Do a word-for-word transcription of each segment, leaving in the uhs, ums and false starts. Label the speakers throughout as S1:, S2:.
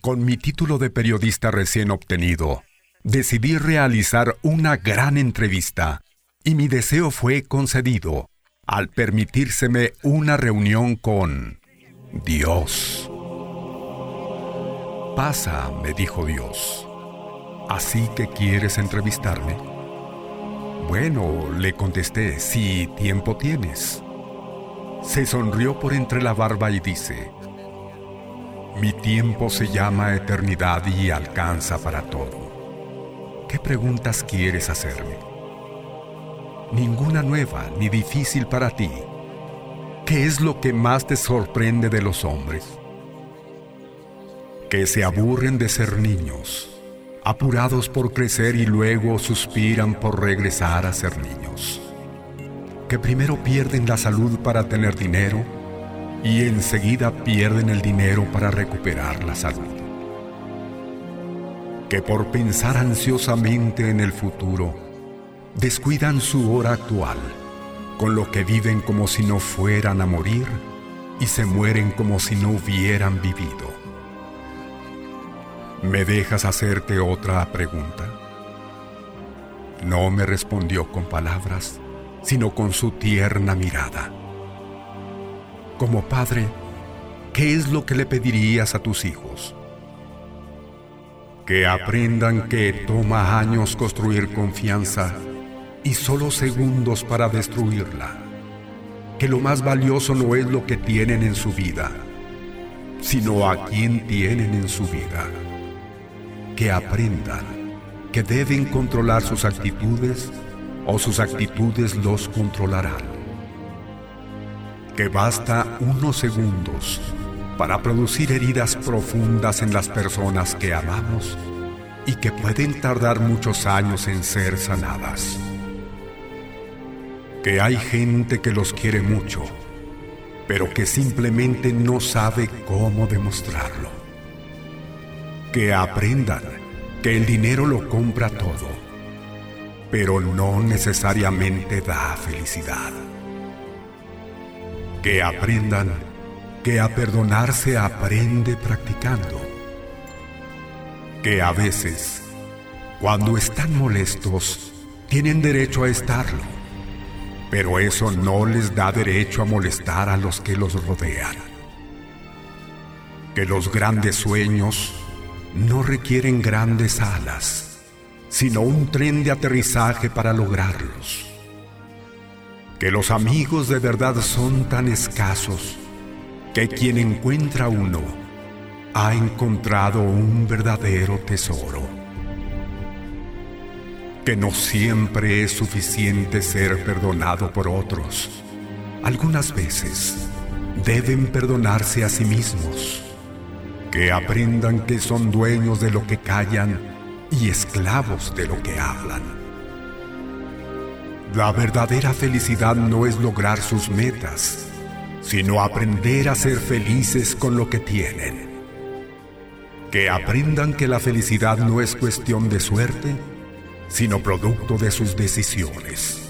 S1: con mi título de periodista recién obtenido, decidí realizar una gran entrevista y mi deseo fue concedido al permitírseme una reunión con Dios. Pasa, me dijo Dios. ¿Así que quieres entrevistarme? Bueno, le contesté, si tiempo tienes. Se sonrió por entre la barba y dice: mi tiempo se llama eternidad y alcanza para todo. ¿Qué preguntas quieres hacerme? Ninguna nueva ni difícil para ti. ¿Qué es lo que más te sorprende de los hombres? Que se aburren de ser niños, apurados por crecer y luego suspiran por regresar a ser niños. Que primero pierden la salud para tener dinero y enseguida pierden el dinero para recuperar la salud. Que por pensar ansiosamente en el futuro, descuidan su hora actual, con lo que viven como si no fueran a morir y se mueren como si no hubieran vivido. ¿Me dejas hacerte otra pregunta? No me respondió con palabras, sino con su tierna mirada. Como padre, ¿qué es lo que le pedirías a tus hijos? Que aprendan que toma años construir confianza y solo segundos para destruirla. Que lo más valioso no es lo que tienen en su vida, sino a quién tienen en su vida. Que aprendan que deben controlar sus actitudes o sus actitudes los controlarán. Que basta unos segundos para producir heridas profundas en las personas que amamos y que pueden tardar muchos años en ser sanadas. Que hay gente que los quiere mucho, pero que simplemente no sabe cómo demostrarlo. Que aprendan que el dinero lo compra todo, pero no necesariamente da felicidad. Que aprendan que a perdonar se aprende practicando. Que a veces, cuando están molestos, tienen derecho a estarlo, pero eso no les da derecho a molestar a los que los rodean. Que los grandes sueños no requieren grandes alas, sino un tren de aterrizaje para lograrlos. Que los amigos de verdad son tan escasos que quien encuentra uno ha encontrado un verdadero tesoro. Que no siempre es suficiente ser perdonado por otros. Algunas veces deben perdonarse a sí mismos. Que aprendan que son dueños de lo que callan y esclavos de lo que hablan. La verdadera felicidad no es lograr sus metas, sino aprender a ser felices con lo que tienen. Que aprendan que la felicidad no es cuestión de suerte, sino producto de sus decisiones.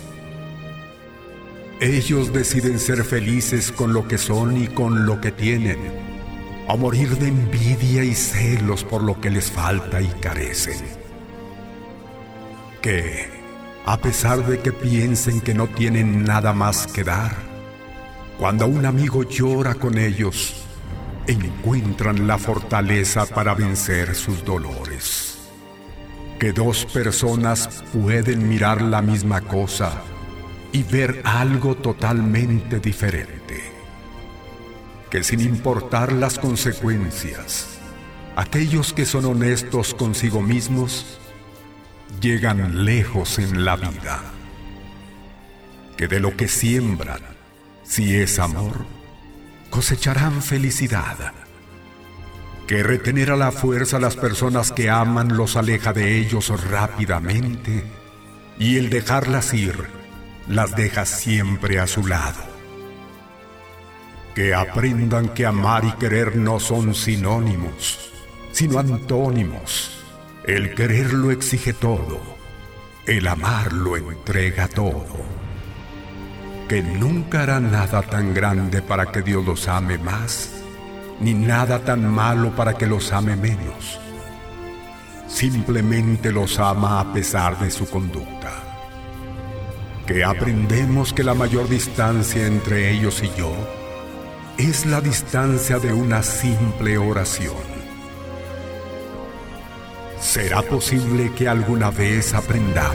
S1: Ellos deciden ser felices con lo que son y con lo que tienen, o morir de envidia y celos por lo que les falta y carecen. Que a pesar de que piensen que no tienen nada más que dar, cuando un amigo llora con ellos, encuentran la fortaleza para vencer sus dolores. Que dos personas pueden mirar la misma cosa y ver algo totalmente diferente. Que sin importar las consecuencias, aquellos que son honestos consigo mismos llegan lejos en la vida. Que de lo que siembran, si es amor, cosecharán felicidad. Que retener a la fuerza a las personas que aman los aleja de ellos rápidamente, y el dejarlas ir las deja siempre a su lado. Que aprendan que amar y querer no son sinónimos, sino antónimos. El querer lo exige todo, el amar lo entrega todo. Que nunca hará nada tan grande para que Dios los ame más ni nada tan malo para que los ame menos. Simplemente los ama a pesar de su conducta. Que aprendemos que la mayor distancia entre ellos y yo es la distancia de una simple oración. ¿Será posible que alguna vez aprendamos?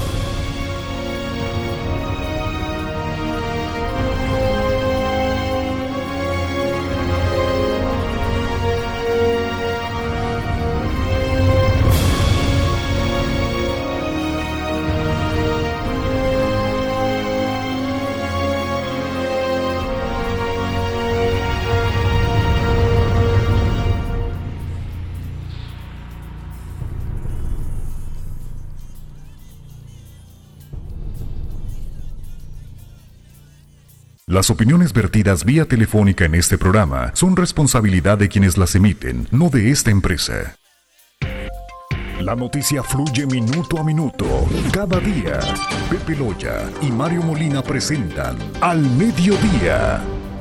S2: Las opiniones vertidas vía telefónica en este programa son responsabilidad de quienes las emiten, no de esta empresa. La noticia fluye minuto a minuto, cada día. Pepe Loya y Mario Molina presentan Al Mediodía.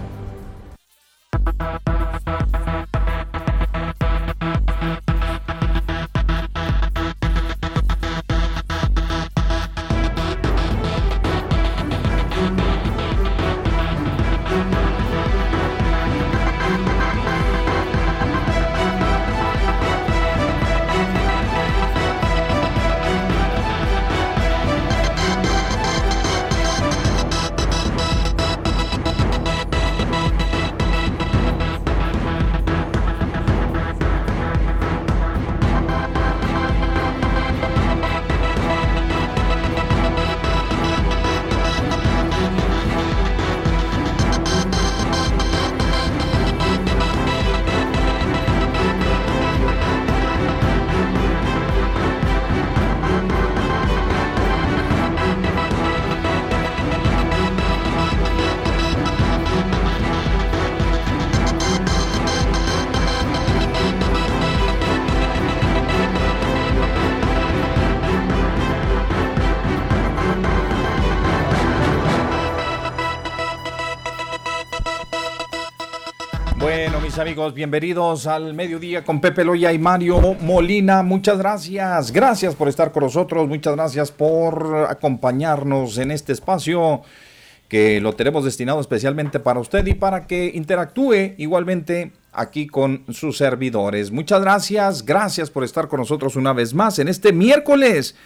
S3: Bueno, mis amigos, bienvenidos al Mediodía con Pepe Loya y Mario Molina. Muchas gracias, gracias por estar con nosotros, muchas gracias por acompañarnos en este espacio que lo tenemos destinado especialmente para usted y para que interactúe igualmente aquí con sus servidores. Muchas gracias, gracias por estar con nosotros una vez más en este miércoles,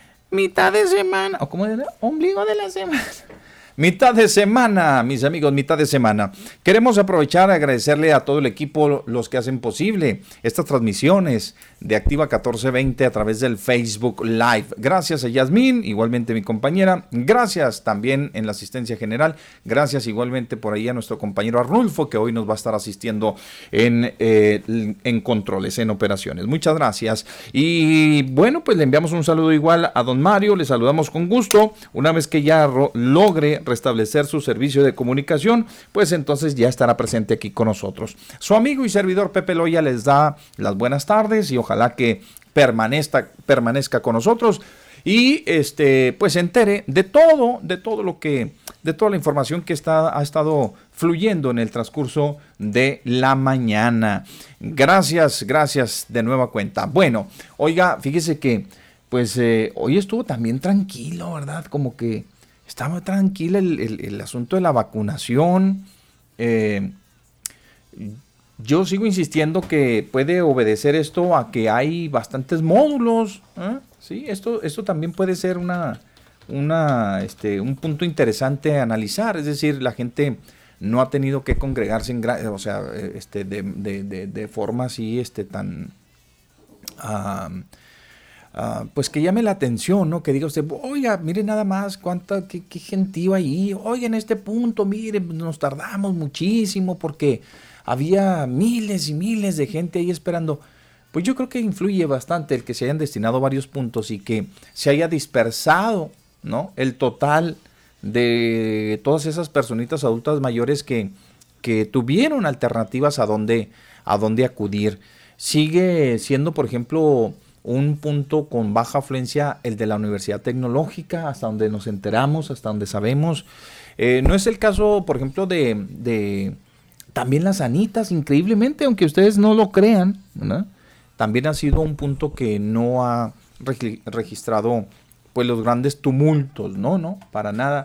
S3: mitad de semana, o como es, ombligo de la semana. Mitad de semana, mis amigos, mitad de semana. Queremos aprovechar y agradecerle a todo el equipo, los que hacen posible estas transmisiones de Activa catorce veinte a través del Facebook Live. Gracias a Yasmín, igualmente mi compañera. Gracias también en la asistencia general. Gracias igualmente por ahí a nuestro compañero Arnulfo, que hoy nos va a estar asistiendo en, eh, en controles, en operaciones. Muchas gracias. Y bueno, pues le enviamos un saludo igual a don Mario. Le saludamos con gusto. Una vez que ya ro- logre restablecer su servicio de comunicación, pues entonces ya estará presente aquí con nosotros. Su amigo y servidor Pepe Loya les da las buenas tardes y ojalá que permanezca, permanezca con nosotros y este pues se entere de todo, de todo lo que, de toda la información que está, ha estado fluyendo en el transcurso de la mañana. Gracias, gracias de nueva cuenta. Bueno, oiga, fíjese que pues eh, hoy estuvo también tranquilo, ¿verdad? Como que estaba tranquilo el, el, el asunto de la vacunación. Eh, yo sigo insistiendo que puede obedecer esto a que hay bastantes módulos. ¿eh? Sí, esto, esto también puede ser una, una, este, un punto interesante a analizar. Es decir, la gente no ha tenido que congregarse en, o sea, este, de, de, de, de forma así este, tan... Uh, Uh, pues que llame la atención, ¿no? Que diga usted, oiga, mire nada más cuánta, qué, qué gentío ahí, oiga, en este punto, mire, nos tardamos muchísimo porque había miles y miles de gente ahí esperando. Pues yo creo que influye bastante el que se hayan destinado varios puntos y que se haya dispersado, ¿no? El total de todas esas personitas adultas mayores que, que tuvieron alternativas a dónde, a dónde acudir. Sigue siendo, por ejemplo, un punto con baja afluencia el de la Universidad Tecnológica, hasta donde nos enteramos, hasta donde sabemos. Eh, no es el caso, por ejemplo, de, de, También las sanitas, increíblemente, aunque ustedes no lo crean, ¿verdad? También ha sido un punto que no ha regi- registrado pues los grandes tumultos, no, no, para nada.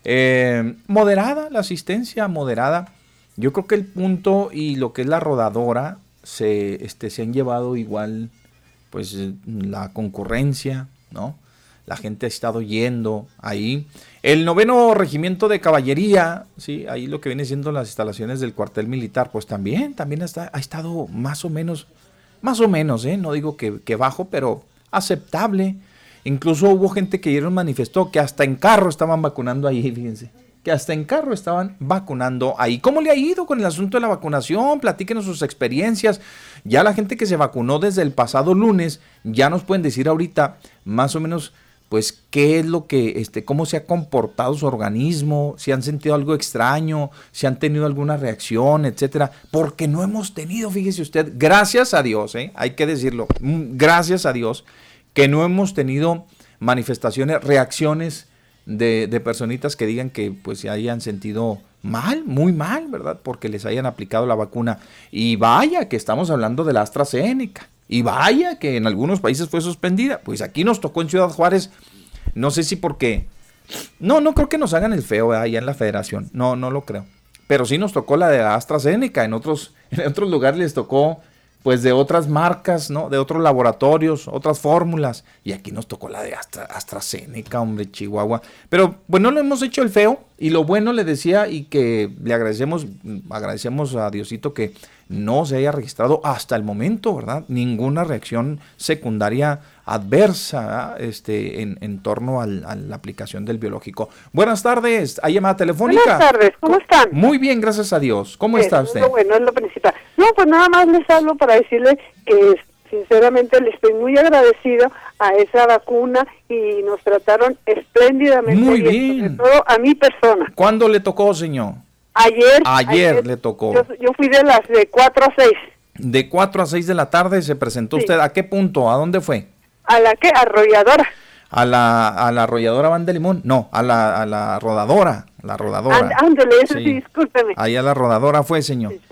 S3: Eh, moderada la asistencia, moderada. Yo creo que el punto y lo que es la rodadora se, este, se han llevado igual, pues la concurrencia, ¿no? La gente ha estado yendo ahí. El noveno regimiento de caballería, sí, ahí lo que viene siendo las instalaciones del cuartel militar, pues también, también ha, ha estado más o menos, más o menos, ¿eh? No digo que, que bajo, pero aceptable. Incluso hubo gente que ayer manifestó que hasta en carro estaban vacunando ahí, fíjense. Que hasta en carro estaban vacunando ahí. ¿Cómo le ha ido con el asunto de la vacunación? Platíquenos sus experiencias. Ya la gente que se vacunó desde el pasado lunes, ya nos pueden decir ahorita más o menos, pues, qué es lo que, este, cómo se ha comportado su organismo, si han sentido algo extraño, si han tenido alguna reacción, etcétera. Porque no hemos tenido, fíjese usted, gracias a Dios, ¿eh? Hay que decirlo, gracias a Dios, que no hemos tenido manifestaciones, reacciones de, de personitas que digan que pues se hayan sentido mal, muy mal, ¿verdad? Porque les hayan aplicado la vacuna. Y vaya que estamos hablando de la AstraZeneca. Y vaya que en algunos países fue suspendida. Pues aquí nos tocó en Ciudad Juárez. No sé si porque... No, no creo que nos hagan el feo, ¿verdad? Allá en la federación. No, no lo creo. Pero sí nos tocó la de la AstraZeneca. En otros, en otros lugares les tocó... pues de otras marcas, ¿no? De otros laboratorios, otras fórmulas. Y aquí nos tocó la de Astra, AstraZeneca, hombre, Chihuahua. Pero, bueno, lo hemos hecho el feo. Y lo bueno le decía y que le agradecemos, agradecemos a Diosito que no se haya registrado hasta el momento, ¿verdad? Ninguna reacción secundaria adversa, ¿verdad? Este, en, en torno al, a la aplicación del biológico. Buenas tardes, ¿hay llamada telefónica?
S4: Buenas tardes, ¿cómo están?
S3: Muy bien, gracias a Dios. ¿Cómo está usted?
S4: Lo bueno, es lo principal. No, pues nada más les hablo para decirle que sinceramente le estoy muy agradecido a esa vacuna y nos trataron espléndidamente.
S3: Muy
S4: bien,
S3: bien.
S4: sobre todo a mi persona.
S3: ¿Cuándo le tocó, señor?
S4: Ayer.
S3: Ayer, ayer le tocó.
S4: Yo, yo fui de las de cuatro a seis.
S3: De cuatro a seis de la tarde se presentó sí. usted. ¿A qué punto? ¿A dónde fue?
S4: ¿A la qué? Arrolladora.
S3: ¿A la, a la arrolladora Van de Limón? No, a la, a la rodadora. La rodadora.
S4: Ándale, eso sí, sí, discúlpeme.
S3: Ahí a la rodadora fue, señor. Sí, sí.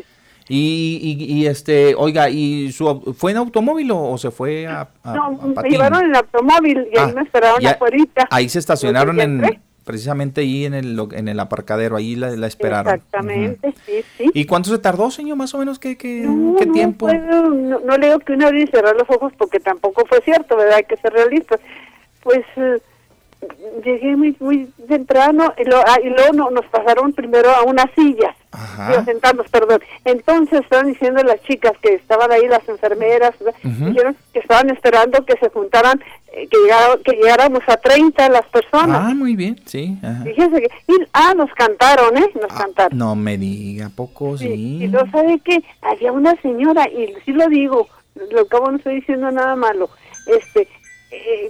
S3: Y, y, y este, oiga, ¿y su fue en automóvil o, o se fue a, a
S4: No,
S3: a
S4: me llevaron en el automóvil y ah, ahí me esperaron afuera.
S3: Ahí se estacionaron en, precisamente ahí en el, en el aparcadero, ahí la, la esperaron.
S4: Exactamente, uh-huh. sí, sí.
S3: ¿Y cuánto se tardó, señor, más o menos? ¿Qué, qué,
S4: no,
S3: ¿qué
S4: no,
S3: tiempo?
S4: Pues, no, no le digo que una abrir y cerrar los ojos porque tampoco fue cierto, ¿verdad? Hay que ser realistas. Pues... Eh, llegué muy muy temprano y, lo, ah, y luego no, nos pasaron primero a unas sillas, digo, sentarnos, perdón. Entonces estaban diciendo las chicas que estaban ahí, las enfermeras, uh-huh. dijeron que estaban esperando que se juntaran, eh, que, llegara, que llegáramos a treinta las personas.
S3: Ah, muy bien, sí. Ajá.
S4: Fíjese que, y, ah, nos cantaron, ¿eh? Nos ah, cantaron.
S3: No me diga, poco sí.
S4: sí. Y luego, ¿sabe qué? Había una señora, y sí lo digo, lo que no estoy diciendo nada malo, este... Eh,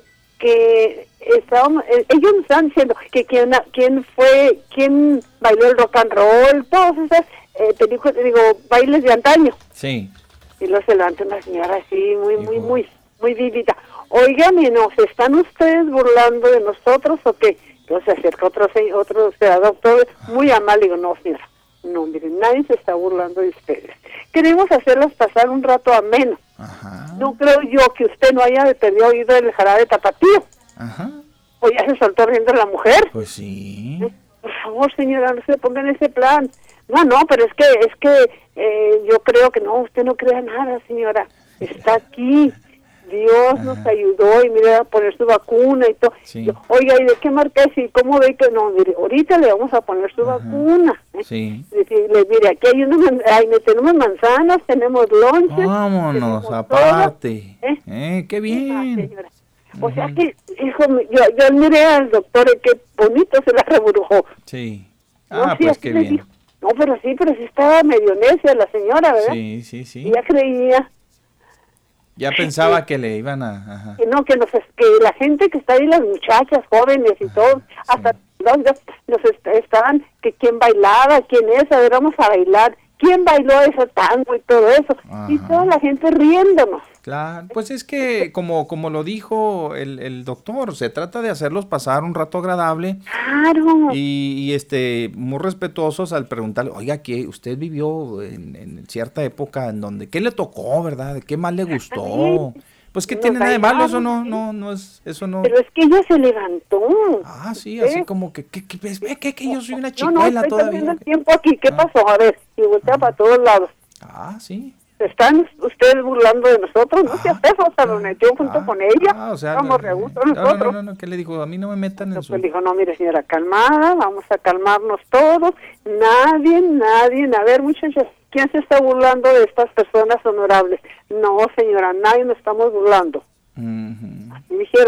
S4: que estábamos, eh, ellos nos estaban diciendo que quién quién fue, quién bailó el rock and roll, todas esas eh, películas, digo, bailes de antaño.
S3: Sí.
S4: Y luego se levanta una señora así, muy, muy, muy, muy vivita. Oigan, ¿y nos están ustedes burlando de nosotros o qué? Entonces se acerca otro, otro o sea, doctor, muy amable, digo, no, señora, no, miren, nadie se está burlando de ustedes. Queremos hacerlas pasar un rato ameno. Ajá. No creo yo que usted no haya perdido oído el jarabe tapatío.
S3: Ajá.
S4: O ya se soltó riendo la mujer.
S3: Pues sí.
S4: ¿Eh? Por favor, señora, no se ponga en ese plan. No, no, pero es que es que eh, yo creo que no, usted no crea nada, señora. Está aquí. Dios Ajá. nos ayudó y mire a poner su vacuna y todo. Sí. Yo, oiga, ¿y de qué marca es? ¿Y cómo ve que no? Mire, ahorita le vamos a poner su Ajá. vacuna. ¿eh? Sí. Decirle, mire, aquí hay unos, ay, tenemos manzanas, tenemos lonches.
S3: Vámonos, aparte. ¿Eh? ¿Eh? ¡Qué bien!
S4: Ah, o sea que, hijo, yo, yo miré al doctor y qué bonito se la reburujó.
S3: Sí. Ah, no, pues qué bien. Dijo,
S4: no, pero sí, pero sí estaba medio necia la señora, ¿verdad?
S3: Sí, sí, sí.
S4: Y ya creía.
S3: Ya pensaba sí. que le iban a... Ajá.
S4: Que no, que, nos, que la gente que está ahí, las muchachas jóvenes y todo, sí. hasta nos, nos est- estaban, que quién bailaba, quién es, a ver, vamos a bailar, quién bailó ese tango y todo eso. Ajá. Y toda la gente riéndonos.
S3: Claro, pues es que como, como lo dijo el, el doctor, se trata de hacerlos pasar un rato agradable.
S4: Claro.
S3: Y, y este, muy respetuosos al preguntarle, oiga, ¿qué usted vivió en, en cierta época en donde, qué le tocó, verdad? ¿Qué más le gustó? Pues que
S4: Nos
S3: tiene nada de malo, eso no,
S4: ¿sí?
S3: no, no es, eso no.
S4: Pero es que ella se levantó.
S3: Ah, sí,
S4: ¿Eh?
S3: así como que, que, que, ves, ve, que, que yo soy una
S4: No, no,
S3: chicuela
S4: estoy
S3: todavía.
S4: perdiendo el tiempo aquí. ¿Qué
S3: Ah.
S4: pasó? A ver, y voltea para todos lados.
S3: Ah, sí.
S4: ¿Están ustedes burlando de nosotros? No
S3: Ah,
S4: se hace, o sea, lo metió junto
S3: ah,
S4: con ella.
S3: ah, o sea,
S4: Vamos,
S3: no,
S4: re gusto
S3: no,
S4: nosotros.
S3: No, no, no, ¿qué le dijo? A mí no me metan en
S4: Entonces
S3: su...
S4: pues dijo, no, mire señora, calmada, vamos a calmarnos todos. Nadie, nadie, a ver muchachos, ¿quién se está burlando de estas personas honorables? No señora, nadie nos estamos burlando.
S3: Uh-huh.
S4: Y dijeron,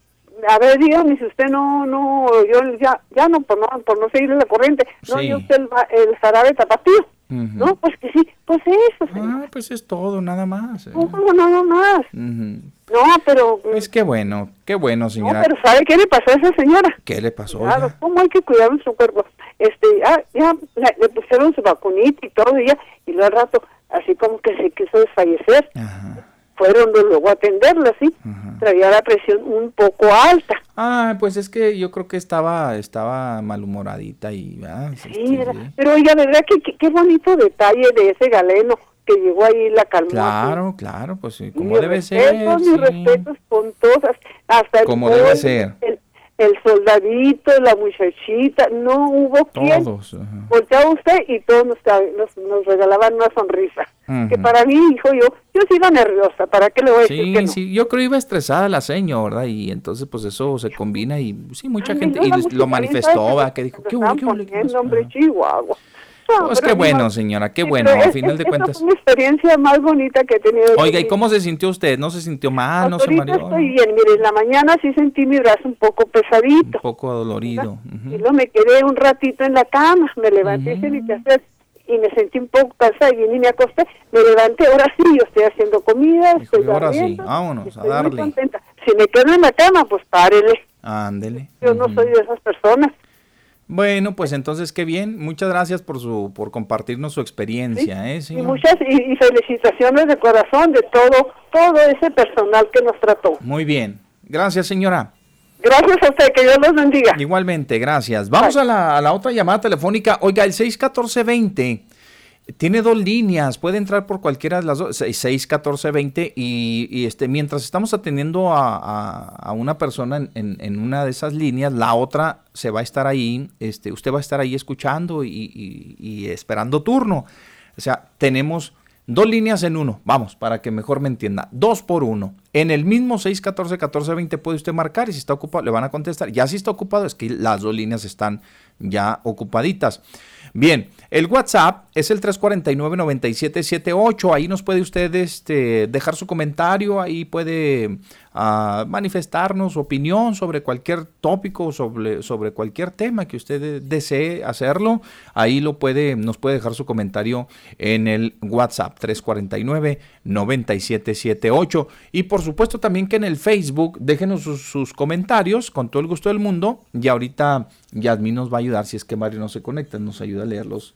S4: a ver, dígame si usted no, no, yo ya, ya no, por no, por no seguirle la corriente, no,
S3: Sí.
S4: yo usted el, el jarabe tapatío.
S3: Uh-huh.
S4: No, pues que sí, pues eso, señor.
S3: Ah, pues es todo, nada más. eh.
S4: No, no, nada más.
S3: Uh-huh.
S4: No, pero...
S3: Pues qué bueno, qué bueno,
S4: no,
S3: señora.
S4: pero ¿sabe qué le pasó a esa señora?
S3: ¿Qué le pasó?
S4: Claro,
S3: oiga?
S4: ¿cómo hay que cuidar su cuerpo? Este, ya, ya la- le pusieron su vacunita y todo, y ya, y luego al rato, así como que se quiso desfallecer.
S3: Ajá.
S4: Fueron luego a atenderla, ¿sí?
S3: Ajá.
S4: Traía la presión un poco alta.
S3: Ah, pues es que yo creo que estaba, estaba malhumoradita y... Ah,
S4: Sí,
S3: este,
S4: ¿verdad?
S3: sí.
S4: Pero oiga, ¿verdad que que- qué bonito detalle de ese galeno que llegó ahí y la calmó?
S3: Claro, claro, pues sí,
S4: Y
S3: como
S4: mis
S3: debe ser.
S4: respetos, mis
S3: sí.
S4: respetos con todas, hasta el
S3: Como debe
S4: joven,
S3: ser.
S4: El, el soldadito, la muchachita, no hubo quien.
S3: Todos. ajá.
S4: Volteaba usted y todos nos, nos, nos regalaban una sonrisa.
S3: Ujú.
S4: Que para mí, hijo, yo yo sí iba nerviosa, ¿para qué le voy a decir
S3: Sí,
S4: que no?
S3: sí, yo creo que iba estresada la señora, ¿verdad? Y entonces pues eso se combina y sí, mucha
S4: Ay,
S3: gente,
S4: no,
S3: y
S4: la
S3: lo
S4: música
S3: manifestó,
S4: bien,
S3: ¿verdad?
S4: ¿sabes?
S3: Que dijo,
S4: Lo
S3: ¿qué
S4: estaban
S3: hubo, qué hubo, qué
S4: poniendo,
S3: pasó?
S4: hombre,
S3: Ajá.
S4: Chihuahua. No,
S3: Pues
S4: pero
S3: qué
S4: ni
S3: bueno,
S4: modo.
S3: señora, qué
S4: Sí,
S3: bueno,
S4: pero
S3: a
S4: es-
S3: final
S4: es-
S3: de
S4: esa
S3: cuentas.
S4: fue mi experiencia más bonita que he tenido.
S3: Oiga, ¿y
S4: Sí.
S3: cómo se sintió usted? ¿No se sintió mal? ¿No se
S4: Ahorita
S3: mareó?
S4: estoy bien, mire, en la mañana sí sentí mi brazo un poco
S3: Un
S4: pesadito.
S3: poco dolorido.
S4: Y
S3: ujú.
S4: luego me quedé un ratito en la cama, me levanté
S3: Ujú.
S4: sin qué hacer y me sentí un poco cansada y vine y me acosté. Me levanté, ahora sí, yo estoy haciendo comida,
S3: Dijo,
S4: estoy
S3: y ahora sí,
S4: barriendo,
S3: vámonos, a
S4: estoy muy
S3: darle.
S4: contenta. Si me quedo en la cama, pues párele.
S3: Ándele.
S4: Yo no
S3: ujú.
S4: soy de esas personas.
S3: Bueno, pues entonces qué bien. Muchas gracias por su por compartirnos su experiencia, ¿eh,
S4: Y
S3: señor?
S4: muchas y, y felicitaciones de corazón de todo todo ese personal que nos trató.
S3: Muy bien. Gracias, señora.
S4: Gracias a usted, que Dios los bendiga.
S3: Igualmente, gracias. Vamos a la, a la otra llamada telefónica. Oiga, el seis uno cuatro veinte tiene dos líneas. Puede entrar por cualquiera de las dos. seis uno cuatro veinte y, y este, mientras estamos atendiendo a, a, a una persona en, en, en una de esas líneas, la otra se va a estar ahí. Este, usted va a estar ahí escuchando y, y, y esperando turno. O sea, tenemos dos líneas en uno. Vamos, para que mejor me entienda. Dos por uno. En el mismo seis uno cuatro, uno cuatro veinte puede usted marcar y si está ocupado le van a contestar. Ya si está ocupado es que las dos líneas están ya ocupaditas. Bien, el WhatsApp es el tres cuatro nueve, nueve siete siete ocho. Ahí nos puede usted este, dejar su comentario. Ahí puede uh, manifestarnos su opinión sobre cualquier tópico, sobre, sobre cualquier tema que usted desee hacerlo. Ahí lo puede, nos puede dejar su comentario en el WhatsApp tres cuatro nueve, nueve siete siete ocho. Y por supuesto también que en el Facebook déjenos sus, sus comentarios con todo el gusto del mundo. Y ahorita Yasmín nos va a ayudar si es que Mario no se conecta, nos ayuda a leerlos.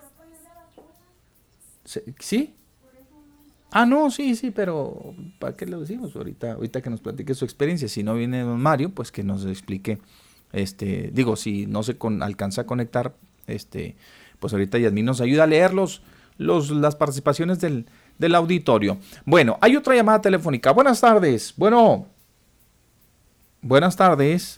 S3: ¿Sí? Ah, no, sí, sí, pero ¿para qué lo decimos? Ahorita, ahorita que nos platique su experiencia. Si no viene don Mario, pues que nos explique. Este, digo, si no se con, alcanza a conectar, este, pues ahorita Yasmín nos ayuda a leer los, los, las participaciones del, del auditorio. Bueno, hay otra llamada telefónica. Buenas tardes. Bueno, buenas tardes.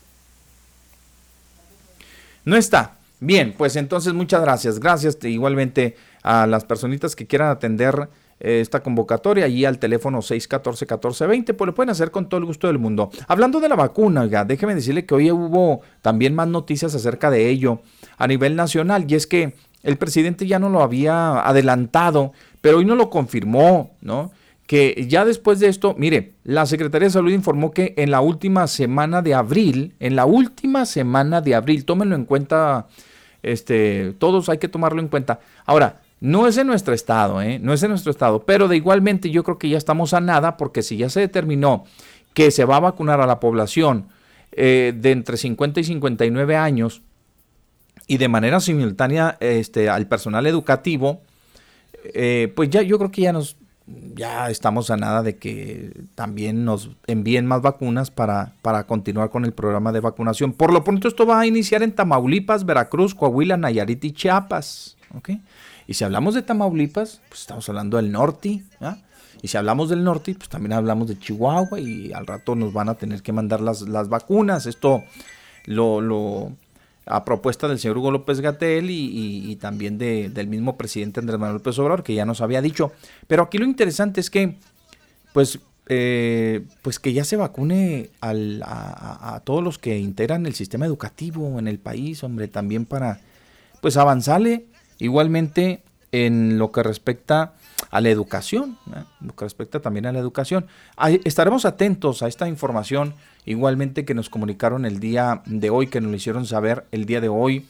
S3: No está. Bien, pues entonces muchas gracias. Gracias igualmente a las personitas que quieran atender eh, esta convocatoria y al teléfono seis uno cuatro, uno cuatro veinte, pues lo pueden hacer con todo el gusto del mundo. Hablando de la vacuna, oiga, déjeme decirle que hoy hubo también más noticias acerca de ello a nivel nacional y es que el presidente ya no lo había adelantado, pero hoy no lo confirmó, ¿no? Que ya después de esto, mire, la Secretaría de Salud informó que en la última semana de abril, en la última semana de abril, tómenlo en cuenta, este, todos hay que tomarlo en cuenta. Ahora, no es en nuestro estado, ¿eh? No es en nuestro estado, pero de igualmente yo creo que ya estamos a nada, porque si ya se determinó que se va a vacunar a la población eh, de entre cincuenta y cincuenta y nueve años y de manera simultánea este, al personal educativo, eh, pues ya yo creo que ya nos ya estamos a nada de que también nos envíen más vacunas para, para continuar con el programa de vacunación. Por lo pronto esto va a iniciar en Tamaulipas, Veracruz, Coahuila, Nayarit y Chiapas, ¿ok? Y si hablamos de Tamaulipas, pues estamos hablando del norte, ¿ya? Y si hablamos del norte, pues también hablamos de Chihuahua y al rato nos van a tener que mandar las, las vacunas. Esto lo... lo a propuesta del señor Hugo López-Gatell y, y, y también de, del mismo presidente Andrés Manuel López Obrador, que ya nos había dicho. Pero aquí lo interesante es que, pues, eh, pues que ya se vacune al, a, a todos los que integran el sistema educativo en el país, hombre, también para, pues, avanzarle igualmente en lo que respecta a la educación, ¿eh? Lo que respecta también a la educación. Ahí estaremos atentos a esta información, igualmente que nos comunicaron el día de hoy, que nos lo hicieron saber el día de hoy,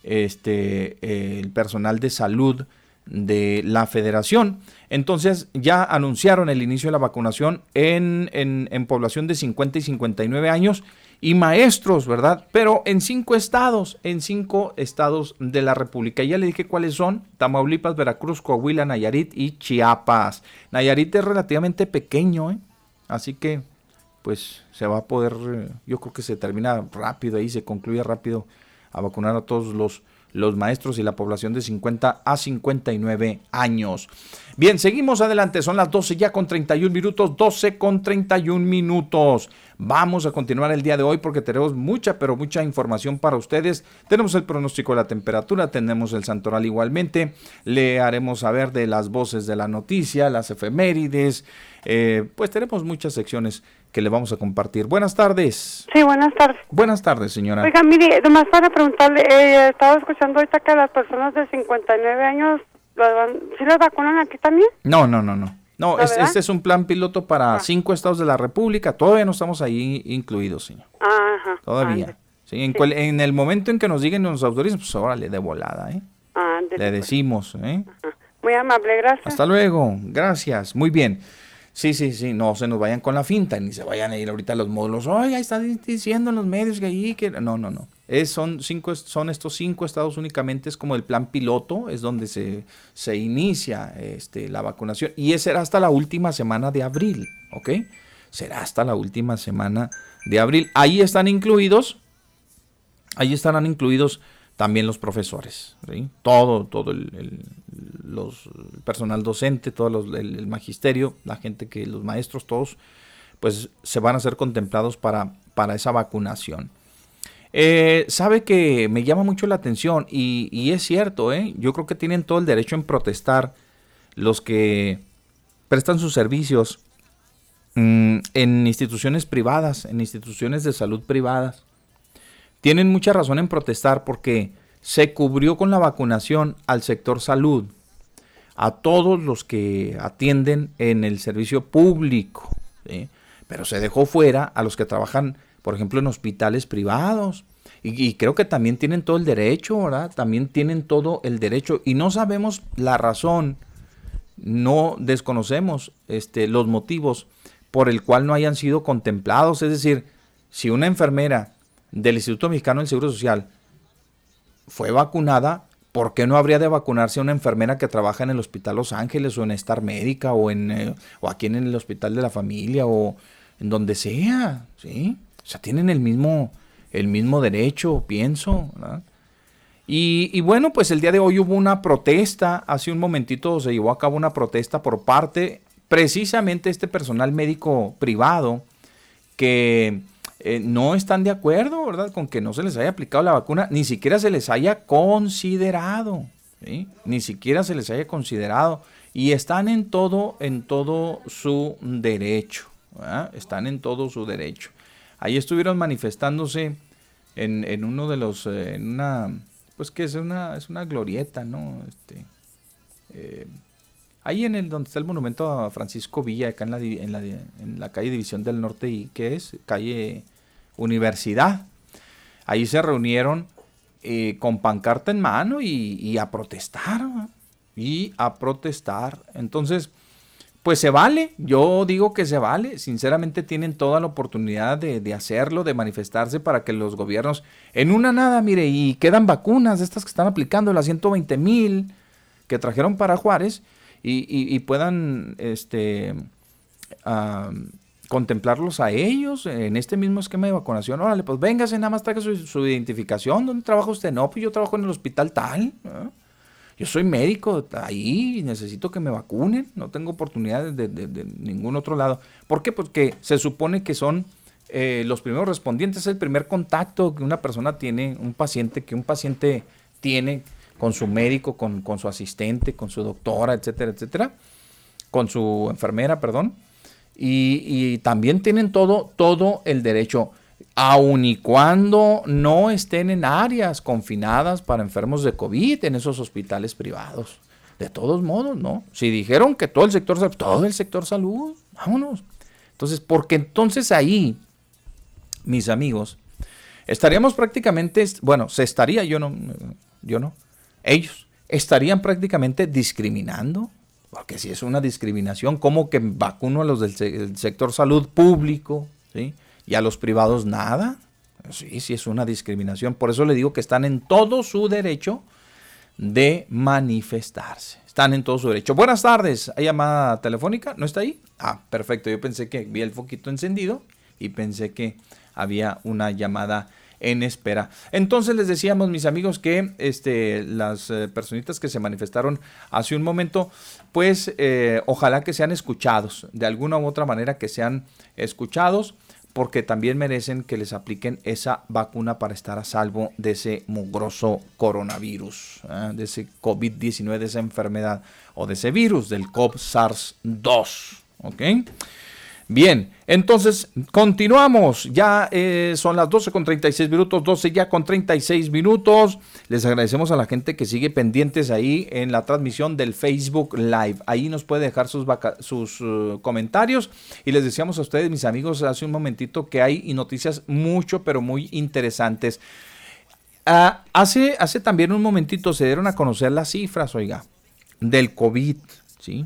S3: este, eh, el personal de salud de la federación. Entonces ya anunciaron el inicio de la vacunación en, en, en población de cincuenta y cincuenta y nueve años y maestros, ¿verdad? Pero en cinco estados, en cinco estados de la República. Ya le dije cuáles son: Tamaulipas, Veracruz, Coahuila, Nayarit y Chiapas. Nayarit es relativamente pequeño, ¿eh? Así que pues se va a poder, yo creo que se termina rápido ahí, se concluye rápido a vacunar a todos los, los maestros y la población de cincuenta a cincuenta y nueve años. Bien, seguimos adelante, son las doce ya con treinta y un minutos, doce con treinta y un minutos. Vamos a continuar el día de hoy porque tenemos mucha, pero mucha información para ustedes. Tenemos el pronóstico de la temperatura, tenemos el santoral igualmente, le haremos saber de las voces de la noticia, las efemérides, eh, pues tenemos muchas secciones que le vamos a compartir. Buenas tardes.
S5: Sí, buenas tardes.
S3: Buenas tardes, señora.
S5: Oiga, mire, nomás para preguntarle, eh, estaba escuchando ahorita que las personas de cincuenta y nueve años, ¿sí las vacunan aquí también?
S3: No, no, no, no. No, es, este es un plan piloto para
S5: ah.
S3: cinco estados de la República. Todavía no estamos ahí incluidos, señor.
S5: Ajá.
S3: Todavía. Ah, sí, en, sí. Cual, en el momento en que nos digan y nos autoricen, pues órale, de volada, ¿eh? Ah, le decimos, ¿eh?
S5: Ajá. Muy amable, gracias.
S3: Hasta luego, gracias. Muy bien. Sí, sí, sí, no se nos vayan con la finta, ni se vayan a ir ahorita a los módulos. Oye, están diciendo en los medios que ahí que... No, no, no. Es, son, cinco, son estos cinco estados únicamente, es como el plan piloto, es donde se, se inicia este, la vacunación. Y ese será hasta la última semana de abril, ¿ok? Será hasta la última semana de abril. Ahí están incluidos, ahí estarán incluidos también los profesores, ¿sí? Todo, todo el, el, los, el personal docente, todo los, el, el magisterio, la gente que, los maestros, todos, pues se van a ser contemplados para, para esa vacunación. Eh, sabe que me llama mucho la atención y, y es cierto, ¿eh? Yo creo que tienen todo el derecho en protestar los que prestan sus servicios mmm, en instituciones privadas, en instituciones de salud privadas. Tienen mucha razón en protestar porque se cubrió con la vacunación al sector salud, a todos los que atienden en el servicio público, ¿sí? Pero se dejó fuera a los que trabajan, por ejemplo, en hospitales privados. Y, y creo que también tienen todo el derecho, ¿verdad? También tienen todo el derecho. Y no sabemos la razón, no desconocemos este, los motivos por el cual no hayan sido contemplados. Es decir, si una enfermera del Instituto Mexicano del Seguro Social fue vacunada, ¿por qué no habría de vacunarse una enfermera que trabaja en el Hospital Los Ángeles o en Star Médica o, en, eh, o aquí en el Hospital de la Familia o en donde sea? ¿Sí? O sea, tienen el mismo, el mismo derecho, pienso, ¿verdad? Y, y bueno, pues el día de hoy hubo una protesta, hace un momentito se llevó a cabo una protesta por parte precisamente de este personal médico privado que eh, no están de acuerdo, ¿verdad?, con que no se les haya aplicado la vacuna, ni siquiera se les haya considerado, ¿sí? Ni siquiera se les haya considerado y están en todo, en todo su derecho, ¿verdad? Están en todo su derecho. Ahí estuvieron manifestándose en, en uno de los, eh, en una, pues que es una, es una glorieta, ¿no? Este, eh, ahí en el donde está el monumento a Francisco Villa, acá en la, en la, en la calle División del Norte, y ¿qué es? Calle Universidad. Ahí se reunieron eh, con pancarta en mano y, y a protestar, ¿no? Y a protestar. Entonces, pues se vale, yo digo que se vale, sinceramente tienen toda la oportunidad de, de hacerlo, de manifestarse para que los gobiernos, en una nada, mire, y quedan vacunas, estas que están aplicando, las ciento veinte mil que trajeron para Juárez, y, y, y puedan este, uh, contemplarlos a ellos en este mismo esquema de vacunación. Órale, pues véngase, nada más traiga su, su identificación. ¿Dónde trabaja usted? No, pues yo trabajo en el hospital tal, ¿no? Yo soy médico ahí y necesito que me vacunen. No tengo oportunidades de, de, de ningún otro lado. ¿Por qué? Porque se supone que son eh, los primeros respondientes, el primer contacto que una persona tiene, un paciente, que un paciente tiene con su médico, con, con su asistente, con su doctora, etcétera, etcétera, con su enfermera, perdón. Y, y también tienen todo, todo el derecho, aun y cuando no estén en áreas confinadas para enfermos de COVID en esos hospitales privados. De todos modos, ¿no? Si dijeron que todo el sector salud, todo el sector salud, vámonos. Entonces, porque entonces ahí, mis amigos, estaríamos prácticamente, bueno, se estaría, yo no, yo no, ellos estarían prácticamente discriminando. Porque si es una discriminación, ¿cómo que vacuno a los del se- sector salud público, ¿sí? Y a los privados nada? Sí, sí es una discriminación. Por eso le digo que están en todo su derecho de manifestarse. Están en todo su derecho. Buenas tardes. ¿Hay llamada telefónica? ¿No está ahí? Ah, perfecto. Yo pensé que vi el foquito encendido y pensé que había una llamada en espera. Entonces les decíamos, mis amigos, que este, las eh, personitas que se manifestaron hace un momento, pues eh, ojalá que sean escuchados, de alguna u otra manera que sean escuchados, porque también merecen que les apliquen esa vacuna para estar a salvo de ese mugroso coronavirus, ¿eh? De ese COVID diecinueve, de esa enfermedad, o de ese virus, del COVID SARS dos, ¿ok? Bien, entonces continuamos, ya eh, son las doce con treinta y seis minutos, doce ya con treinta y seis minutos. Les agradecemos a la gente que sigue pendientes ahí en la transmisión del Facebook Live. Ahí nos puede dejar sus, vaca- sus uh, comentarios, y les decíamos a ustedes, mis amigos, hace un momentito que hay noticias mucho, pero muy interesantes. Uh, hace, hace también un momentito se dieron a conocer las cifras, oiga, del COVID, ¿sí?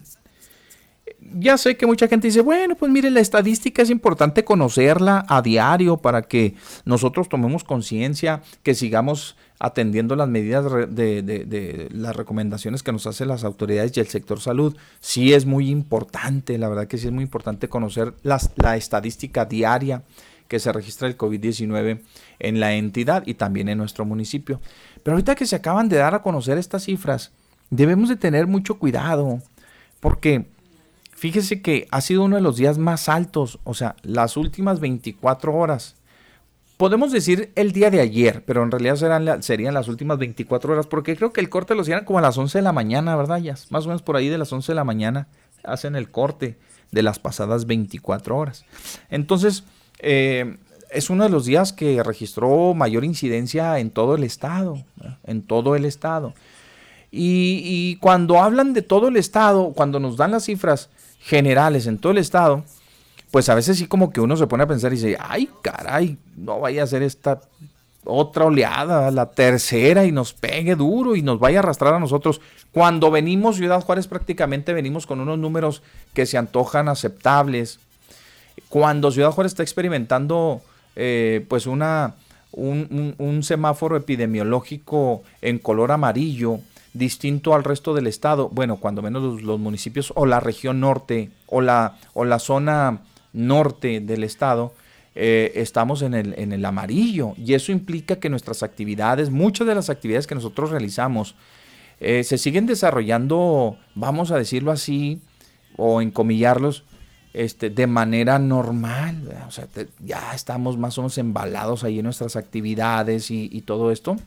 S3: Ya sé que mucha gente dice, bueno, pues mire, la estadística es importante conocerla a diario para que nosotros tomemos conciencia, que sigamos atendiendo las medidas de, de, de las recomendaciones que nos hacen las autoridades y el sector salud. Sí es muy importante, la verdad que sí es muy importante conocer las, la estadística diaria que se registra el COVID diecinueve en la entidad y también en nuestro municipio. Pero ahorita que se acaban de dar a conocer estas cifras, debemos de tener mucho cuidado, porque fíjese que ha sido uno de los días más altos, o sea, las últimas veinticuatro horas. Podemos decir el día de ayer, pero en realidad serán, serían las últimas veinticuatro horas, porque creo que el corte lo hicieron como a las once de la mañana, ¿verdad? Ya, más o menos por ahí de las once de la mañana hacen el corte de las pasadas veinticuatro horas. Entonces, eh, es uno de los días que registró mayor incidencia en todo el estado, ¿no? En todo el estado. Y, y cuando hablan de todo el estado, cuando nos dan las cifras generales en todo el estado, pues a veces sí como que uno se pone a pensar y dice, ay caray, no vaya a ser esta otra oleada, la tercera, y nos pegue duro y nos vaya a arrastrar a nosotros. Cuando venimos, Ciudad Juárez prácticamente venimos con unos números que se antojan aceptables. Cuando Ciudad Juárez está experimentando eh, pues una, un, un, un semáforo epidemiológico en color amarillo, distinto al resto del estado, bueno, cuando menos los, los municipios o la región norte o la, o la zona norte del estado, eh, estamos en el, en el amarillo, y eso implica que nuestras actividades, muchas de las actividades que nosotros realizamos, eh, se siguen desarrollando, vamos a decirlo así, o encomillarlos, este, de manera normal, o sea, te, ya estamos más o menos embalados ahí en nuestras actividades y, y todo esto.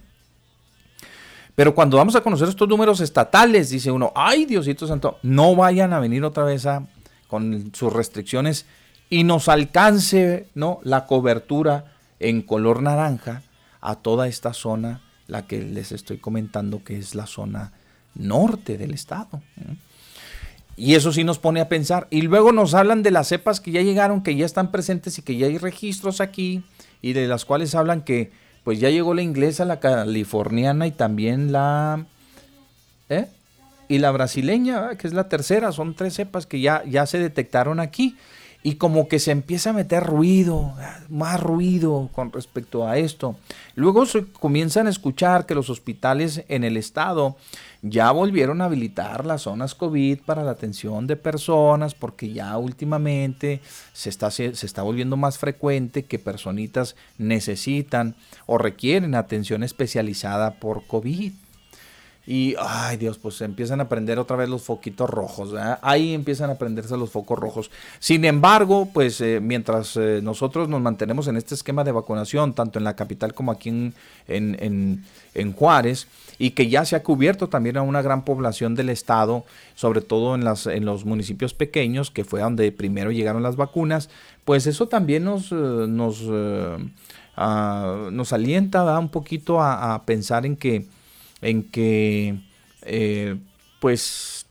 S3: Pero cuando vamos a conocer estos números estatales, dice uno, ay Diosito Santo, no vayan a venir otra vez a, con sus restricciones y nos alcance, ¿no?, la cobertura en color naranja a toda esta zona, la que les estoy comentando que es la zona norte del estado. ¿eh? Y eso sí nos pone a pensar. Y luego nos hablan de las cepas que ya llegaron, que ya están presentes y que ya hay registros aquí, y de las cuales hablan que pues ya llegó la inglesa, la californiana y también la... ¿eh? Y la brasileña, ¿verdad?, que es la tercera. Son tres cepas que ya, ya se detectaron aquí. y como que se empieza a meter ruido, más ruido con respecto a esto. Luego se comienzan a escuchar que los hospitales en el estado ya volvieron a habilitar las zonas COVID para la atención de personas, porque ya últimamente se está, se, se está volviendo más frecuente que personitas necesitan o requieren atención especializada por COVID. Y, ay Dios, pues empiezan a prender otra vez los foquitos rojos, ¿verdad? Ahí empiezan a prenderse los focos rojos. Sin embargo, pues eh, mientras eh, nosotros nos mantenemos en este esquema de vacunación, tanto en la capital como aquí en, en, en, en Juárez, y que ya se ha cubierto también a una gran población del estado, sobre todo en, las, en los municipios pequeños, que fue donde primero llegaron las vacunas, pues eso también nos, nos, uh, uh, nos alienta, ¿verdad? Un poquito a, a pensar en que en que eh, pues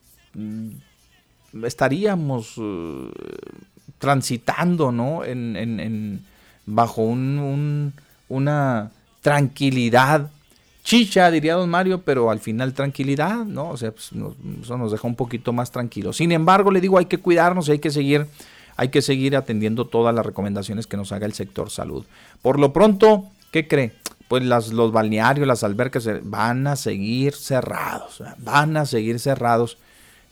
S3: estaríamos uh, transitando, ¿no? en, en, en bajo un, un, una tranquilidad, chicha diría don Mario, pero al final tranquilidad, ¿no? O sea, pues, nos, eso nos deja un poquito más tranquilos. Sin embargo, le digo, hay que cuidarnos y hay que seguir hay que seguir atendiendo todas las recomendaciones que nos haga el sector salud. Por lo pronto, ¿qué cree? Pues las, los balnearios, las albercas van a seguir cerrados, van a seguir cerrados,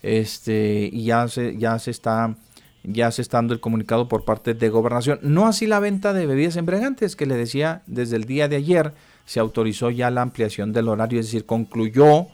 S3: este, y ya se, ya se está, ya se está dando el comunicado por parte de Gobernación. No así la venta de bebidas embriagantes, que le decía, desde el día de ayer se autorizó ya la ampliación del horario, es decir, concluyó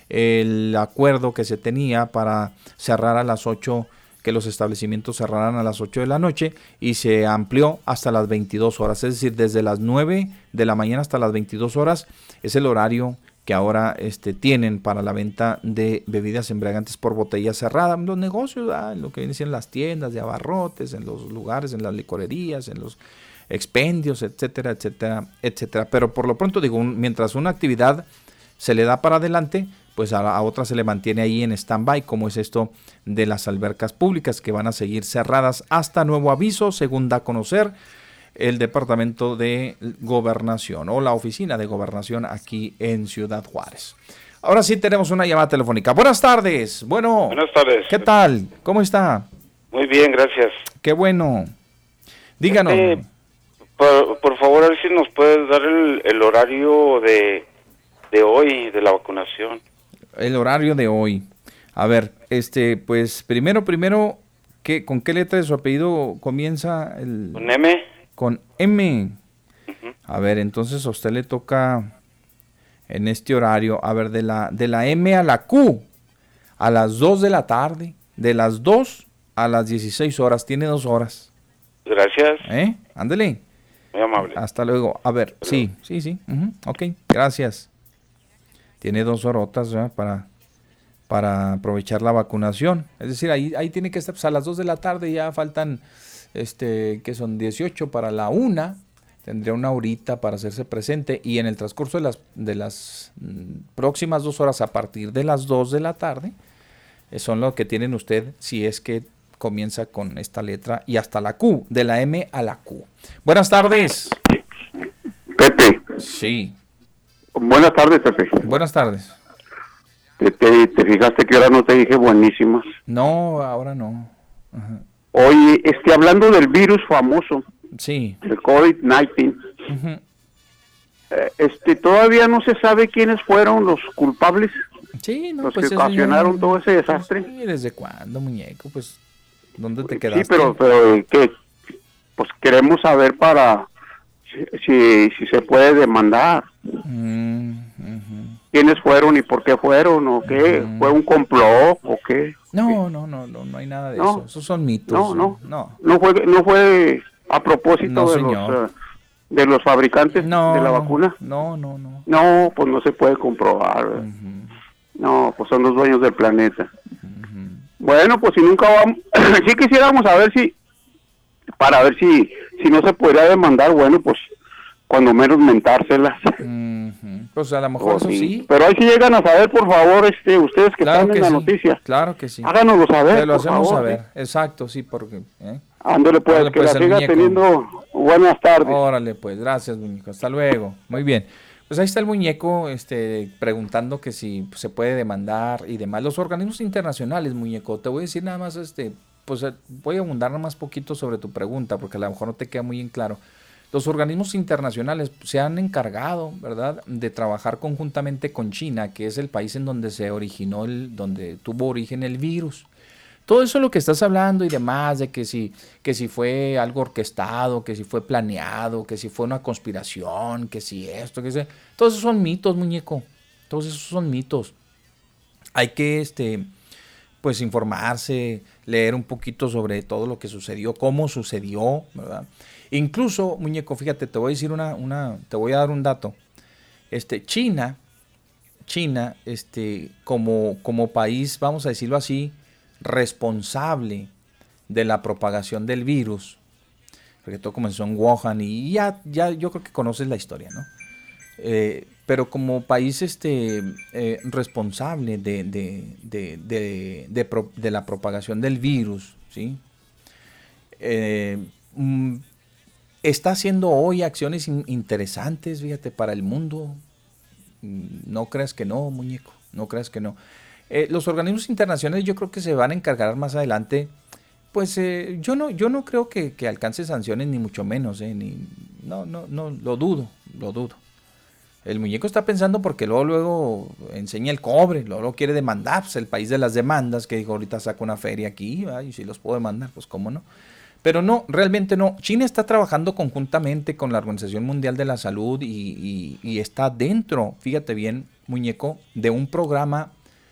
S3: el acuerdo que se tenía para cerrar a las ocho, que los establecimientos cerraran a las ocho de la noche, y se amplió hasta las veintidós horas, es decir, desde las nueve de la mañana hasta las veintidós horas es el horario que ahora este, tienen para la venta de bebidas embriagantes por botella cerrada en los negocios, ¿verdad? En lo que vienen siendo las tiendas de abarrotes, en los lugares, en las licorerías, en los expendios, etcétera, etcétera, etcétera. Pero por lo pronto digo, un, mientras una actividad se le da para adelante, pues a, a otra se le mantiene ahí en stand-by, como es esto de las albercas públicas, que van a seguir cerradas hasta nuevo aviso, según da a conocer el Departamento de Gobernación o la Oficina de Gobernación aquí en Ciudad Juárez. Ahora sí tenemos una llamada telefónica. Buenas tardes. Bueno.
S6: Buenas tardes.
S3: ¿Qué tal? ¿Cómo está?
S6: Muy bien, gracias.
S3: Qué bueno. Díganos.
S6: Eh, por, por favor, a ver si nos puedes dar el, el horario de, de hoy, de la vacunación.
S3: El horario de hoy. A ver, este, pues primero, primero, ¿qué, ¿con qué letra de su apellido comienza el?
S6: ¿Con M?
S3: Con M.
S6: Uh-huh.
S3: A ver, entonces a usted le toca en este horario, a ver, de la, de la M a la Q, a las dos de la tarde, de las dos a las dieciséis horas, tiene dos horas.
S6: Gracias.
S3: ¿Eh? Ándele.
S6: Muy amable.
S3: Hasta luego. A ver, Pero... sí, sí, sí. Uh-huh. Ok, gracias. Tiene dos horotas, ¿verdad? para para aprovechar la vacunación. Es decir, ahí ahí tiene que estar pues, a las dos de la tarde, ya faltan, este que son dieciocho para la una, tendría una horita para hacerse presente, y en el transcurso de las, de las mm, próximas dos horas, a partir de las dos de la tarde, eh, son lo que tienen usted si es que comienza con esta letra y hasta la Q, de la M a la Q. Buenas tardes.
S7: Pepe.
S3: Sí.
S7: Buenas tardes, Pepe.
S3: Buenas tardes.
S7: ¿Te, te, te fijaste que ahora no te dije buenísimas?
S3: No, ahora no. Ajá.
S7: Oye, este, hablando del virus famoso,
S3: sí,
S7: el COVID diecinueve,
S3: uh-huh.
S7: eh, este, todavía no se sabe quiénes fueron los culpables,
S3: sí, no,
S7: los
S3: pues
S7: que ocasionaron ya... todo ese desastre.
S3: Sí, ¿desde cuándo, muñeco? Pues, ¿dónde te quedaste?
S7: Sí, pero, pero ¿qué? Pues queremos saber para si, si se puede demandar.
S3: Mm, uh-huh.
S7: ¿Quiénes fueron y por qué fueron? ¿O qué? Uh-huh. ¿Fue un complot o qué?
S3: No, no, no, no, no hay nada de
S7: no,
S3: eso. Esos son mitos.
S7: No, no,
S3: no.
S7: No fue, no fue a propósito
S3: no,
S7: de
S3: señor.
S7: los uh, de los fabricantes
S3: no,
S7: de la vacuna.
S3: No, no, no.
S7: No, pues no se puede comprobar.
S3: Uh-huh.
S7: No, pues son los dueños del planeta.
S3: Uh-huh.
S7: Bueno, pues si nunca vamos, sí quisiéramos saber si, para ver si, si no se podría demandar, bueno, pues cuando menos mentárselas.
S3: Uh-huh. Pues a lo mejor eso sí.
S7: Pero ahí si llegan a saber, por favor, este, ustedes que
S3: claro
S7: están
S3: que
S7: en la
S3: sí.
S7: noticia.
S3: Claro que sí.
S7: Háganoslo saber,
S3: Te lo
S7: por
S3: hacemos
S7: favor,
S3: saber,
S7: ¿eh?
S3: Exacto, sí, porque... ¿eh?
S7: Ándale pues,
S3: Órale,
S7: que
S3: pues,
S7: la siga
S3: muñeco.
S7: teniendo buenas tardes.
S3: Órale pues, gracias muñeco, hasta luego. Muy bien. Pues ahí está el muñeco este, preguntando que si pues, se puede demandar y demás. Los organismos internacionales, muñeco, te voy a decir nada más este pues voy a abundar más poquito sobre tu pregunta, porque a lo mejor no te queda muy en claro. Los organismos internacionales se han encargado, ¿verdad?, de trabajar conjuntamente con China, que es el país en donde se originó, el, donde tuvo origen el virus. Todo eso lo que estás hablando y demás, de que si, que si fue algo orquestado, que si fue planeado, que si fue una conspiración, que si esto, que si... Todos esos son mitos, muñeco. Todos esos son mitos. Hay que, este, pues, informarse, leer un poquito sobre todo lo que sucedió, cómo sucedió, ¿verdad? Incluso, muñeco, fíjate, te voy a decir una, una, te voy a dar un dato. Este, China, China, este, como, como país, vamos a decirlo así, responsable de la propagación del virus, porque todo comenzó en Wuhan y ya, ya yo creo que conoces la historia, ¿no? Eh, pero como país este, eh, responsable de, de, de, de, de, pro, de la propagación del virus, ¿sí? Eh, mm, está haciendo hoy acciones in, interesantes, fíjate, para el mundo. No creas que no, muñeco, no creas que no. Eh, los organismos internacionales yo creo que se van a encargar más adelante. Pues eh, yo no yo no creo que, que alcance sanciones, ni mucho menos. Eh, ni, no, no, no, lo dudo, lo dudo. El muñeco está pensando porque luego, luego enseña el cobre, luego lo quiere demandar. Pues el país de las demandas, que dijo ahorita saca una feria aquí, ¿verdad? Y si los puedo demandar, pues cómo no. Pero no, realmente no. China está trabajando conjuntamente con la Organización Mundial de la Salud y, y, y está dentro, fíjate bien, muñeco, de un programa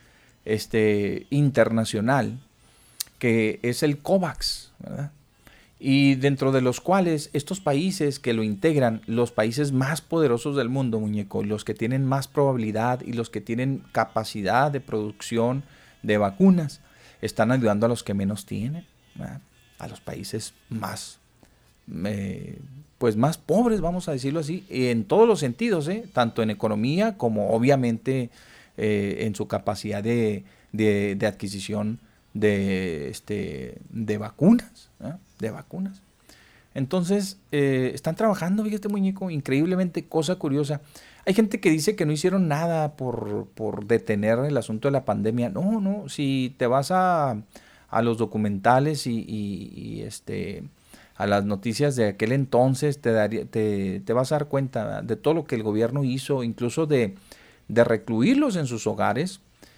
S3: este, internacional que es el COVAX, ¿verdad? Y dentro de los cuales estos países que lo integran, los países más poderosos del mundo, muñeco, los que tienen más probabilidad y los que tienen capacidad de producción de vacunas, están ayudando a los que menos tienen, ¿verdad? A los países más, eh, pues más pobres, vamos a decirlo así, en todos los sentidos, ¿eh? Tanto en economía como obviamente eh, en su capacidad de, de, de adquisición de, este, de vacunas, ¿eh? de vacunas. Entonces, eh, están trabajando, fíjate, muñeco, increíblemente, cosa curiosa. Hay gente que dice que no hicieron nada por, por detener el asunto de la pandemia. No, no, si te vas a... a los documentales y, y, y este a las noticias de aquel entonces, te, daría, te, te vas a dar cuenta de todo lo que el gobierno hizo, incluso de, de recluirlos en sus hogares.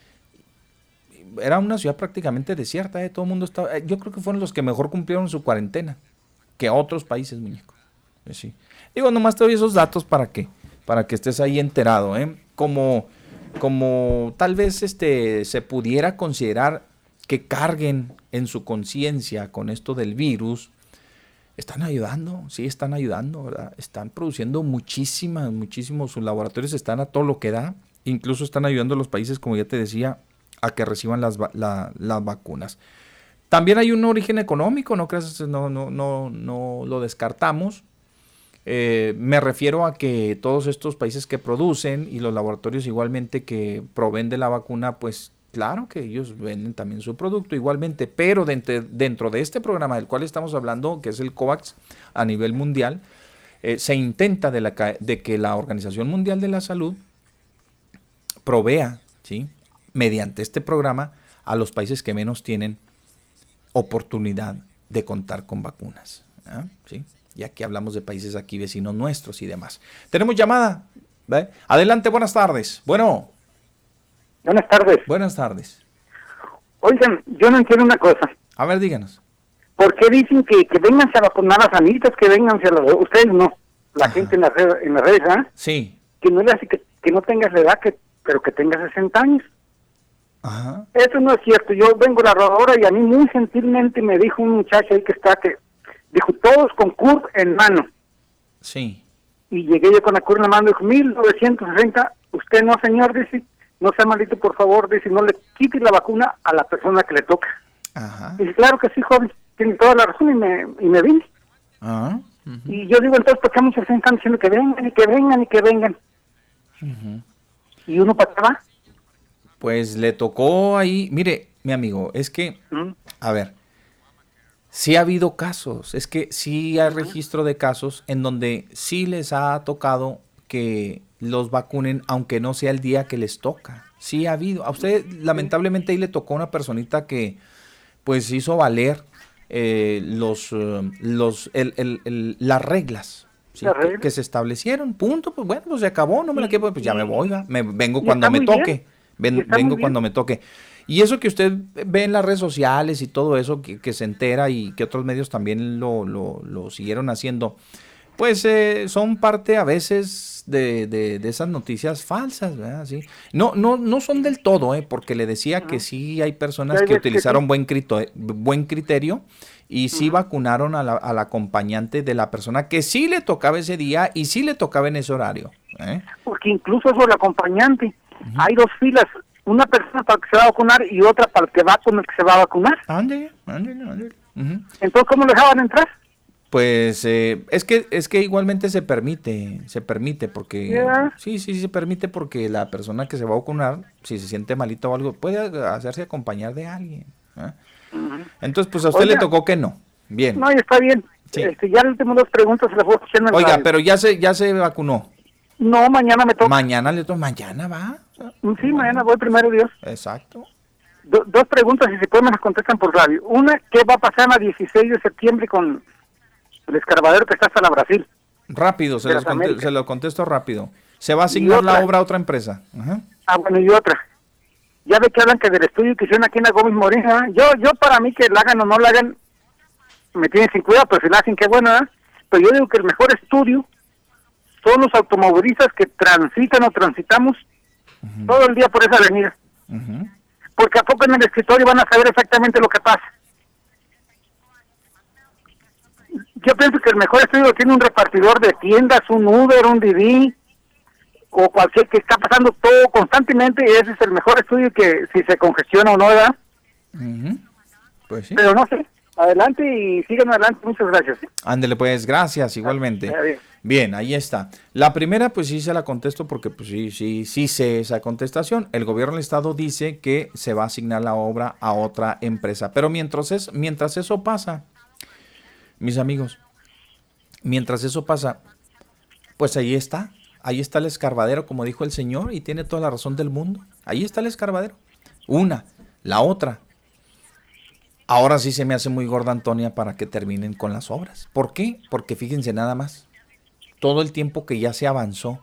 S3: Era una ciudad prácticamente desierta, ¿eh? Todo el mundo estaba, yo creo que fueron los que mejor cumplieron su cuarentena que otros países, muñeco. Sí. Digo, nomás te doy esos datos para que, para que estés ahí enterado, ¿eh? Como, como tal vez este, se pudiera considerar que carguen en su conciencia con esto del virus, están ayudando, sí están ayudando, ¿verdad? Están produciendo muchísimas, muchísimos, sus laboratorios están a todo lo que da, incluso están ayudando a los países, como ya te decía, a que reciban las, la, las vacunas. También hay un origen económico, no creas, no, no, no, no lo descartamos. Eh, me refiero a que todos estos países que producen y los laboratorios igualmente que proveen de la vacuna, pues claro que ellos venden también su producto igualmente, pero dentro, dentro de este programa del cual estamos hablando, que es el COVAX a nivel mundial, eh, se intenta de, la, de que la Organización Mundial de la Salud provea, ¿sí?, mediante este programa a los países que menos tienen oportunidad de contar con vacunas, ¿eh? ¿Sí? Y aquí hablamos de países aquí vecinos nuestros y demás. Tenemos llamada, ¿ve? Adelante, buenas tardes. Bueno.
S8: Buenas tardes.
S3: Buenas tardes.
S8: Oigan, yo no entiendo una cosa.
S3: A ver, díganos.
S8: ¿Por qué dicen que, que vénganse a vacunar a las amiguitas, que vénganse a los... Ustedes no, la Ajá. gente en las redes, en las redes, ¿ah?
S3: Sí.
S8: Que no le hace que, que no tengas la edad, que, pero que tengas sesenta años.
S3: Ajá.
S8: Eso no es cierto. Yo vengo a la rodadora y a mí muy gentilmente me dijo un muchacho ahí que está, que dijo, todos con C U R en mano.
S3: Sí.
S8: Y llegué yo con la C U R en la mano y dijo, mil novecientos sesenta, usted no, señor, dice... No sea maldito, por favor, dice, no le quites la vacuna a la persona que le toca.
S3: Ajá.
S8: Dice, claro que sí, joven, tiene toda la razón, y me, y me vine.
S3: Ajá. Uh-huh. Y
S8: yo digo, entonces, ¿por qué muchos están diciendo que vengan, y que vengan, y que vengan?
S3: Uh-huh.
S8: ¿Y uno para qué va?
S3: Pues le tocó ahí, mire, mi amigo, es que, uh-huh. a ver, sí ha habido casos, es que sí hay uh-huh. registro de casos en donde sí les ha tocado que los vacunen, aunque no sea el día que les toca. Sí ha habido. A usted, lamentablemente, ahí le tocó una personita que, pues hizo valer eh, los, uh, los, el, el, el, las reglas, ¿sí? que, que se establecieron, punto, pues bueno, pues se acabó, no me la quiero, pues ya me voy, ¿va? me vengo cuando me toque, Ven, vengo cuando me toque. Y eso que usted ve en las redes sociales y todo eso, que, que se entera y que otros medios también lo, lo, lo siguieron haciendo, pues eh, son parte a veces de, de, de esas noticias falsas, ¿verdad? Sí. No, no, no son del todo, ¿eh? Porque le decía uh-huh. que sí hay personas que utilizaron buen criterio, buen criterio y sí uh-huh. vacunaron a la, al acompañante de la persona que sí le tocaba ese día y sí le tocaba en ese horario. ¿eh?
S8: Porque incluso sobre el acompañante, uh-huh. hay dos filas. Una persona para el que se va a vacunar y otra para el que va con el que se va a vacunar.
S3: Ándale, ándale, ándale. Uh-huh.
S8: Entonces, ¿cómo le dejaban entrar?
S3: Pues eh, es que es que igualmente se permite, se permite porque yeah. sí, sí, sí se permite porque la persona que se va a vacunar, si se siente malito o algo, puede hacerse acompañar de alguien. ¿eh? Uh-huh. Entonces, pues a usted Oiga, le tocó que no. Bien.
S8: No, está bien. Sí. Este, ya le últimas dos preguntas se las voy a escuchar en el
S3: Oiga,
S8: radio.
S3: pero ya se ya se vacunó.
S8: No, mañana me toca.
S3: Mañana le toca, mañana va.
S8: Sí, mañana voy, primero Dios.
S3: Exacto.
S8: Do, dos preguntas, y si pueden me las contestan por radio. Una, ¿qué va a pasar el dieciséis de septiembre con el escarbadero que está hasta la Brasil?
S3: Rápido, se, conte, se lo contesto rápido. Se va a asignar la obra a otra empresa. Ajá.
S8: Ah, bueno, y otra. Ya ve que hablan que del estudio que hicieron aquí en la Gómez Morín, ¿eh? Yo, yo para mí que la hagan o no la hagan, me tienen sin cuidado, pero si la hacen, qué bueno, ¿eh? Pero yo digo que el mejor estudio son los automovilistas que transitan o transitamos uh-huh. todo el día por esa avenida. Uh-huh. Porque a poco en el escritorio van a saber exactamente lo que pasa. Yo pienso que el mejor estudio tiene un repartidor de tiendas, un Uber, un Didi, o cualquier que está pasando todo constantemente, y ese es el mejor estudio que si se congestiona o no, ¿verdad?
S3: Uh-huh. Pues sí.
S8: Pero no sé. Adelante y sigan adelante, muchas gracias. ¿sí?
S3: Ándele pues, gracias, igualmente. Ah, bien. bien, ahí está. La primera pues sí se la contesto porque pues sí, sí, sí sé esa contestación. El gobierno del estado dice que se va a asignar la obra a otra empresa. Pero mientras, es, mientras eso pasa, mis amigos, mientras eso pasa, pues ahí está. Ahí está el escarbadero, como dijo el señor, y tiene toda la razón del mundo. Ahí está el escarbadero. Una, la otra. Ahora sí se me hace muy gorda, Antonia, para que terminen con las obras. ¿Por qué? Porque fíjense nada más, todo el tiempo que ya se avanzó.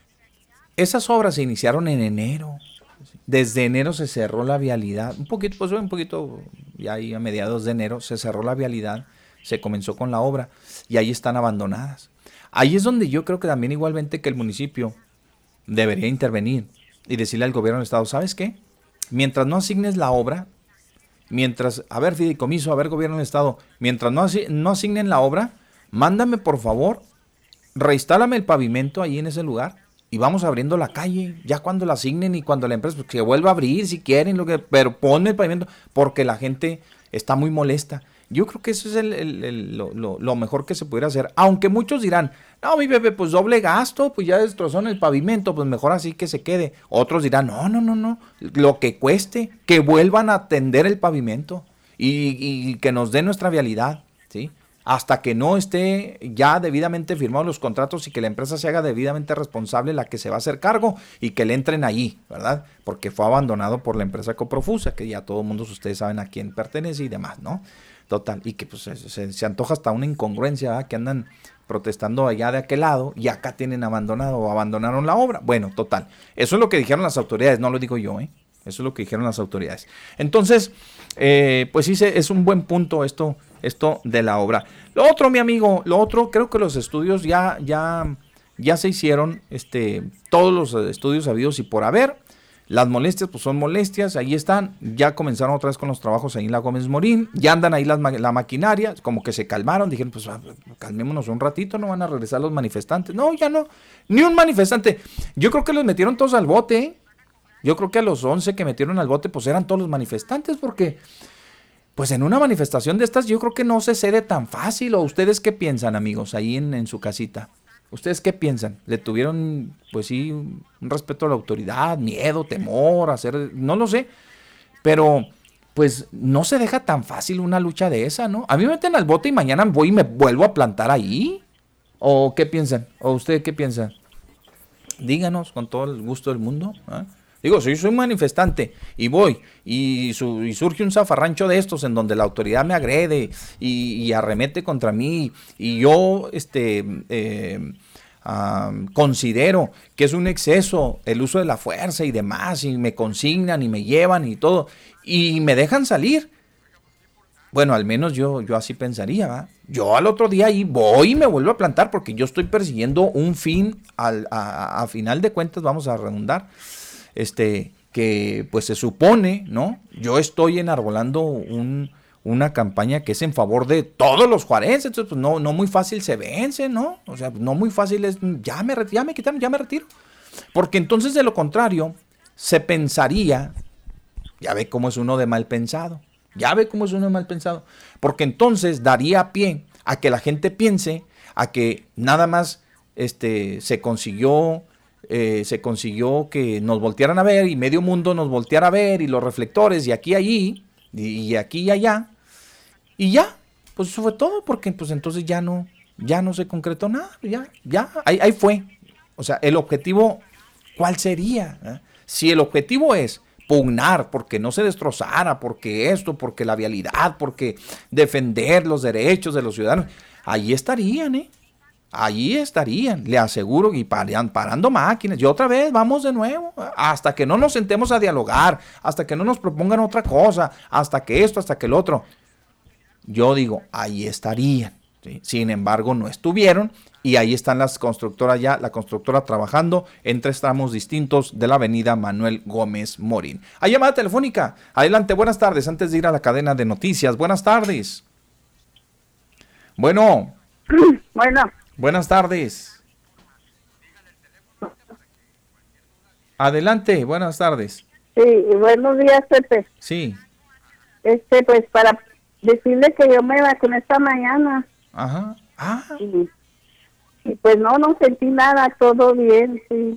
S3: Esas obras se iniciaron en enero. Desde enero se cerró la vialidad. Un poquito, pues un poquito, ya ahí a mediados de enero se cerró la vialidad, se comenzó con la obra y ahí están abandonadas. Ahí es donde yo creo que también igualmente que el municipio debería intervenir y decirle al gobierno del estado, ¿sabes qué? Mientras no asignes la obra, mientras, a ver, fideicomiso, a ver, gobierno del estado, mientras no, asi- no asignen la obra, mándame por favor, reinstálame el pavimento ahí en ese lugar y vamos abriendo la calle, ya cuando la asignen y cuando la empresa, pues, que vuelva a abrir si quieren, lo que, pero ponme el pavimento, porque la gente está muy molesta. Yo creo que eso es el, el, el, lo, lo, lo mejor que se pudiera hacer, aunque muchos dirán, no, mi bebé, pues doble gasto, pues ya destrozaron el pavimento, pues mejor así que se quede. Otros dirán, no, no, no, no, lo que cueste, que vuelvan a tender el pavimento y, y que nos den nuestra vialidad, ¿sí? Hasta que no esté ya debidamente firmados los contratos y que la empresa se haga debidamente responsable la que se va a hacer cargo y que le entren ahí, ¿verdad? Porque fue abandonado por la empresa Coprofusa, que ya todo el mundo, ustedes saben a quién pertenece y demás, ¿no? Total, y que pues se, se antoja hasta una incongruencia, ¿verdad? Que andan protestando allá de aquel lado y acá tienen abandonado o abandonaron la obra. Bueno, total, eso es lo que dijeron las autoridades, no lo digo yo, ¿eh? Eso es lo que dijeron las autoridades. Entonces, eh, pues sí, es un buen punto esto, esto de la obra. Lo otro, mi amigo, lo otro, creo que los estudios ya, ya, ya se hicieron, este, todos los estudios habidos y por haber. Las molestias, pues son molestias, ahí están, ya comenzaron otra vez con los trabajos ahí en la Gómez Morín, ya andan ahí las, la maquinaria, como que se calmaron, dijeron, pues ah, calmémonos un ratito, no van a regresar los manifestantes. No, ya no, ni un manifestante. Yo creo que los metieron todos al bote, ¿eh? Yo creo que a los once que metieron al bote, pues eran todos los manifestantes, porque pues en una manifestación de estas yo creo que no se cede tan fácil. ¿O ustedes qué piensan, amigos, ahí en, en su casita? ¿Ustedes qué piensan? ¿Le tuvieron, pues sí, un respeto a la autoridad, miedo, temor, hacer, no lo sé? Pero pues no se deja tan fácil una lucha de esa, ¿no? A mí me meten al bote y mañana voy y me vuelvo a plantar ahí. ¿O qué piensan? ¿O ustedes qué piensan? Díganos con todo el gusto del mundo, ¿eh? Digo, si yo soy un manifestante y voy y, su, y surge un zafarrancho de estos en donde la autoridad me agrede y, y arremete contra mí y yo este, eh, uh, considero que es un exceso el uso de la fuerza y demás y me consignan y me llevan y todo y me dejan salir. Bueno, al menos yo, yo así pensaría, ¿va? Yo al otro día ahí voy y me vuelvo a plantar porque yo estoy persiguiendo un fin, al, a, a final de cuentas, vamos a redundar, este, que pues se supone, ¿no? Yo estoy enarbolando un, una campaña que es en favor de todos los juarenses, entonces pues no, no muy fácil se vence, ¿no? O sea, no muy fácil es, ya me, ya me quitaron, ya me retiro. Porque entonces de lo contrario, se pensaría, ya ve cómo es uno de mal pensado. Ya ve cómo es uno mal pensado. Porque entonces daría pie a que la gente piense a que nada más este, se consiguió eh, se consiguió que nos voltearan a ver y medio mundo nos volteara a ver y los reflectores y aquí allí y, y aquí y allá y ya, pues eso fue todo porque pues entonces ya no, ya no se concretó nada, ya, ya, ahí, ahí fue. O sea, el objetivo, ¿cuál sería? ¿Eh? Si el objetivo es pugnar porque no se destrozara, porque esto, porque la vialidad, porque defender los derechos de los ciudadanos, ahí estarían, ¿eh? Allí estarían, le aseguro, y paran, parando máquinas. Y otra vez, vamos de nuevo, hasta que no nos sentemos a dialogar, hasta que no nos propongan otra cosa, hasta que esto, hasta que el otro. Yo digo, ahí estarían, ¿sí? Sin embargo, no estuvieron. Y ahí están las constructoras ya, la constructora trabajando en tres tramos distintos de la avenida Manuel Gómez Morín. Hay llamada telefónica. Adelante, buenas tardes. Antes de ir a la cadena de noticias, buenas tardes. Bueno.
S4: Bueno.
S3: Buenas tardes. Adelante, buenas tardes.
S4: Sí, buenos días, Pepe.
S3: Sí.
S4: Este, pues para decirle que yo me vacuné esta mañana.
S3: Ajá. Ah.
S4: Y, y pues no, no sentí nada, todo bien, sí.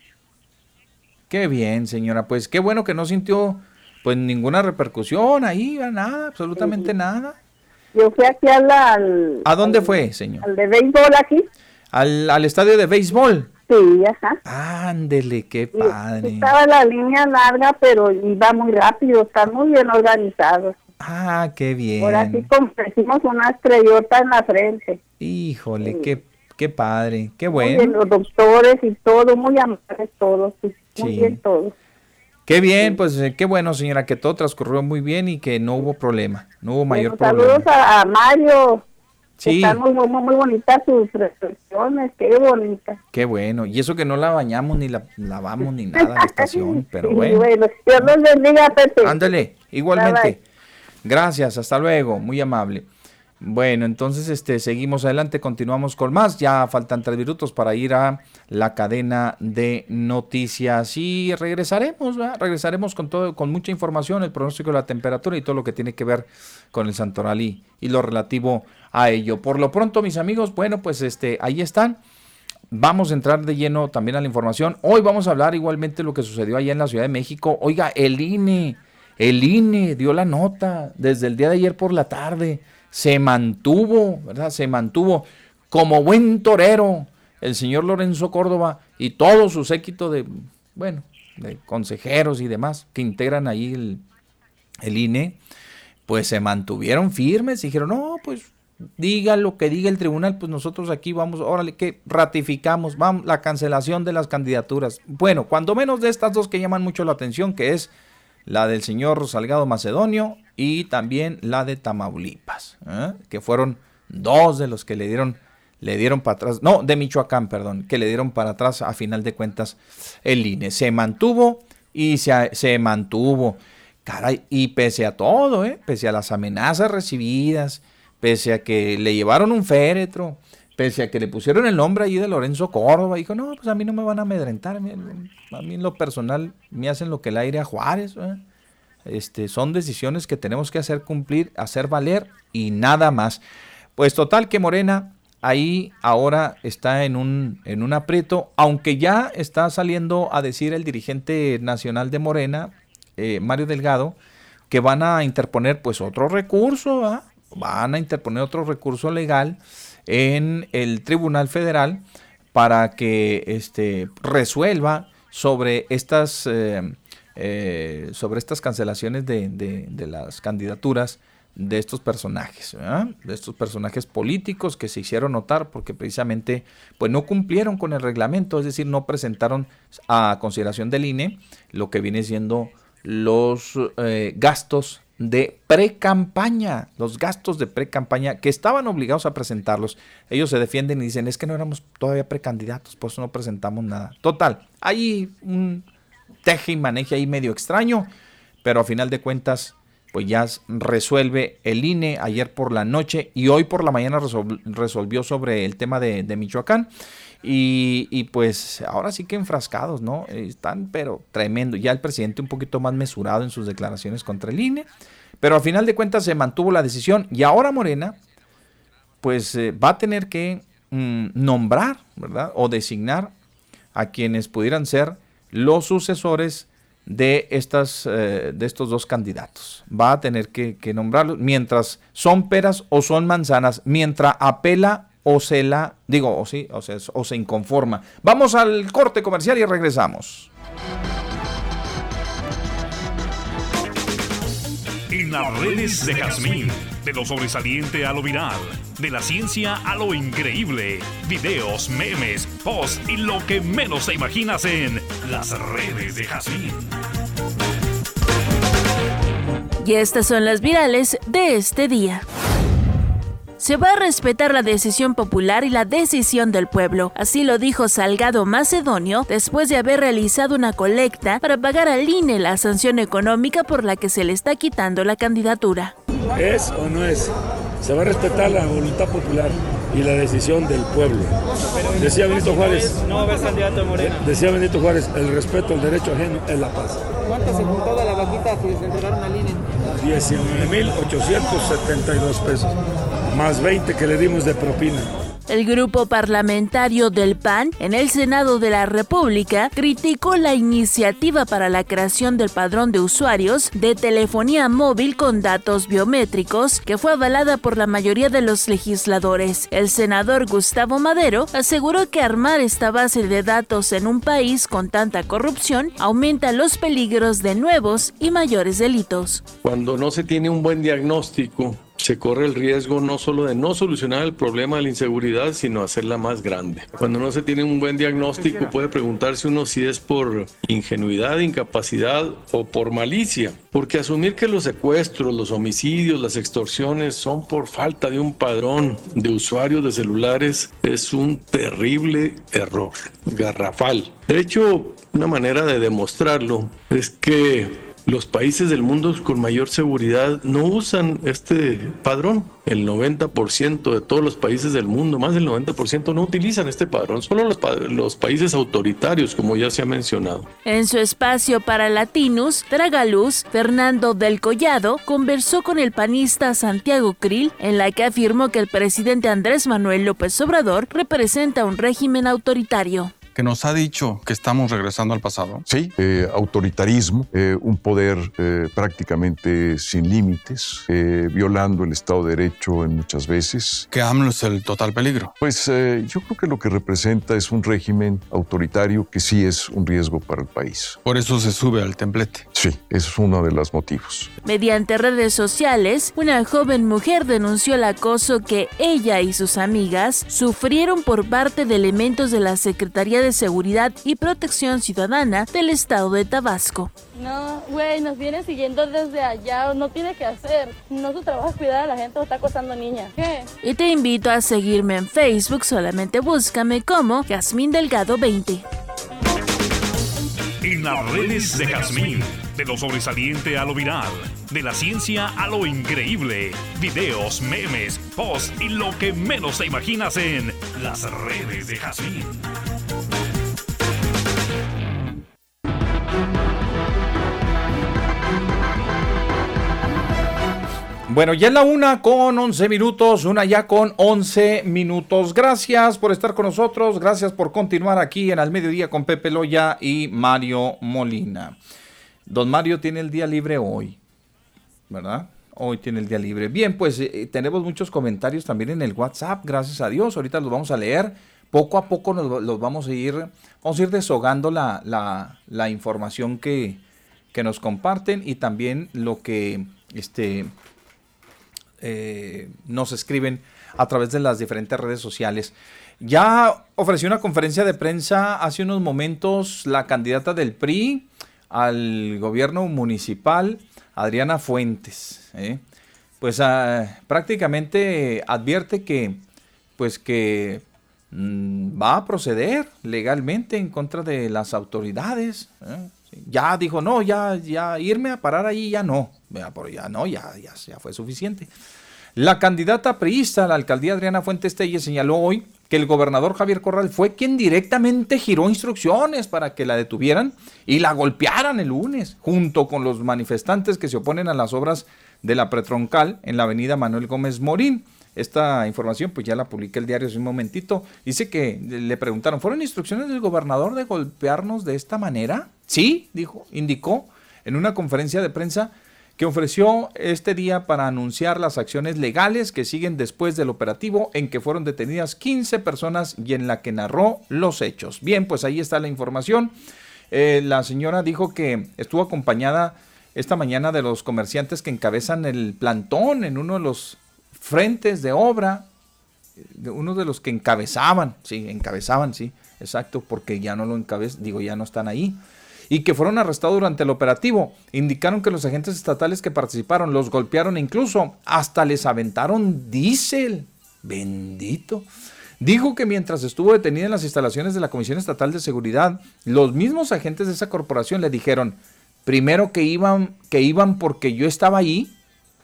S3: Qué bien, señora. Pues qué bueno que no sintió pues ninguna repercusión ahí, nada, absolutamente sí. Nada.
S4: Yo fui aquí a la, al...
S3: ¿A dónde
S4: al,
S3: fue, señor?
S4: Al de béisbol aquí.
S3: ¿Al, al estadio de béisbol?
S4: Sí, ajá.
S3: Ándele, qué padre.
S4: Y estaba la línea larga, pero iba muy rápido, están muy bien organizados.
S3: Ah, qué bien.
S4: Ahora sí hicimos una estrellota en la frente.
S3: Híjole,
S4: sí.
S3: qué, qué padre, qué bueno.
S4: Muy bien, los doctores y todo, muy amables todos, sí, muy sí. bien todos.
S3: Qué bien, pues eh, qué bueno, señora, que todo transcurrió muy bien y que no hubo problema, no hubo mayor
S4: bueno,
S3: problema.
S4: Saludos a, a Mario.
S3: Sí.
S4: Están muy, muy, muy bonitas sus reflexiones, qué bonitas.
S3: Qué bueno, y eso que no la bañamos ni la lavamos ni nada en la estación, pero
S4: sí,
S3: bueno.
S4: bueno. Dios los bendiga, Pepe.
S3: Ándale, igualmente.
S4: Bye, bye.
S3: Gracias, hasta luego, muy amable. Bueno, entonces este seguimos adelante, continuamos con más. Ya faltan tres minutos para ir a la cadena de noticias y regresaremos, ¿verdad? Regresaremos con todo, con mucha información, el pronóstico de la temperatura y todo lo que tiene que ver con el santoral y, y lo relativo a ello. Por lo pronto, mis amigos, bueno, pues este ahí están. Vamos a entrar de lleno también a la información. Hoy vamos a hablar igualmente de lo que sucedió allá en la Ciudad de México. Oiga, el I N E, el I N E dio la nota desde el día de ayer por la tarde. Se mantuvo, ¿verdad? Se mantuvo como buen torero el señor Lorenzo Córdoba y todo su séquito de, bueno, de consejeros y demás que integran ahí el, el I N E, pues se mantuvieron firmes y dijeron, no, pues diga lo que diga el tribunal, pues nosotros aquí vamos, órale, que ratificamos, vamos, la cancelación de las candidaturas. Bueno, cuando menos de estas dos que llaman mucho la atención, que es la del señor Salgado Macedonio y también la de Tamaulipas, ¿eh? Que fueron dos de los que le dieron, le dieron para atrás, no, de Michoacán, perdón, que le dieron para atrás a final de cuentas el I N E. Se mantuvo y se, se mantuvo, caray, y pese a todo, ¿eh? Pese a las amenazas recibidas, pese a que le llevaron un féretro, pese a que le pusieron el nombre allí de Lorenzo Córdoba, dijo, no, pues a mí no me van a amedrentar, a mí, a mí en lo personal me hacen lo que el aire a Juárez, ¿eh? Este, son decisiones que tenemos que hacer cumplir, hacer valer y nada más. Pues total que Morena ahí ahora está en un, en un aprieto, aunque ya está saliendo a decir el dirigente nacional de Morena, eh, Mario Delgado, que van a interponer pues otro recurso, ¿eh? van a interponer otro recurso legal en el Tribunal Federal para que este, resuelva sobre estas, eh, eh, sobre estas cancelaciones de, de, de las candidaturas de estos personajes, ¿verdad? De estos personajes políticos que se hicieron notar porque precisamente pues no cumplieron con el reglamento, es decir, no presentaron a consideración del I N E lo que viene siendo los eh, gastos de pre-campaña, los gastos de pre-campaña que estaban obligados a presentarlos. Ellos se defienden y dicen, es que no éramos todavía precandidatos, por eso no presentamos nada. Total, hay un teje y maneje ahí medio extraño, pero a final de cuentas pues ya resuelve el I N E ayer por la noche y hoy por la mañana resol- resolvió sobre el tema de, de Michoacán. Y, y pues ahora sí que enfrascados, ¿no? Están pero tremendo. Ya el presidente un poquito más mesurado en sus declaraciones contra el I N E. Pero al final de cuentas se mantuvo la decisión. Y ahora Morena pues eh, va a tener que mm, nombrar, ¿verdad? O designar a quienes pudieran ser los sucesores de estas eh, de estos dos candidatos. Va a tener que, que nombrarlos mientras son peras o son manzanas, mientras apela o se la, digo, o sí, o, sea, o se inconforma. Vamos al corte comercial y regresamos.
S9: En las redes de Jazmín, de lo sobresaliente a lo viral, de la ciencia a lo increíble, videos, memes, posts y lo que menos te imaginas en las redes de Jazmín.
S10: Y estas son las virales de este día. Se va a respetar la decisión popular y la decisión del pueblo. Así lo dijo Salgado Macedonio después de haber realizado una colecta para pagar al I N E la sanción económica por la que se le está quitando la candidatura.
S11: ¿Es o no es? Se va a respetar la voluntad popular y la decisión del pueblo. Decía Benito Juárez,
S12: no va a haber candidato de Morena.
S11: Decía Benito Juárez, el respeto al derecho ajeno es la paz.
S12: ¿Cuánto se juntó de la vaquita que se entregaron al I N E?
S11: diecinueve mil ochocientos setenta y dos pesos, más veinte que le dimos de propina.
S10: El grupo parlamentario del P A N en el Senado de la República criticó la iniciativa para la creación del padrón de usuarios de telefonía móvil con datos biométricos que fue avalada por la mayoría de los legisladores. El senador Gustavo Madero aseguró que armar esta base de datos en un país con tanta corrupción aumenta los peligros de nuevos y mayores delitos.
S13: Cuando no se tiene un buen diagnóstico, se corre el riesgo no solo de no solucionar el problema de la inseguridad, sino hacerla más grande. Cuando no se tiene un buen diagnóstico, puede preguntarse uno si es por ingenuidad, incapacidad o por malicia. Porque asumir que los secuestros, los homicidios, las extorsiones son por falta de un padrón de usuarios de celulares es un terrible error, garrafal. De hecho, una manera de demostrarlo es que los países del mundo con mayor seguridad no usan este padrón. El noventa por ciento de todos los países del mundo, más del noventa por ciento, no utilizan este padrón. Solo los, los países autoritarios, como ya se ha mencionado.
S10: En su espacio para Latinos, Tragaluz, Fernando del Collado conversó con el panista Santiago Krill, en la que afirmó que el presidente Andrés Manuel López Obrador representa un régimen autoritario.
S14: Que nos ha dicho que estamos regresando al pasado.
S15: Sí, eh, autoritarismo, eh, un poder eh, prácticamente sin límites, eh, violando el Estado de Derecho en muchas veces.
S14: Que AMLO es el total peligro.
S15: Pues eh, yo creo que lo que representa es un régimen autoritario que sí es un riesgo para el país.
S14: Por eso se sube al templete.
S15: Sí, ese es uno de los motivos.
S10: Mediante redes sociales, una joven mujer denunció el acoso que ella y sus amigas sufrieron por parte de elementos de la Secretaría de Seguridad y Protección Ciudadana del estado de Tabasco.
S16: No, güey, nos viene siguiendo desde allá, no tiene que hacer. No su trabajo es cuidar a la gente o está acosando niñas. ¿Qué?
S10: Y te invito a seguirme en Facebook, solamente búscame como Jazmín Delgado veinte.
S9: En las redes de Jazmín, de lo sobresaliente a lo viral, de la ciencia a lo increíble, videos, memes, posts y lo que menos te imaginas en las redes de Jazmín.
S3: Bueno, ya es la una con once minutos, una ya con once minutos. Gracias por estar con nosotros, gracias por continuar aquí en Al Mediodía con Pepe Loya y Mario Molina. Don Mario tiene el día libre hoy, ¿verdad? Hoy tiene el día libre. Bien, pues eh, tenemos muchos comentarios también en el WhatsApp, gracias a Dios. Ahorita los vamos a leer poco a poco nos los vamos a ir, vamos a ir deshogando la, la, la información que, que nos comparten y también lo que este, eh, nos escriben a través de las diferentes redes sociales. Ya ofreció una conferencia de prensa hace unos momentos la candidata del P R I al gobierno municipal, Adriana Fuentes, ¿eh? Pues uh, prácticamente advierte que, pues que mmm, va a proceder legalmente en contra de las autoridades. ¿eh? Ya dijo, no, ya, ya irme a parar ahí ya no, ya no, ya, ya, ya fue suficiente. La candidata priista a la alcaldía Adriana Fuentes Telles señaló hoy que el gobernador Javier Corral fue quien directamente giró instrucciones para que la detuvieran y la golpearan el lunes, junto con los manifestantes que se oponen a las obras de la pretroncal en la avenida Manuel Gómez Morín. Esta información pues ya la publica el diario hace un momentito. Dice que le preguntaron, ¿fueron instrucciones del gobernador de golpearnos de esta manera? Sí, dijo, indicó en una conferencia de prensa que ofreció este día para anunciar las acciones legales que siguen después del operativo en que fueron detenidas quince personas y en la que narró los hechos. Bien, pues ahí está la información. Eh, la señora dijo que estuvo acompañada esta mañana de los comerciantes que encabezan el plantón en uno de los frentes de obra, de uno de los que encabezaban, sí, encabezaban, sí, exacto, porque ya no lo encabezan, digo, ya no están ahí. Y que fueron arrestados durante el operativo. Indicaron que los agentes estatales que participaron los golpearon e incluso hasta les aventaron diésel. Bendito. Dijo que mientras estuvo detenida en las instalaciones de la Comisión Estatal de Seguridad, los mismos agentes de esa corporación le dijeron, primero que iban, que iban porque yo estaba ahí,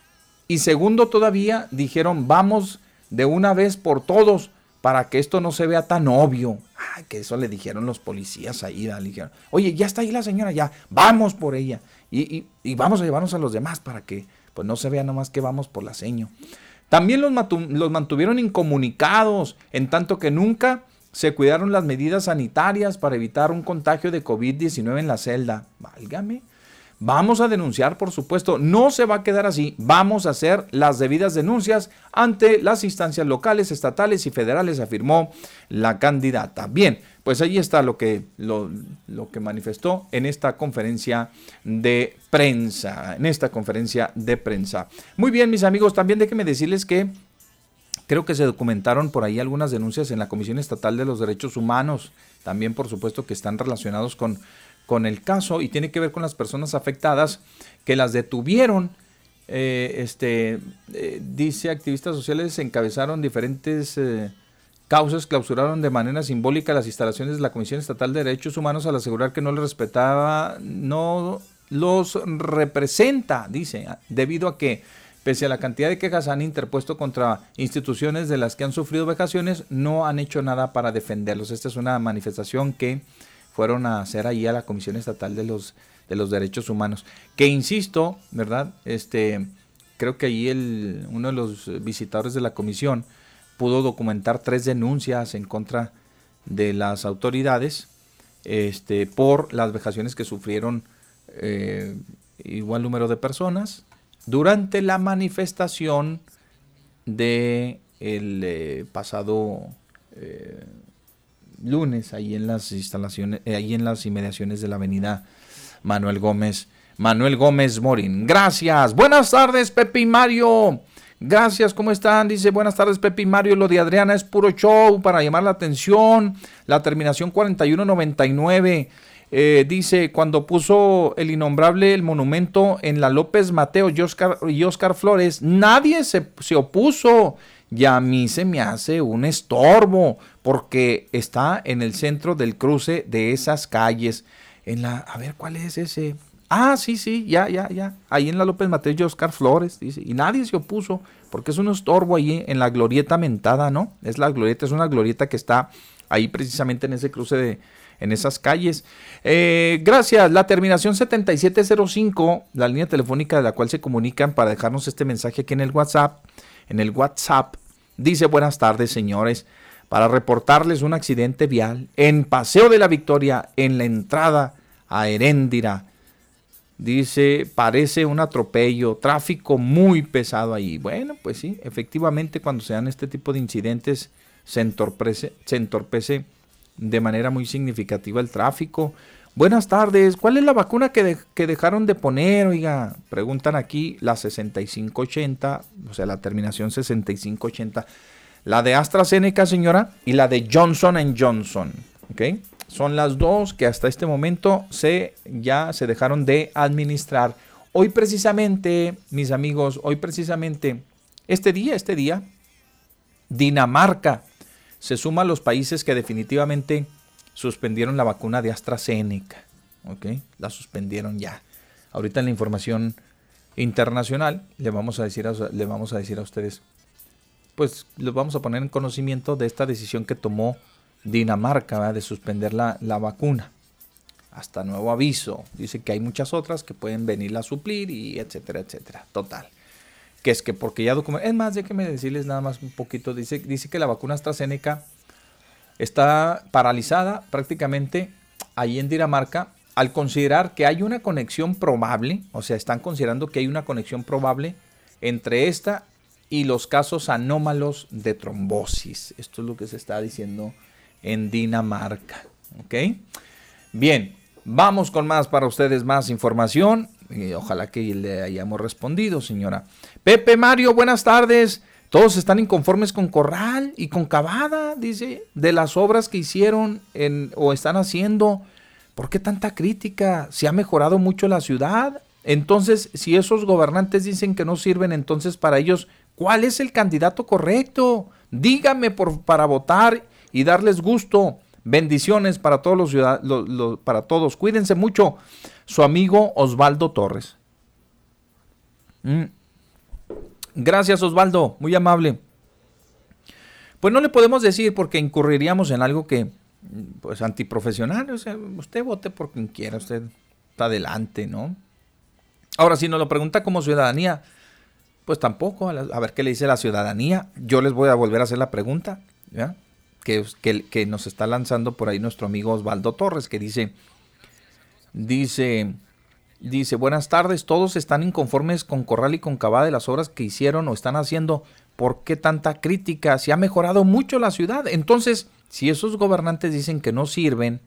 S3: y segundo todavía dijeron, vamos de una vez por todos, para que esto no se vea tan obvio. Ay, que eso le dijeron los policías ahí, le dijeron, oye, ya está ahí la señora, ya, vamos por ella, y, y, y vamos a llevarnos a los demás para que pues no se vea nomás que vamos por la seño. También los, matu- los mantuvieron incomunicados, en tanto que nunca se cuidaron las medidas sanitarias para evitar un contagio de covid diecinueve en la celda. Válgame. Vamos a denunciar, por supuesto, no se va a quedar así, vamos a hacer las debidas denuncias ante las instancias locales, estatales y federales, afirmó la candidata. Bien, pues ahí está lo que, lo, lo que manifestó en esta conferencia de prensa, en esta conferencia de prensa. Muy bien, mis amigos, también déjenme decirles que creo que se documentaron por ahí algunas denuncias en la Comisión Estatal de los Derechos Humanos, también por supuesto que están relacionados con con el caso y tiene que ver con las personas afectadas que las detuvieron. Eh, este, eh, dice, activistas sociales encabezaron diferentes eh, causas, clausuraron de manera simbólica las instalaciones de la Comisión Estatal de Derechos Humanos al asegurar que no les respetaba, no los representa, dice, debido a que pese a la cantidad de quejas han interpuesto contra instituciones de las que han sufrido vejaciones, no han hecho nada para defenderlos. Esta es una manifestación que fueron a hacer ahí a la Comisión Estatal de los, de los Derechos Humanos. Que insisto, ¿verdad? Este, creo que ahí el, uno de los visitadores de la comisión pudo documentar tres denuncias en contra de las autoridades este, por las vejaciones que sufrieron eh, igual número de personas durante la manifestación de el eh, pasado eh, lunes ahí en las instalaciones, eh, ahí en las inmediaciones de la avenida Manuel Gómez, Manuel Gómez Morín. Gracias. Buenas tardes, Pepe y Mario. Gracias, ¿cómo están? Dice, buenas tardes, Pepe y Mario. Lo de Adriana es puro show para llamar la atención. La terminación cuarenta y uno noventa y nueve. Eh, dice, cuando puso el innombrable el monumento en la López Mateo y Oscar, y Oscar Flores, nadie se, se opuso. Y a mí se me hace un estorbo porque está en el centro del cruce de esas calles. En la, a ver, ¿cuál es ese? Ah, sí, sí, ya, ya, ya. Ahí en la López Mateo y Oscar Flores, dice. Y nadie se opuso porque es un estorbo ahí en la glorieta mentada, ¿no? Es la glorieta, es una glorieta que está ahí precisamente en ese cruce de, en esas calles. Eh, gracias. La terminación setenta y siete cero cinco, la línea telefónica de la cual se comunican para dejarnos este mensaje aquí en el WhatsApp. En el WhatsApp dice, buenas tardes, señores, para reportarles un accidente vial en Paseo de la Victoria, en la entrada a Heréndira. Dice, parece un atropello, tráfico muy pesado ahí. Bueno, pues sí, efectivamente cuando se dan este tipo de incidentes se entorpece, se entorpece de manera muy significativa el tráfico. Buenas tardes, ¿cuál es la vacuna que, de, que dejaron de poner? Oiga, preguntan aquí, la sesenta y cinco ochenta, o sea, la terminación sesenta y cinco ochenta. La de AstraZeneca, señora, y la de Johnson and Johnson, ¿ok? Son las dos que hasta este momento se, ya se dejaron de administrar. Hoy precisamente, mis amigos, hoy precisamente, este día, este día, Dinamarca se suma a los países que definitivamente suspendieron la vacuna de AstraZeneca, ¿ok? La suspendieron ya. Ahorita en la información internacional le vamos a decir a, le vamos a decir a ustedes, pues les vamos a poner en conocimiento de esta decisión que tomó Dinamarca, ¿verdad? De suspender la, la vacuna. Hasta nuevo aviso. Dice que hay muchas otras que pueden venirla a suplir y etcétera, etcétera. Total. Que es que porque ya documentan. Es más, déjenme decirles nada más un poquito. Dice, dice que la vacuna AstraZeneca está paralizada prácticamente ahí en Dinamarca al considerar que hay una conexión probable, o sea, están considerando que hay una conexión probable entre esta y los casos anómalos de trombosis. Esto es lo que se está diciendo en Dinamarca. ¿Ok? Bien, vamos con más para ustedes, más información. Y ojalá que le hayamos respondido, señora. Pepe Mario, buenas tardes. Todos están inconformes con Corral y con Cavada, dice, de las obras que hicieron en, o están haciendo. ¿Por qué tanta crítica? ¿Se ha mejorado mucho la ciudad? Entonces, si esos gobernantes dicen que no sirven, entonces para ellos, ¿cuál es el candidato correcto? Dígame por, para votar y darles gusto. Bendiciones para todos los ciudadanos, para todos. Cuídense mucho. Su amigo Osvaldo Torres. Mm. Gracias, Osvaldo, muy amable. Pues no le podemos decir porque incurriríamos en algo que, pues, antiprofesional. O sea, usted vote por quien quiera, usted está adelante, ¿no? Ahora, si nos lo pregunta como ciudadanía, pues tampoco. A, la, a ver qué le dice la ciudadanía. Yo les voy a volver a hacer la pregunta, ¿ya? Que, que, que nos está lanzando por ahí nuestro amigo Osvaldo Torres, que dice, dice... Dice, buenas tardes, todos están inconformes con Corral y con Cavada de las obras que hicieron o están haciendo. ¿Por qué tanta crítica? Se ha mejorado mucho la ciudad. Entonces, si esos gobernantes dicen que no sirven,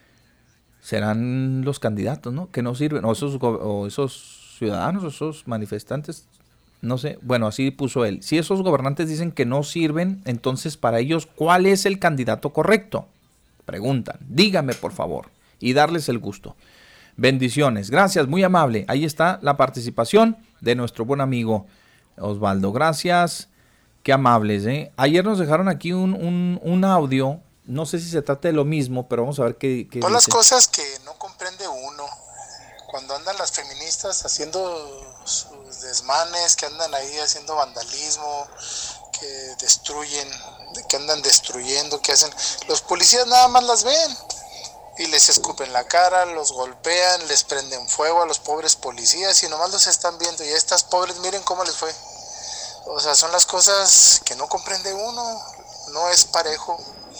S3: serán los candidatos, ¿no? Que no sirven, o esos, o esos ciudadanos, o esos manifestantes, no sé. Bueno, así puso él. Si esos gobernantes dicen que no sirven, entonces para ellos, ¿cuál es el candidato correcto? Preguntan. Dígame, por favor, y darles el gusto. Bendiciones, gracias, muy amable. Ahí está la participación de nuestro buen amigo Osvaldo. Gracias, qué amables, ¿eh? Ayer nos dejaron aquí un, un, un audio, no sé si se trata de lo mismo, pero vamos a ver qué, qué
S17: Son las cosas que no comprende uno. Cuando andan las feministas haciendo sus desmanes, que andan ahí haciendo vandalismo, que destruyen, que andan destruyendo, que hacen... Los policías nada más las ven. Y les escupen la cara, los golpean, les prenden fuego a los pobres policías y nomás los están viendo. Y a estas pobres, miren cómo les fue. O sea, son las cosas que no comprende uno. No es parejo.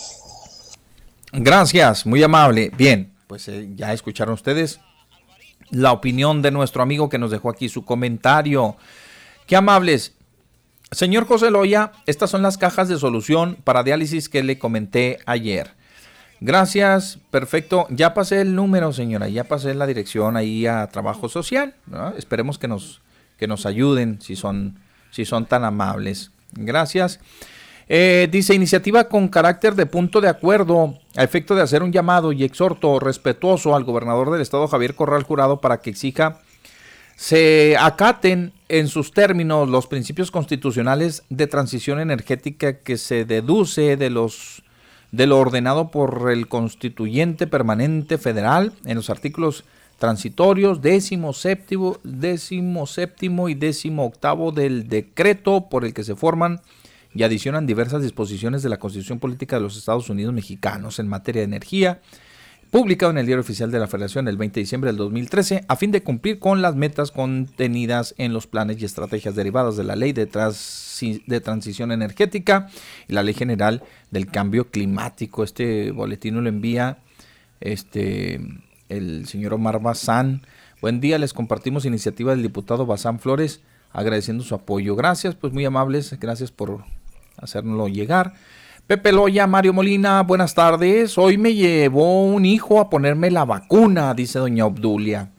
S3: Gracias, muy amable. Bien, pues eh, ya escucharon ustedes la opinión de nuestro amigo que nos dejó aquí su comentario. Qué amables. Señor José Loya, estas son las cajas de solución para diálisis que le comenté ayer. Gracias, perfecto. Ya pasé el número, señora, ya pasé la dirección ahí a Trabajo Social, ¿no? Esperemos que nos, que nos ayuden si son, si son tan amables. Gracias. Eh, dice, iniciativa con carácter de punto de acuerdo a efecto de hacer un llamado y exhorto respetuoso al gobernador del estado, Javier Corral Jurado, para que exija se acaten en sus términos los principios constitucionales de transición energética que se deduce de los de lo ordenado por el constituyente permanente federal en los artículos transitorios décimo séptimo, décimo séptimo y décimo octavo del decreto por el que se forman y adicionan diversas disposiciones de la Constitución Política de los Estados Unidos Mexicanos en materia de energía, publicado en el Diario Oficial de la Federación el veinte de diciembre del dos mil trece, a fin de cumplir con las metas contenidas en los planes y estrategias derivadas de la Ley de, trans, de Transición Energética y la Ley General del Cambio Climático. Este boletín lo envía este, el señor Omar Bazán. Buen día, les compartimos iniciativa del diputado Bazán Flores, agradeciendo su apoyo. Gracias, pues muy amables, gracias por hacérnoslo llegar. Pepe Loya, Mario Molina, buenas tardes. Hoy me llevó un hijo a ponerme la vacuna, dice doña Obdulia.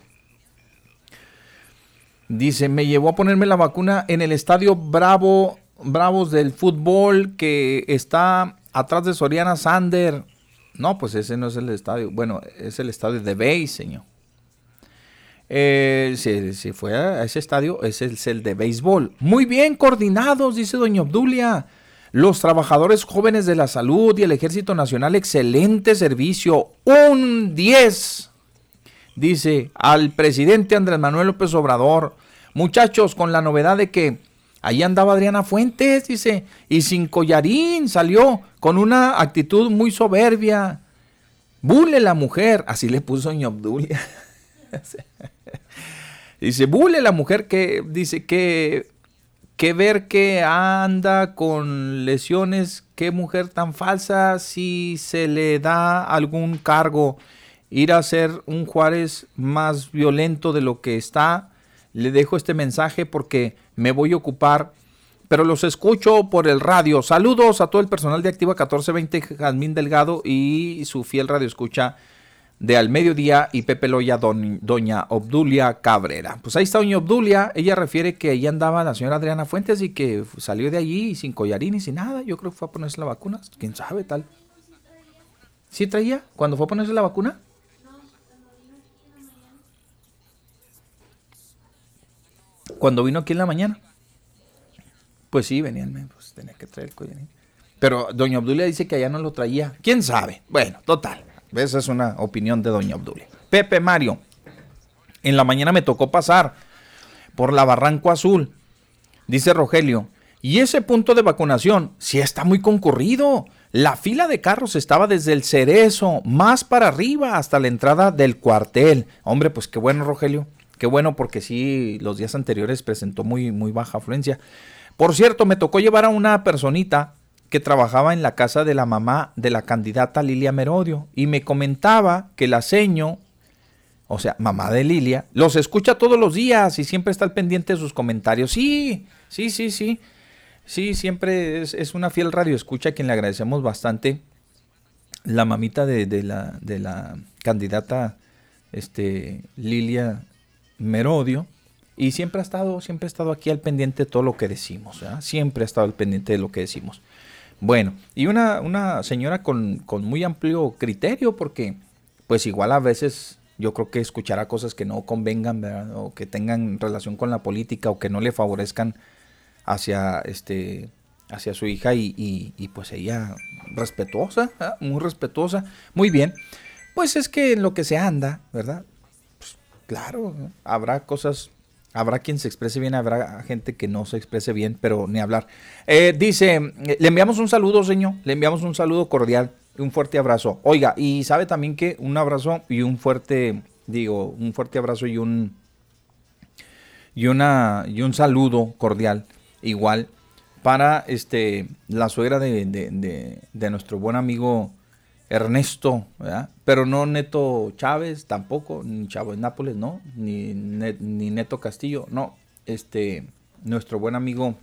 S3: Dice, me llevó a ponerme la vacuna en el estadio Bravo, Bravos del fútbol que está atrás de Soriana Sander. No, pues ese no es el estadio. Bueno, es el estadio de béis, señor. Eh, si, si fue a ese estadio, ese es el de béisbol. Muy bien coordinados, dice doña Obdulia. Los trabajadores jóvenes de la salud y el Ejército Nacional, excelente servicio. Un diez. Dice al presidente Andrés Manuel López Obrador. Muchachos, con la novedad de que ahí andaba Adriana Fuentes, dice, y sin collarín, salió con una actitud muy soberbia. Bule la mujer, así le puso doña Obdulia. Dice, bule la mujer que dice que, que ver que anda con lesiones, qué mujer tan falsa si se le da algún cargo. Ir a ser un Juárez más violento de lo que está. Le dejo este mensaje porque me voy a ocupar, pero los escucho por el radio. Saludos a todo el personal de Activa catorce veinte, Jazmín Delgado y su fiel radio escucha de Al Mediodía y Pepe Loya, don, doña Obdulia Cabrera. Pues ahí está doña Obdulia, ella refiere que ahí andaba la señora Adriana Fuentes y que salió de allí sin collarín y sin nada. Yo creo que fue a ponerse la vacuna, quién sabe tal. ¿Sí traía cuando fue a ponerse la vacuna? Cuando vino aquí en la mañana. Pues sí, venían, pues tenía que traer el collarín. Pero doña Obdulia dice que allá no lo traía. ¿Quién sabe? Bueno, total. Esa es una opinión de doña Obdulia. Pepe Mario, en la mañana me tocó pasar por la Barranco Azul, dice Rogelio, y ese punto de vacunación sí está muy concurrido. La fila de carros estaba desde el Cerezo, más para arriba, hasta la entrada del cuartel. Hombre, pues qué bueno, Rogelio. Qué bueno, porque sí, los días anteriores presentó muy, muy baja afluencia. Por cierto, me tocó llevar a una personita que trabajaba en la casa de la mamá de la candidata Lilia Merodio y me comentaba que la seño, o sea, mamá de Lilia, los escucha todos los días y siempre está al pendiente de sus comentarios. Sí, sí, sí, sí, sí, siempre es, es una fiel radio escucha a quien le agradecemos bastante. La mamita de, de, la, de la candidata este, Lilia Merodio. Y siempre ha estado, siempre ha estado aquí al pendiente de todo lo que decimos, ¿verdad? Siempre ha estado al pendiente de lo que decimos. Bueno, y una, una señora con, con muy amplio criterio, porque pues igual a veces yo creo que escuchará cosas que no convengan, ¿verdad? O que tengan relación con la política o que no le favorezcan hacia este hacia su hija y, y, y pues ella respetuosa, ¿verdad? Muy respetuosa, muy bien. Pues es que en lo que se anda, ¿verdad? Pues, claro, ¿no? Habrá cosas... Habrá quien se exprese bien, habrá gente que no se exprese bien, pero ni hablar. Eh, dice, le enviamos un saludo, señor, le enviamos un saludo cordial, un fuerte abrazo. Oiga, y sabe también que un abrazo y un fuerte, digo, un fuerte abrazo y un y una y un saludo cordial, igual, para este la suegra de, de, de, de nuestro buen amigo Ernesto, ¿verdad? Pero no Neto Chávez tampoco, ni Chávez Nápoles, no, ni, ne, ni Neto Castillo, no, este, nuestro buen amigo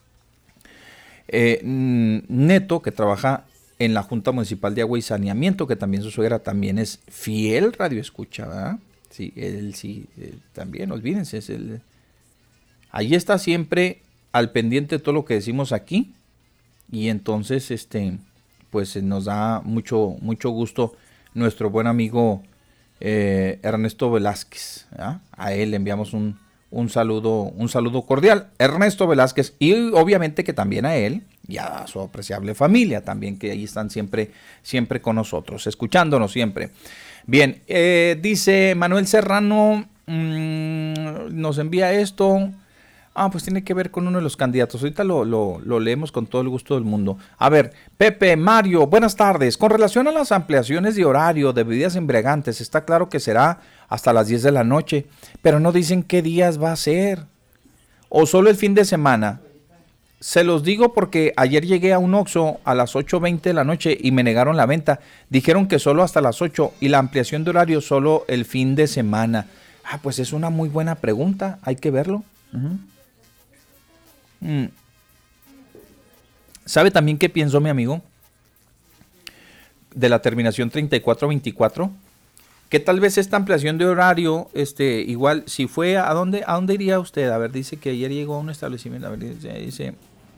S3: eh, Neto, que trabaja en la Junta Municipal de Agua y Saneamiento, que también su suegra también es fiel radio escucha, ¿verdad? Sí, él sí, él también, olvídense, es el, ahí está siempre al pendiente de todo lo que decimos aquí, y entonces, este... pues nos da mucho, mucho gusto nuestro buen amigo eh, Ernesto Velázquez, ¿ya? A él le enviamos un, un saludo, un saludo cordial, Ernesto Velázquez, y obviamente que también a él y a su apreciable familia también, que ahí están siempre, siempre con nosotros, escuchándonos siempre. Bien, eh, dice Manuel Serrano, mmm, nos envía esto. Ah, pues tiene que ver con uno de los candidatos. Ahorita lo, lo, lo leemos con todo el gusto del mundo. A ver, Pepe, Mario, buenas tardes. Con relación a las ampliaciones de horario de bebidas embriagantes, está claro que será hasta las diez de la noche, pero no dicen qué días va a ser. O solo el fin de semana. Se los digo porque ayer llegué a un Oxxo a las ocho veinte de la noche y me negaron la venta. Dijeron que solo hasta las ocho y la ampliación de horario solo el fin de semana. Ah, pues es una muy buena pregunta. Hay que verlo. Uh-huh. Mm. ¿Sabe también qué pienso, mi amigo? de la terminación treinta y cuatro veinticuatro, que tal vez esta ampliación de horario, este, igual, si fue, ¿a dónde, a dónde iría usted? A ver, dice que ayer llegó a un establecimiento, a ver, dice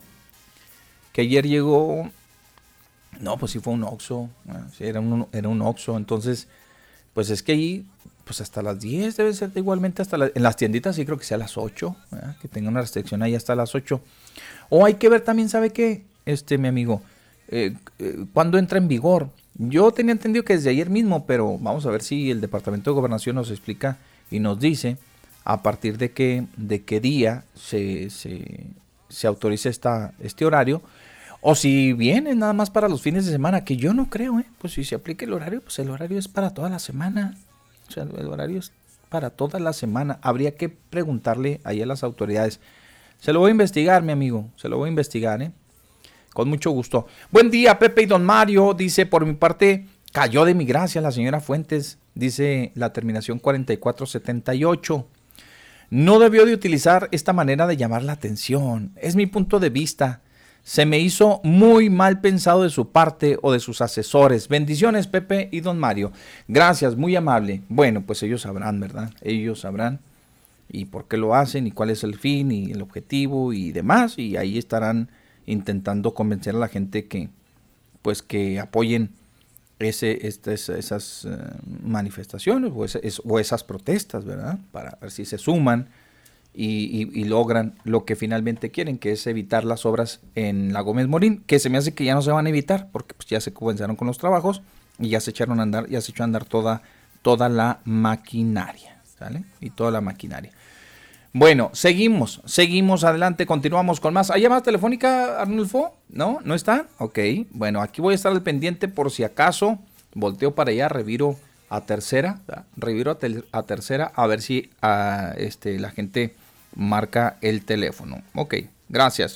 S3: que ayer llegó, no, pues sí fue un Oxxo, bueno, sí, era un, era un Oxxo, entonces, pues es que ahí, pues hasta las diez debe ser igualmente, hasta la, en las tienditas sí creo que sea a las ocho, ¿verdad? Que tenga una restricción ahí hasta las ocho. O hay que ver también, ¿sabe qué? Este, mi amigo, eh, eh, ¿cuándo entra en vigor? Yo tenía entendido que desde ayer mismo, pero vamos a ver si el Departamento de Gobernación nos explica y nos dice a partir de qué, de qué día se, se, se autoriza esta, este horario, o si viene nada más para los fines de semana, que yo no creo, ¿eh? Pues si se aplica el horario, pues el horario es para toda la semana. O sea, el horario es para toda la semana. Habría que preguntarle ahí a las autoridades. Se lo voy a investigar, mi amigo. Se lo voy a investigar, ¿eh? Con mucho gusto. Buen día, Pepe y don Mario. Dice, por mi parte, cayó de mi gracia la señora Fuentes. Dice la terminación cuarenta y cuatro setenta y ocho. No debió de utilizar esta manera de llamar la atención. Es mi punto de vista. Se me hizo muy mal pensado de su parte o de sus asesores. Bendiciones, Pepe y don Mario. Gracias, muy amable. Bueno, pues ellos sabrán, ¿verdad? Ellos sabrán y por qué lo hacen y cuál es el fin y el objetivo y demás. Y ahí estarán intentando convencer a la gente que, pues, que apoyen ese, este, esas uh, manifestaciones o, ese, es, o esas protestas, ¿verdad? Para ver si se suman. Y, y, y logran lo que finalmente quieren, que es evitar las obras en la Gómez Morín, que se me hace que ya no se van a evitar, porque pues ya se comenzaron con los trabajos y ya se echaron a andar, ya se echó a andar toda, toda la maquinaria, ¿sale? Y toda la maquinaria. Bueno, seguimos, seguimos adelante, continuamos con más. ¿Hay llamada telefónica, Arnulfo? ¿No? ¿No está? Ok, bueno, aquí voy a estar al pendiente por si acaso, volteo para allá, reviro a tercera, ¿verdad? Reviro a, te- a tercera, a ver si uh, este, la gente marca el teléfono. Ok, gracias.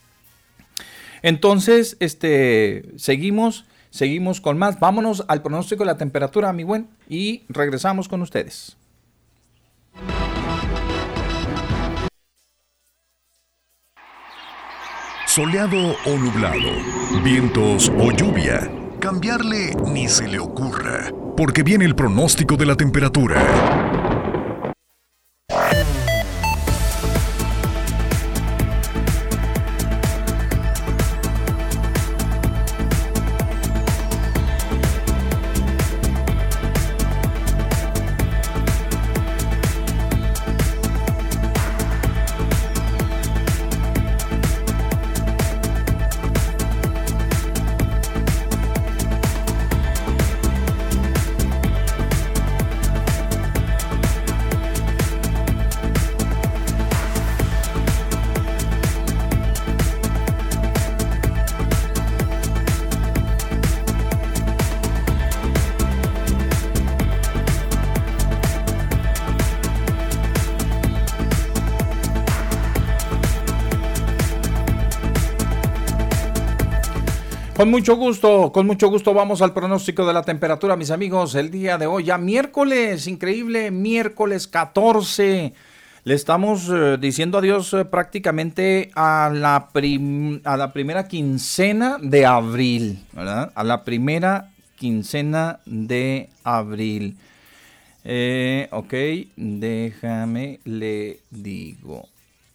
S3: Entonces, este, seguimos, seguimos con más. Vámonos al pronóstico de la temperatura, mi buen, y regresamos con ustedes.
S2: Soleado o nublado, vientos o lluvia, cambiarle ni se le ocurra, porque viene el pronóstico de la temperatura.
S3: Con mucho gusto, con mucho gusto vamos al pronóstico de la temperatura, mis amigos. El día de hoy, ya miércoles, increíble, miércoles catorce. Le estamos eh, diciendo adiós eh, prácticamente a la, prim- a la primera quincena de abril, ¿verdad? A la primera quincena de abril. Eh, ok, déjame, le digo.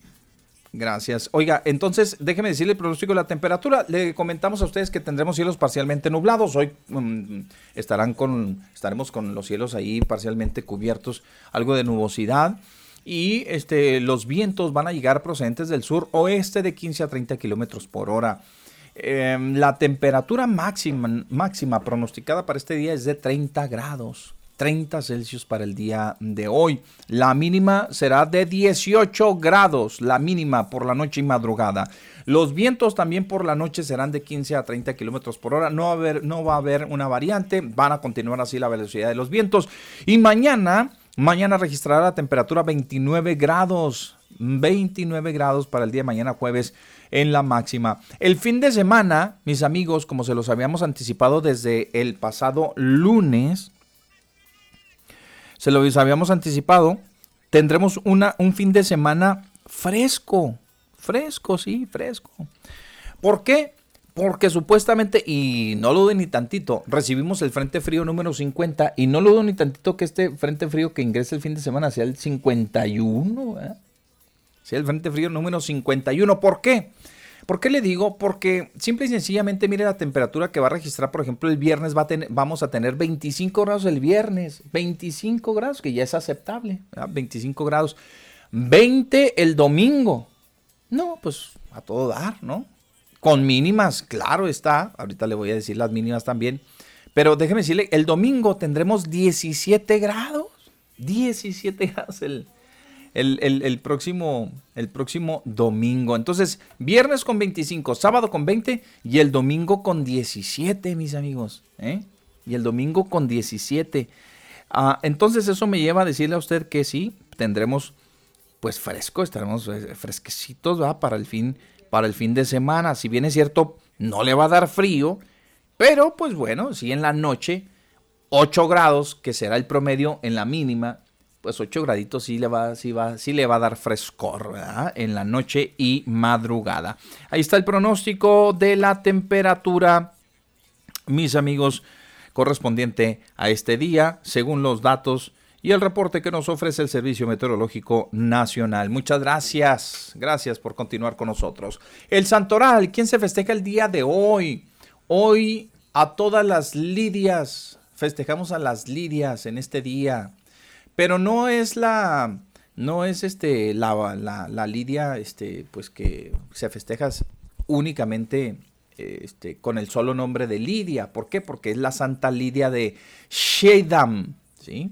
S3: Gracias. Oiga, entonces déjeme decirle el pronóstico de la temperatura. Le comentamos a ustedes que tendremos cielos parcialmente nublados. Hoy um, estarán con, estaremos con los cielos ahí parcialmente cubiertos, algo de nubosidad. Y este, los vientos van a llegar procedentes del sur oeste de quince a treinta kilómetros por hora. Eh, la temperatura máxima, máxima pronosticada para este día es de treinta grados. treinta Celsius para el día de hoy. La mínima será de dieciocho grados, la mínima por la noche y madrugada. Los vientos también por la noche serán de quince a treinta kilómetros por hora. No va a haber, no va a haber una variante, van a continuar así la velocidad de los vientos. Y mañana, mañana registrará la temperatura veintinueve grados, veintinueve grados para el día de mañana jueves en la máxima. El fin de semana, mis amigos, como se los habíamos anticipado desde el pasado lunes, se lo habíamos anticipado, tendremos una, un fin de semana fresco, fresco, sí, fresco. ¿Por qué? Porque supuestamente, y no lo dudo ni tantito, recibimos el Frente Frío número cincuenta y no lo dudo ni tantito que este Frente Frío que ingrese el fin de semana sea el cincuenta y uno, ¿eh? Sea el Frente Frío número cincuenta y uno. ¿Por qué? ¿Por qué le digo? Porque simple y sencillamente mire la temperatura que va a registrar, por ejemplo, el viernes va a tener, vamos a tener veinticinco grados el viernes, veinticinco grados, que ya es aceptable, ¿verdad? veinticinco grados, veinte el domingo. No, pues a todo dar, ¿no? Con mínimas, claro está, ahorita le voy a decir las mínimas también, pero déjeme decirle, el domingo tendremos diecisiete grados, diecisiete grados el, el, el, el, próximo, el próximo domingo. Entonces, viernes con veinticinco, sábado con veinte y el domingo con diecisiete, mis amigos, ¿eh? Y el domingo con diecisiete. Ah, entonces eso me lleva a decirle a usted que sí, tendremos pues fresco, estaremos fresquecitos, ¿verdad? Para el fin para el fin de semana. Si bien es cierto, no le va a dar frío, pero pues bueno, si en la noche, ocho grados, que será el promedio en la mínima, pues ocho graditos sí le va, sí va, sí le va a dar frescor, ¿verdad? En la noche y madrugada. Ahí está el pronóstico de la temperatura, mis amigos, correspondiente a este día, según los datos y el reporte que nos ofrece el Servicio Meteorológico Nacional. Muchas gracias, gracias por continuar con nosotros. El Santoral, ¿quién se festeja el día de hoy? Hoy a todas las lidias, festejamos a las lidias en este día, pero no es la, no es este, la, la, la lidia este, pues que se festeja únicamente este, con el solo nombre de Lidia. ¿Por qué? Porque es la Santa Lidia de Schiedam, ¿sí?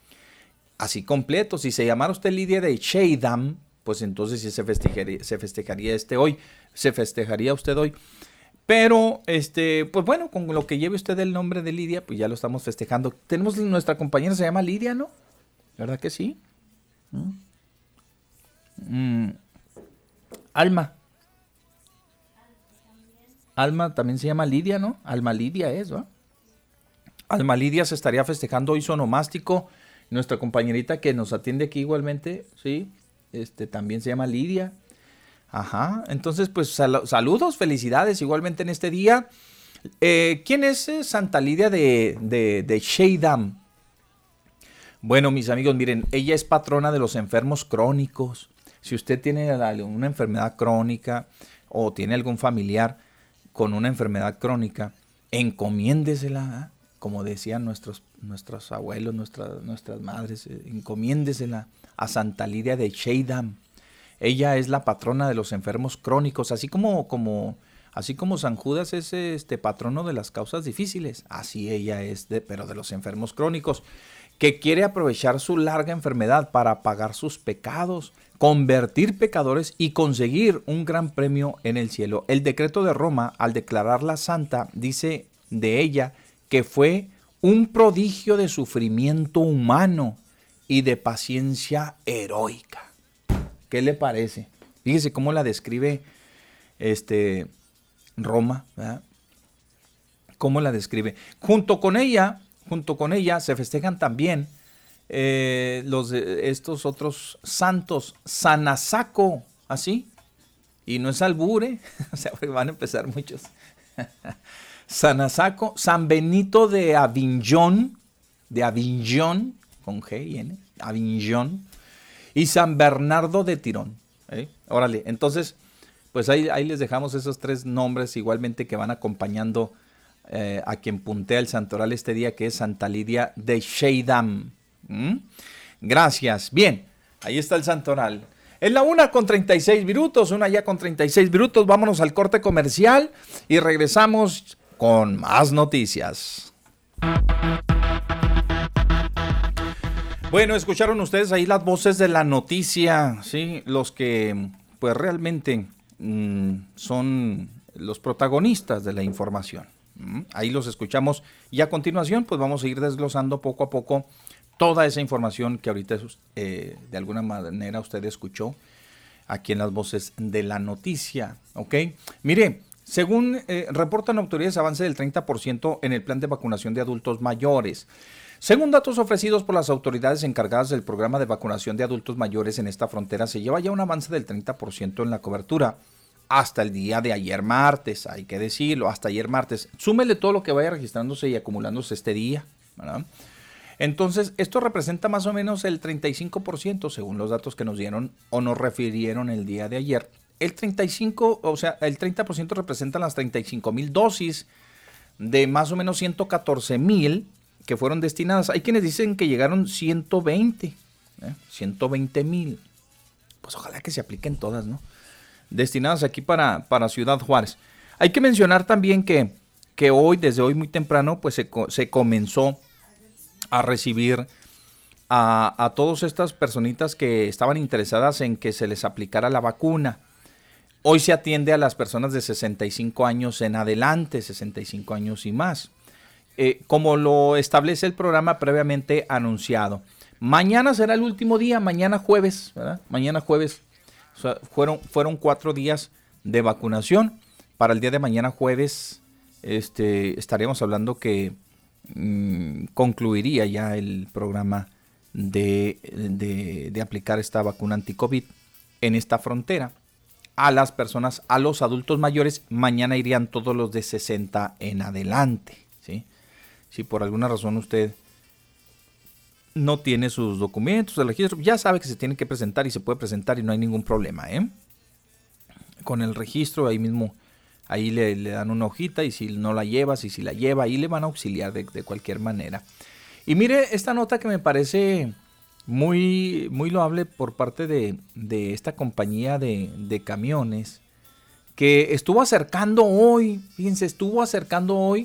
S3: Así completo, si se llamara usted Lidia de Schiedam, pues entonces sí se festejaría, se festejaría este hoy, se festejaría usted hoy. Pero, este, pues bueno, con lo que lleve usted el nombre de Lidia, pues ya lo estamos festejando. Tenemos nuestra compañera, se llama Lidia, ¿no? ¿Verdad que sí? ¿Mm? Mm. Alma. Alma también se llama Lidia, ¿no? Alma Lidia es, ¿no? Alma Lidia se estaría festejando hoy su onomástico. Nuestra compañerita que nos atiende aquí igualmente, sí, este, también se llama Lidia. Ajá, entonces pues sal- saludos, felicidades igualmente en este día. Eh, ¿Quién es eh, Santa Lidia de, de, de Schiedam? Bueno, mis amigos, miren, ella es patrona de los enfermos crónicos. Si usted tiene una enfermedad crónica o tiene algún familiar con una enfermedad crónica, encomiéndesela, ¿eh? Como decían nuestros, nuestros abuelos, nuestras, nuestras madres, eh, encomiéndesela a Santa Lidia de Schiedam. Ella es la patrona de los enfermos crónicos, así como, como, así como San Judas es este patrono de las causas difíciles, así ella es, de, pero de los enfermos crónicos, que quiere aprovechar su larga enfermedad para pagar sus pecados, convertir pecadores y conseguir un gran premio en el cielo. El decreto de Roma, al declararla santa, dice de ella que fue un prodigio de sufrimiento humano y de paciencia heroica. ¿Qué le parece? Fíjese cómo la describe este, Roma, ¿verdad? Cómo la describe. Junto con ella, junto con ella se festejan también eh, los, estos otros santos. San Asaco, así. Y no es albur, ¿eh? O sea, van a empezar muchos. San Asaco, San Benito de Avignon, de Avignon, con G y N, Avignon, y San Bernardo de Tirón. ¿eh? Órale, entonces, pues ahí, ahí les dejamos esos tres nombres igualmente que van acompañando eh, a quien puntea el santoral este día, que es Santa Lidia de Schiedam. ¿Mm? Gracias. Bien, ahí está el santoral. En la una con treinta y seis minutos, una ya con treinta y seis minutos, vámonos al corte comercial y regresamos con más noticias. Bueno, escucharon ustedes ahí las voces de la noticia, ¿sí? Los que pues realmente mmm, son los protagonistas de la información. ¿Mm? Ahí los escuchamos y a continuación pues vamos a ir desglosando poco a poco toda esa información que ahorita eh, de alguna manera usted escuchó aquí en las voces de la noticia, ¿ok? Mire, según eh, reportan autoridades, avance del treinta por ciento en el plan de vacunación de adultos mayores. Según datos ofrecidos por las autoridades encargadas del programa de vacunación de adultos mayores en esta frontera, se lleva ya un avance del treinta por ciento en la cobertura hasta el día de ayer martes, hay que decirlo, hasta ayer martes. Súmele todo lo que vaya registrándose y acumulándose este día, ¿verdad? Entonces, esto representa más o menos el treinta y cinco por ciento según los datos que nos dieron o nos refirieron el día de ayer. El treinta y cinco, o sea, el treinta por ciento representan las treinta y cinco mil dosis de más o menos ciento catorce mil que fueron destinadas. Hay quienes dicen que llegaron ciento veinte, ¿eh? ciento veinte mil. Pues ojalá que se apliquen todas, ¿no? Destinadas aquí para, para Ciudad Juárez. Hay que mencionar también que, que hoy, desde hoy muy temprano, pues se, se comenzó a recibir a, a todas estas personitas que estaban interesadas en que se les aplicara la vacuna. Hoy se atiende a las personas de sesenta y cinco años en adelante, sesenta y cinco años y más, eh, como lo establece el programa previamente anunciado. Mañana será el último día, mañana jueves, ¿verdad? Mañana jueves, o sea, fueron, fueron cuatro días de vacunación. Para el día de mañana jueves este, estaríamos hablando que mmm, concluiría ya el programa de, de, de aplicar esta vacuna anti-COVID en esta frontera. A las personas, a los adultos mayores, mañana irían todos los de sesenta en adelante, ¿sí? Si por alguna razón usted no tiene sus documentos de registro, ya sabe que se tiene que presentar y se puede presentar y no hay ningún problema, ¿eh? Con el registro ahí mismo, ahí le, le dan una hojita y si no la llevas y si la lleva, ahí le van a auxiliar de, de cualquier manera. Y mire esta nota que me parece muy, muy loable por parte de, de esta compañía de, de camiones que estuvo acercando hoy, fíjense, estuvo acercando hoy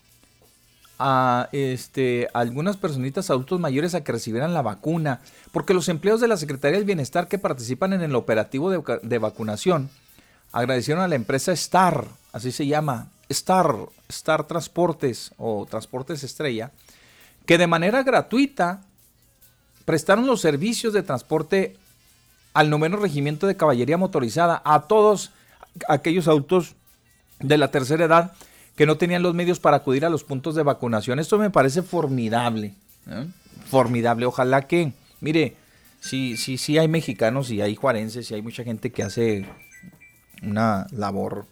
S3: a, este, a algunas personitas adultos mayores a que recibieran la vacuna, porque los empleados de la Secretaría del Bienestar que participan en el operativo de, de vacunación agradecieron a la empresa Star, así se llama, Star, Star Transportes o Transportes Estrella, que de manera gratuita prestaron los servicios de transporte al noveno regimiento de caballería motorizada a todos aquellos adultos de la tercera edad que no tenían los medios para acudir a los puntos de vacunación. Esto me parece formidable, ¿eh? Formidable. Ojalá que, mire, sí, sí, sí hay mexicanos y hay juarenses y hay mucha gente que hace una labor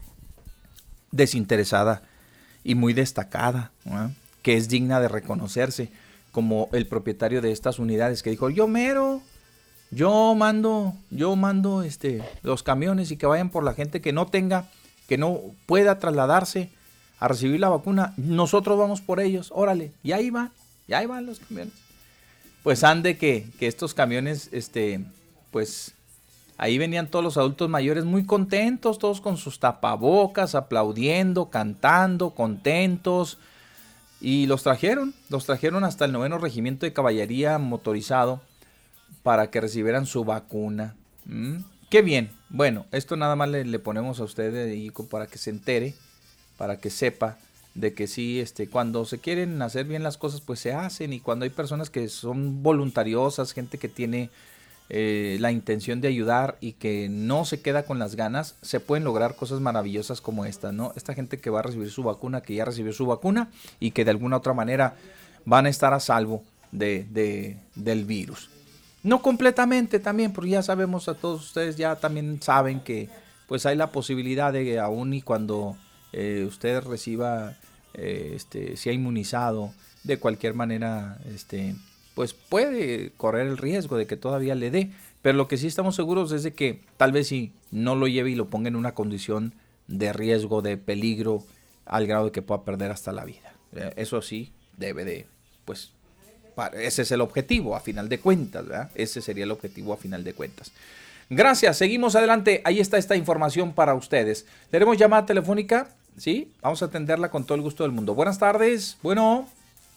S3: desinteresada y muy destacada, ¿eh? Que es digna de reconocerse, como el propietario de estas unidades que dijo, yo mero, yo mando, yo mando este, los camiones y que vayan por la gente que no tenga, que no pueda trasladarse a recibir la vacuna, nosotros vamos por ellos, órale, y ahí van, y ahí van los camiones. Pues ande que, que estos camiones, este, pues ahí venían todos los adultos mayores muy contentos, todos con sus tapabocas, aplaudiendo, cantando, contentos. Y los trajeron, los trajeron hasta el noveno regimiento de caballería motorizado para que recibieran su vacuna. ¿Mm? ¡Qué bien! Bueno, esto nada más le, le ponemos a usted ahí para que se entere, para que sepa de que sí, este, cuando se quieren hacer bien las cosas, pues se hacen. Y cuando hay personas que son voluntariosas, gente que tiene eh, la intención de ayudar y que no se queda con las ganas, se pueden lograr cosas maravillosas como esta, ¿no? Esta gente que va a recibir su vacuna, que ya recibió su vacuna y que de alguna otra manera van a estar a salvo de, de, del virus. No completamente también, porque ya sabemos, a todos ustedes ya también saben que pues hay la posibilidad de, aún y cuando eh, usted reciba, eh, este, sea inmunizado, de cualquier manera, este, pues puede correr el riesgo de que todavía le dé, pero lo que sí estamos seguros es de que tal vez si no lo lleve y lo ponga en una condición de riesgo, de peligro, al grado de que pueda perder hasta la vida. Eso sí, debe de, pues, ese es el objetivo a final de cuentas, ¿verdad? Ese sería el objetivo a final de cuentas. Gracias, seguimos adelante, ahí está esta información para ustedes. Tenemos llamada telefónica, ¿sí? Vamos a atenderla con todo el gusto del mundo. Buenas tardes, bueno.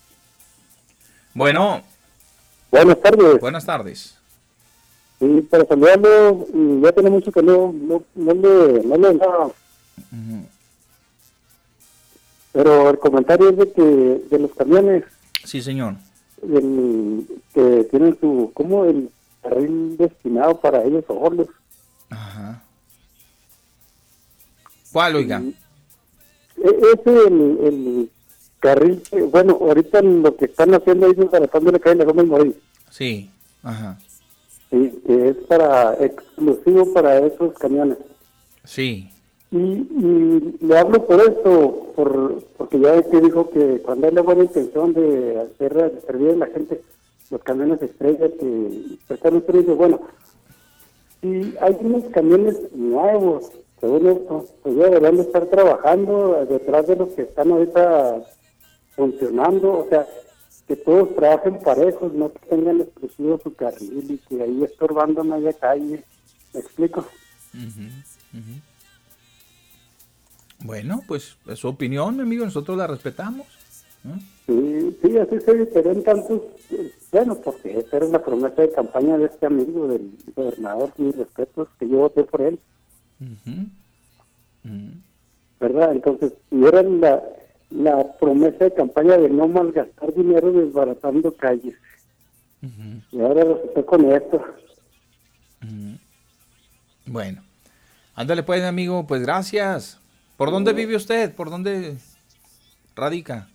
S3: Bueno.
S18: Buenas tardes.
S3: Buenas tardes.
S18: Sí, para saludarlo, ya tiene mucho que no, no, no le no le nada. Uh-huh. Pero el comentario es de que de los camiones.
S3: Sí, señor.
S18: El, que tienen su, como el carril destinado para ellos solos.
S3: Ajá. ¿Cuál, oiga?
S18: Ese el, el carril, bueno, ahorita lo que están haciendo ahí es tratando de caer la Gómez Morín.
S3: Sí, ajá.
S18: Sí, que es para exclusivo para esos camiones.
S3: Sí.
S18: Y, y le hablo por esto, por, porque ya es que dijo que cuando hay la buena intención de hacer de servir a la gente, los camiones estrellas que prestan un servicio, bueno, si hay unos camiones nuevos, según esto, pues ya deberán de estar trabajando detrás de los que están ahorita funcionando, o sea, que todos trabajen parejos, no que tengan exclusivo su carril y que ahí estorbando en media calle. ¿Me explico?
S3: Uh-huh, uh-huh. Bueno, pues es su opinión, mi amigo, nosotros la respetamos. ¿Eh?
S18: Sí, sí, así se diferen tantos, bueno, porque esta era la promesa de campaña de este amigo del gobernador, mis respetos, que yo voté por él.
S3: Uh-huh. Uh-huh.
S18: ¿Verdad? Entonces, si era la, la promesa de campaña de no malgastar dinero desbaratando calles.
S3: Uh-huh.
S18: Y ahora resultó con esto.
S3: Uh-huh. Bueno, ándale pues, amigo, pues gracias. ¿Por dónde vive usted? ¿Por dónde radica?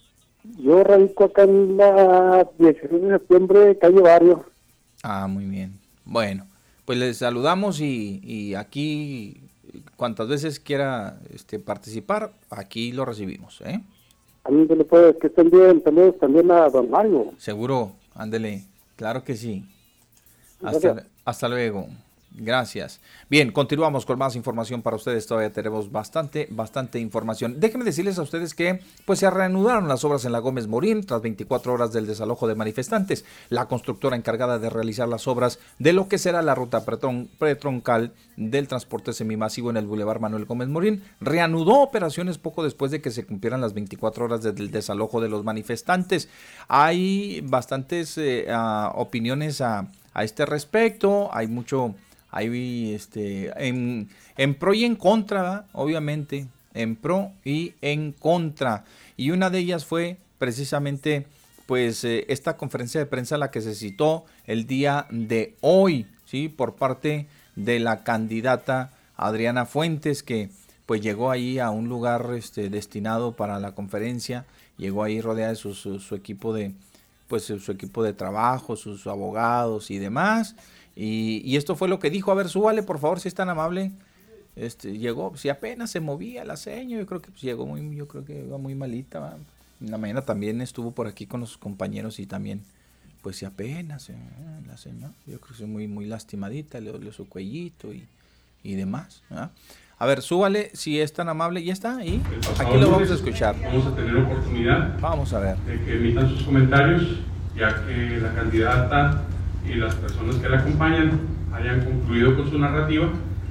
S18: Yo radico acá en la dieciséis de septiembre, calle Barrio.
S3: Ah, muy bien. Bueno, pues les saludamos y, y aquí, cuantas veces quiera este, participar, aquí lo recibimos, ¿eh?
S18: Ándele pues, que estén bien. Saludos también a don Mario.
S3: Seguro, ándele, claro que sí. Hasta, hasta luego. Gracias. Bien, continuamos con más información para ustedes. Todavía tenemos bastante, bastante información. Déjenme decirles a ustedes que pues se reanudaron las obras en la Gómez Morín tras veinticuatro horas del desalojo de manifestantes. La constructora encargada de realizar las obras de lo que será la ruta pretron, pretroncal del transporte semimasivo en el Boulevard Manuel Gómez Morín reanudó operaciones poco después de que se cumplieran las veinticuatro horas del desalojo de los manifestantes. Hay bastantes eh, uh, opiniones a, a este respecto. Hay mucho... Hay este, en, en pro y en contra, ¿verdad? Obviamente, en pro y en contra. Y una de ellas fue precisamente pues eh, esta conferencia de prensa a la que se citó el día de hoy, ¿sí? Por parte de la candidata Adriana Fuentes, que pues llegó ahí a un lugar este, destinado para la conferencia, llegó ahí rodeada de su, su, su equipo de pues su equipo de trabajo, sus abogados y demás. Y, y esto fue lo que dijo. A ver, súbale, por favor, si es tan amable. Este, llegó, si apenas se movía la seño, yo creo que pues, llegó muy, yo creo que iba muy malita, ¿va? En la mañana también estuvo por aquí con los compañeros y también, pues si apenas, eh, la señora, yo creo que es muy, muy lastimadita, le dolió su cuellito y, y demás, ¿verdad? A ver, súbale, si es tan amable, ya está ahí. Aquí lo vamos a escuchar.
S19: Vamos a tener oportunidad.
S3: Vamos a ver.
S19: De que emitan sus comentarios, ya que la candidata y las personas que la acompañan hayan concluido con su narrativa.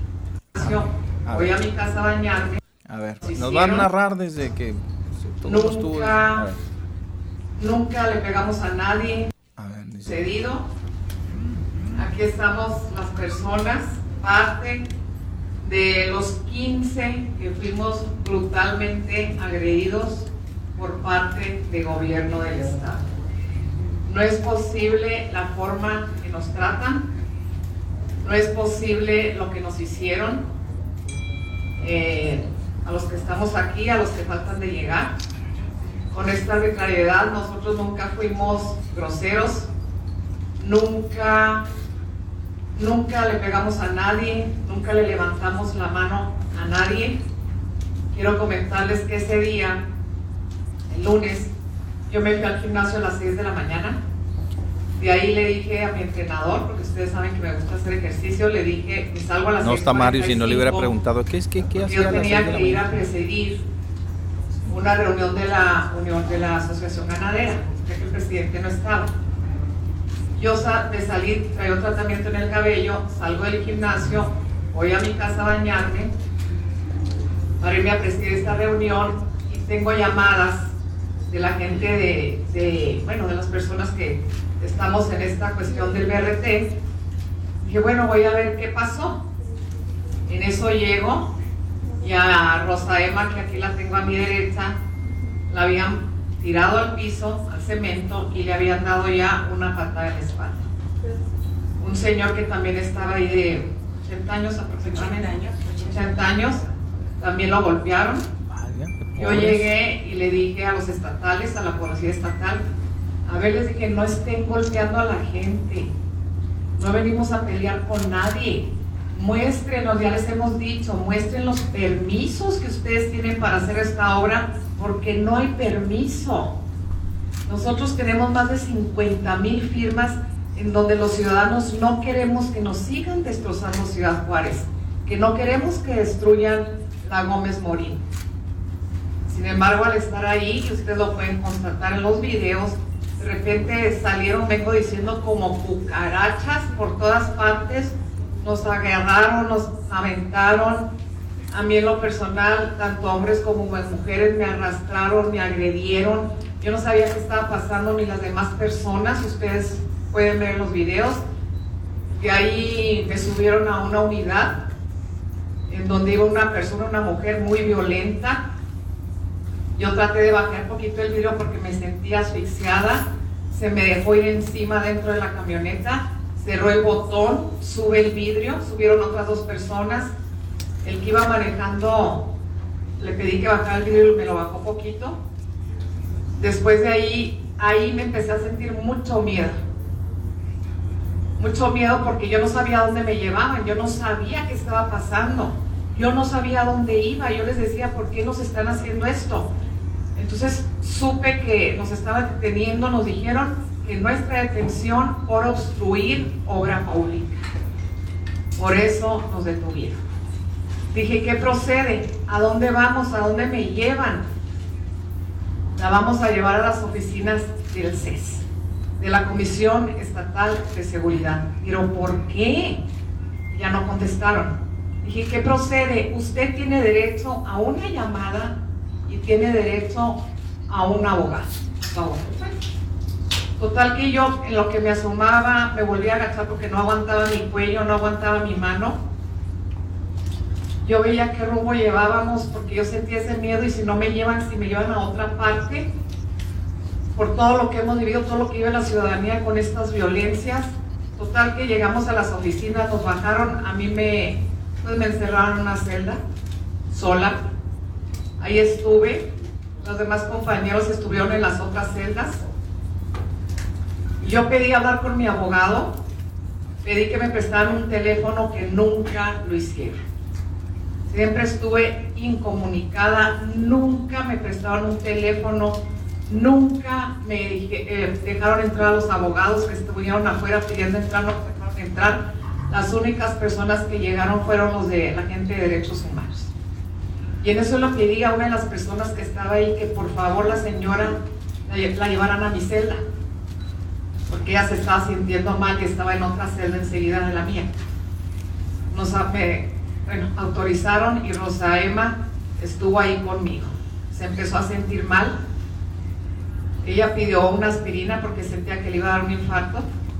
S20: A Voy a mi casa a bañarme.
S3: A ver, nos van a narrar desde que se
S20: nunca, estuvo. A nunca le pegamos a nadie.
S3: A ver, dice.
S20: Cedido. Aquí estamos las personas, parte de los quince que fuimos brutalmente agredidos por parte del gobierno del estado. No es posible la forma que nos tratan, no es posible lo que nos hicieron, eh, a los que estamos aquí, a los que faltan de llegar. Con esta arbitrariedad nosotros nunca fuimos groseros, nunca, nunca le pegamos a nadie, nunca le levantamos la mano a nadie. Quiero comentarles que ese día, el lunes, yo me fui al gimnasio a las seis de la mañana. De ahí le dije a mi entrenador, porque ustedes saben que me gusta hacer ejercicio, le dije, me salgo a las
S3: no
S20: seis.
S3: está Mario, si no le hubiera preguntado, ¿qué es? ¿Qué, qué hacía?
S20: Yo tenía que ir a presidir una reunión de la Unión de la Asociación Ganadera, ya que el presidente no estaba. Yo de salir, traigo un tratamiento en el cabello, salgo del gimnasio, voy a mi casa a bañarme, para irme a presidir esta reunión y tengo llamadas de la gente de, de, bueno, de las personas que estamos en esta cuestión del B R T. Dije, bueno, voy a ver qué pasó. En eso llego y a Rosa Emma, que aquí la tengo a mi derecha, la habían tirado al piso, al cemento, y le habían dado ya una patada en la espalda. Un señor que también estaba ahí de ochenta años aproximadamente, ochenta años, también lo golpearon. Yo llegué y le dije a los estatales, a la policía estatal, a ver, les dije, no estén golpeando a la gente, no venimos a pelear con nadie, muéstrenos, ya les hemos dicho, muestren los permisos que ustedes tienen para hacer esta obra, porque no hay permiso. Nosotros tenemos más de cincuenta mil firmas en donde los ciudadanos no queremos que nos sigan destrozando Ciudad Juárez, que no queremos que destruyan la Gómez Morín. Sin embargo, al estar ahí, y ustedes lo pueden constatar en los videos, de repente salieron, vengo diciendo, como cucarachas por todas partes, nos agarraron, nos aventaron. A mí en lo personal, tanto hombres como mujeres me arrastraron, me agredieron. Yo no sabía qué estaba pasando ni las demás personas. Ustedes pueden ver los videos. De ahí me subieron a una unidad en donde iba una persona, una mujer muy violenta. Yo traté de bajar un poquito el vidrio porque me sentía asfixiada. Se me dejó ir encima dentro de la camioneta. Cerró el botón, sube el vidrio, subieron otras dos personas. El que iba manejando, le pedí que bajara el vidrio y me lo bajó poquito. Después de ahí, ahí me empecé a sentir mucho miedo. Mucho miedo porque yo no sabía dónde me llevaban, yo no sabía qué estaba pasando. Yo no sabía dónde iba, yo les decía, ¿por qué nos están haciendo esto? Entonces supe que nos estaban deteniendo, nos dijeron que nuestra detención por obstruir obra pública. Por eso nos detuvieron. Dije, ¿qué procede? ¿A dónde vamos? ¿A dónde me llevan? La vamos a llevar a las oficinas del C E S, de la Comisión Estatal de Seguridad. ¿Pero por qué? Ya no contestaron. Dije, ¿qué procede? Usted tiene derecho a una llamada y tiene derecho a un abogado. Favor. Total que yo, en lo que me asomaba, me volví a agachar porque no aguantaba mi cuello, no aguantaba mi mano. Yo veía qué rumbo llevábamos porque yo sentía ese miedo, y si no me llevan, si me llevan a otra parte, por todo lo que hemos vivido, todo lo que vive la ciudadanía con estas violencias. Total que llegamos a las oficinas, nos bajaron, a mí me, pues me encerraron en una celda, sola. Ahí estuve, los demás compañeros estuvieron en las otras celdas. Yo pedí hablar con mi abogado, pedí que me prestaran un teléfono, que nunca lo hicieron. Siempre estuve incomunicada, nunca me prestaron un teléfono, nunca me eh, dejaron entrar a los abogados que estuvieron afuera pidiendo entrar, no me dejaron entrar. Las únicas personas que llegaron fueron los de la gente de Derechos Humanos. Y en eso lo pedí a una de las personas que estaba ahí, que por favor la señora la, la llevaran a mi celda, porque ella se estaba sintiendo mal y estaba en otra celda enseguida de la mía. Nos me, bueno, autorizaron y Rosa Emma estuvo ahí conmigo. Se empezó a sentir mal. Ella pidió una aspirina porque sentía que le iba a dar un infarto.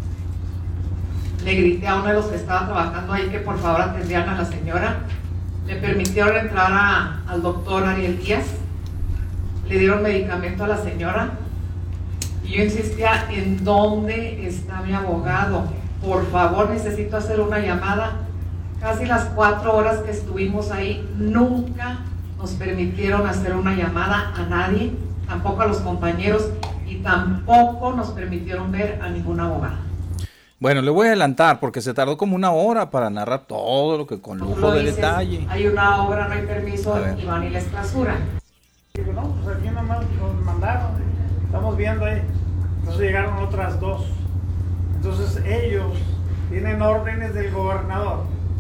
S20: Le grité a uno de los que estaba trabajando ahí que por favor atendieran a la señora. Le permitieron entrar a, al doctor Ariel Díaz. Le dieron medicamento a la señora. Y yo insistía, ¿en dónde está mi abogado? Por favor, necesito hacer una llamada. Casi las cuatro horas que estuvimos ahí, nunca nos permitieron hacer una llamada a nadie, tampoco a los compañeros, y tampoco nos permitieron ver a ningún abogado.
S3: Bueno, le voy a adelantar porque se tardó como una hora para narrar todo lo que con lujo de
S20: dices,
S3: detalle.
S20: Hay una obra, no hay permiso, y van y les clausura.
S12: Digo, no, pues aquí nomás nos mandaron, estamos viendo ahí. Entonces llegaron otras dos. Entonces ellos tienen órdenes del gobernador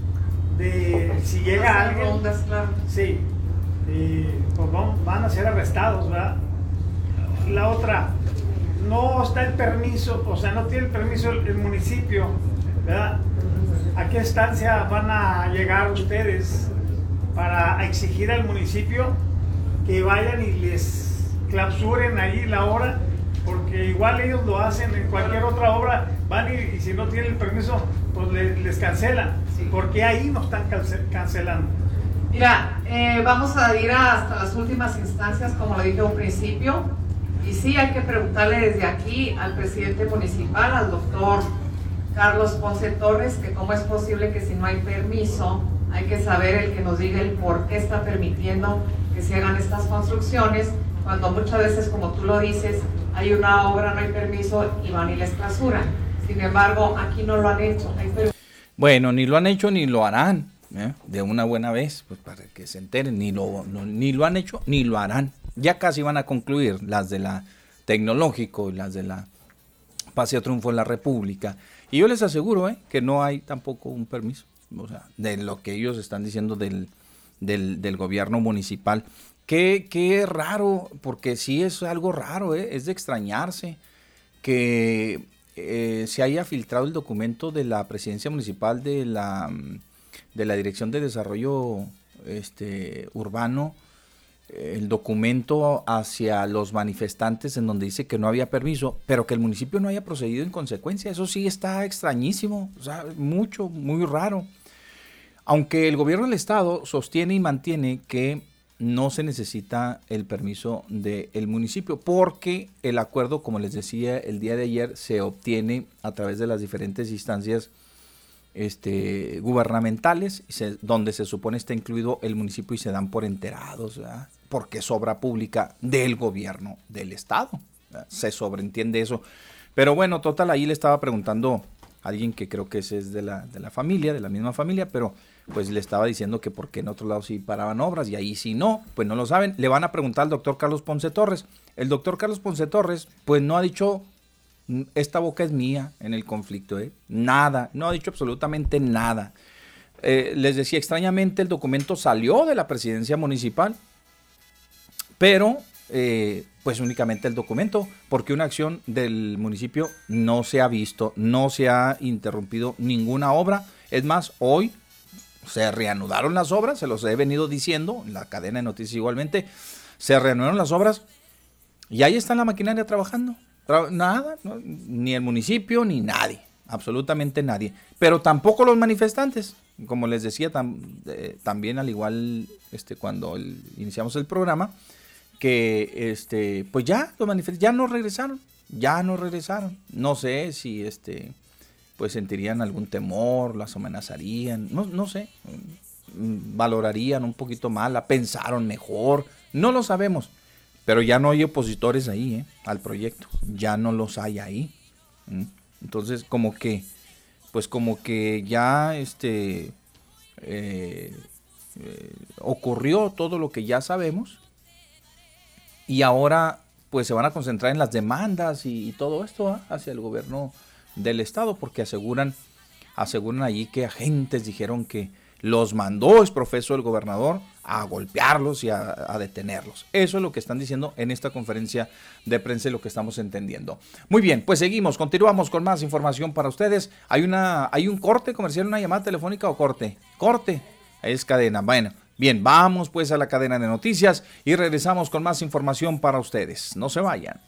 S12: de si llega alguien,
S20: rondas, claro.
S12: Sí, y pues van, van a ser arrestados, ¿verdad? La otra, no está el permiso, o sea, no tiene el permiso el, el municipio, ¿verdad? ¿A qué instancia van a llegar ustedes para exigir al municipio que vayan y les clausuren ahí la obra? Porque igual ellos lo hacen en cualquier otra obra, van y, y si no tienen el permiso, pues le, les cancelan. Sí. Porque ahí nos están cancelando.
S20: Mira, eh, vamos a ir hasta las últimas instancias, como lo dije al principio, y sí hay que preguntarle desde aquí al presidente municipal, al doctor Carlos Ponce Torres, que cómo es posible que si no hay permiso, hay que saber el que nos diga el por qué está permitiendo que se hagan estas construcciones, cuando muchas veces, como tú lo dices, hay una obra, no hay permiso y van y les clausuran. Sin embargo, aquí no lo han hecho. Hay
S3: Bueno, ni lo han hecho ni lo harán, ¿eh? De una buena vez, pues para que se enteren, ni lo, no, ni lo han hecho ni lo harán. Ya casi van a concluir las de la Tecnológico y las de la Paseo Triunfo en la República. Y yo les aseguro ¿eh? que no hay tampoco un permiso, o sea, de lo que ellos están diciendo del, del, del gobierno municipal. Qué, qué raro, porque sí es algo raro, ¿eh? Es de extrañarse que eh, se haya filtrado el documento de la presidencia municipal de la, de la Dirección de Desarrollo este, Urbano, el documento hacia los manifestantes en donde dice que no había permiso, pero que el municipio no haya procedido en consecuencia. Eso sí está extrañísimo, o sea, mucho, muy raro. Aunque el gobierno del estado sostiene y mantiene que no se necesita el permiso del municipio, porque el acuerdo, como les decía el día de ayer, se obtiene a través de las diferentes instancias este, gubernamentales, se, donde se supone está incluido el municipio y se dan por enterados, ¿verdad? Porque es obra pública del gobierno del estado, ¿verdad? Se sobreentiende eso. Pero bueno, total, ahí le estaba preguntando a alguien que creo que ese es de la, de la familia, de la misma familia, pero pues le estaba diciendo que por qué en otro lado sí paraban obras y ahí sí no, pues no lo saben. Le van a preguntar al doctor Carlos Ponce Torres. El doctor Carlos Ponce Torres pues no ha dicho, esta boca es mía en el conflicto, ¿eh? Nada, no ha dicho absolutamente nada. Eh, les decía, extrañamente el documento salió de la presidencia municipal, pero eh, pues únicamente el documento, porque una acción del municipio no se ha visto, no se ha interrumpido ninguna obra. Es más, hoy se reanudaron las obras, se los he venido diciendo, en la cadena de noticias igualmente, se reanudaron las obras y ahí está la maquinaria trabajando. Tra- nada, no, ni el municipio ni nadie, absolutamente nadie, pero tampoco los manifestantes, como les decía tam, eh, también al igual este, cuando el, iniciamos el programa, que este, pues ya los manifestantes ya no regresaron, ya no regresaron, no sé si este... pues sentirían algún temor, las amenazarían, no, no sé, valorarían un poquito más, la pensaron mejor, no lo sabemos, pero ya no hay opositores ahí, ¿eh? Al proyecto, ya no los hay ahí. ¿Mm? Entonces como que, pues como que ya este eh, eh, ocurrió todo lo que ya sabemos y ahora pues se van a concentrar en las demandas y, y todo esto ¿eh? hacia el gobierno del estado, porque aseguran aseguran allí que agentes dijeron que los mandó exprofeso el gobernador a golpearlos y a, a detenerlos. Eso es lo que están diciendo en esta conferencia de prensa y lo que estamos entendiendo. Muy bien, pues seguimos, continuamos con más información para ustedes. Hay una hay un corte comercial, una llamada telefónica o corte. Corte, es cadena. Bueno, bien, vamos pues a la cadena de noticias y regresamos con más información para ustedes. No se vayan.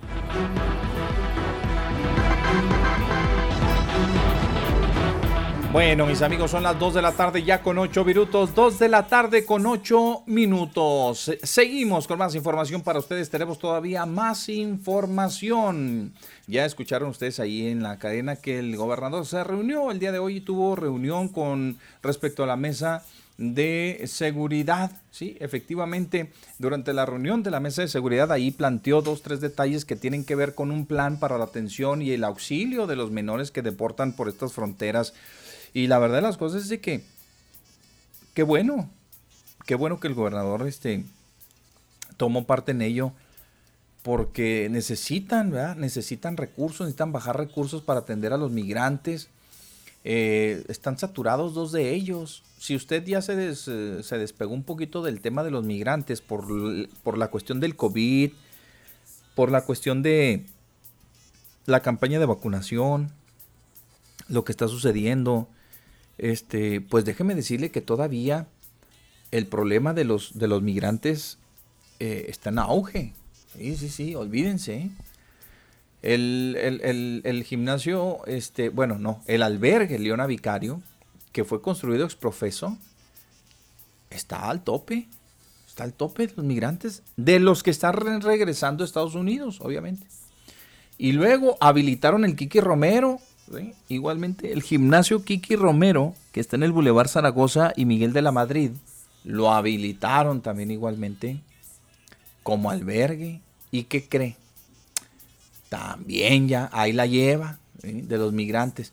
S3: Bueno, mis amigos, son las dos de la tarde ya con ocho minutos, dos de la tarde con ocho minutos. Seguimos con más información para ustedes, tenemos todavía más información. Ya escucharon ustedes ahí en la cadena que el gobernador se reunió el día de hoy y tuvo reunión con respecto a la mesa de seguridad. Sí, efectivamente, durante la reunión de la mesa de seguridad ahí planteó dos, tres detalles que tienen que ver con un plan para la atención y el auxilio de los menores que deportan por estas fronteras. Y la verdad de las cosas es de que, qué bueno, qué bueno que el gobernador este, tomó parte en ello, porque necesitan, ¿verdad? Necesitan recursos, necesitan bajar recursos para atender a los migrantes. Eh, están saturados dos de ellos. Si usted ya se, des, se despegó un poquito del tema de los migrantes por, por la cuestión del COVID, por la cuestión de la campaña de vacunación, lo que está sucediendo, este, pues déjeme decirle que todavía el problema de los, de los migrantes eh, está en auge. Sí, sí, sí, olvídense. El, el, el, el gimnasio, este, bueno, no, el albergue Leona Vicario, que fue construido ex profeso, está al tope. Está al tope de los migrantes, de los que están re- regresando a Estados Unidos, obviamente. Y luego habilitaron el Kiki Romero. ¿Sí? Igualmente el gimnasio Kiki Romero, que está en el Boulevard Zaragoza y Miguel de la Madrid, lo habilitaron también igualmente como albergue. ¿Y qué cree? También ya ahí la lleva, ¿sí? De los migrantes.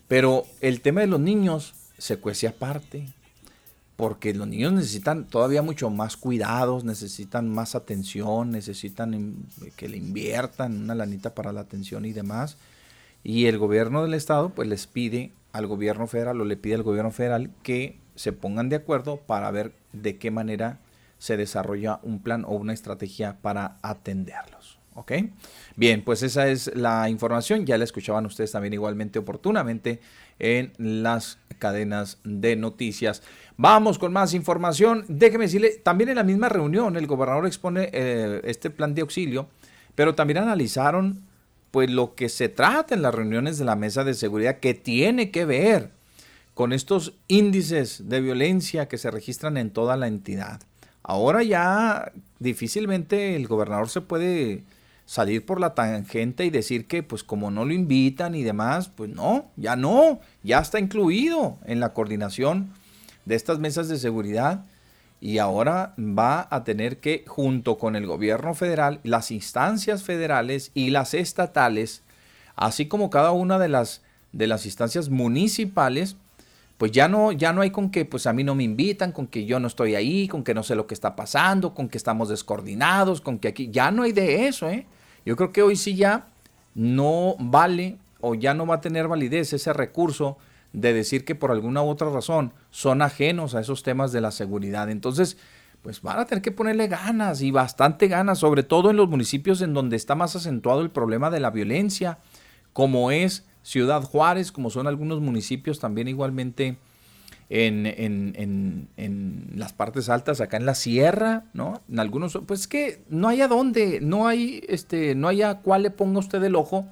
S3: Pero el tema de los niños se cuece aparte, porque los niños necesitan todavía mucho más cuidados, necesitan más atención, necesitan que le inviertan una lanita para la atención y demás. Y el gobierno del estado pues les pide al gobierno federal o le pide al gobierno federal que se pongan de acuerdo para ver de qué manera se desarrolla un plan o una estrategia para atenderlos. ¿Ok? Bien, pues esa es la información. Ya la escuchaban ustedes también igualmente oportunamente en las cadenas de noticias. Vamos con más información. Déjeme decirle, también en la misma reunión el gobernador expone eh, este plan de auxilio, pero también analizaron pues lo que se trata en las reuniones de la mesa de seguridad, que tiene que ver con estos índices de violencia que se registran en toda la entidad. Ahora ya difícilmente el gobernador se puede salir por la tangente y decir que pues como no lo invitan y demás, pues no, ya no, ya está incluido en la coordinación de estas mesas de seguridad y ahora va a tener que, junto con el gobierno federal, las instancias federales y las estatales, así como cada una de las, de las instancias municipales, pues ya no, ya no hay con que pues a mí no me invitan, con que yo no estoy ahí, con que no sé lo que está pasando, con que estamos descoordinados, con que aquí, ya no hay de eso, ¿eh? Yo creo que hoy sí ya no vale o ya no va a tener validez ese recurso de decir que por alguna u otra razón son ajenos a esos temas de la seguridad. Entonces, pues van a tener que ponerle ganas y bastante ganas, sobre todo en los municipios en donde está más acentuado el problema de la violencia, como es Ciudad Juárez, como son algunos municipios también igualmente en, en, en, en las partes altas, acá en la sierra, ¿no? En algunos, pues es que no hay a dónde, no hay, este, no hay a cuál le ponga usted el ojo,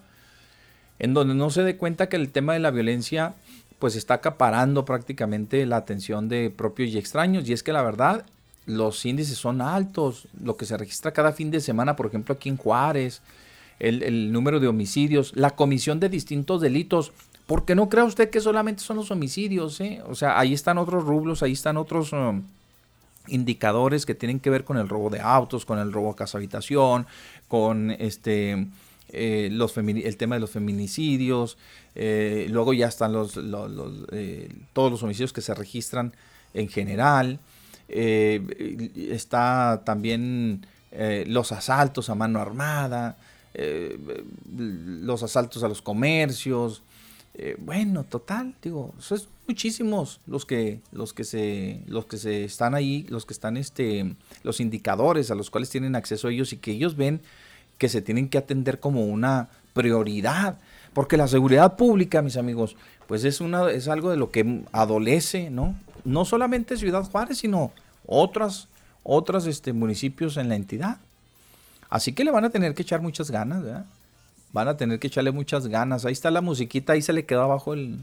S3: en donde no se dé cuenta que el tema de la violencia pues está acaparando prácticamente la atención de propios y extraños. Y es que la verdad, los índices son altos, lo que se registra cada fin de semana, por ejemplo aquí en Juárez, el, el número de homicidios, la comisión de distintos delitos, porque no crea usted que solamente son los homicidios, ¿eh? O sea, ahí están otros rublos, ahí están otros um, indicadores que tienen que ver con el robo de autos, con el robo a casa habitación, con este... Eh, los el tema de los feminicidios, eh, luego ya están los, los, los eh, todos los homicidios que se registran en general, eh, está también eh, los asaltos a mano armada, eh, los asaltos a los comercios, eh, bueno, total, digo, eso es muchísimos los que los que se los que se están ahí, los que están este los indicadores a los cuales tienen acceso ellos y que ellos ven que se tienen que atender como una prioridad, porque la seguridad pública, mis amigos, pues es una es algo de lo que adolece, ¿no? No solamente Ciudad Juárez, sino otras otros este, municipios en la entidad. Así que le van a tener que echar muchas ganas, ¿verdad? Van a tener que echarle muchas ganas. Ahí está la musiquita, ahí se le quedó abajo el...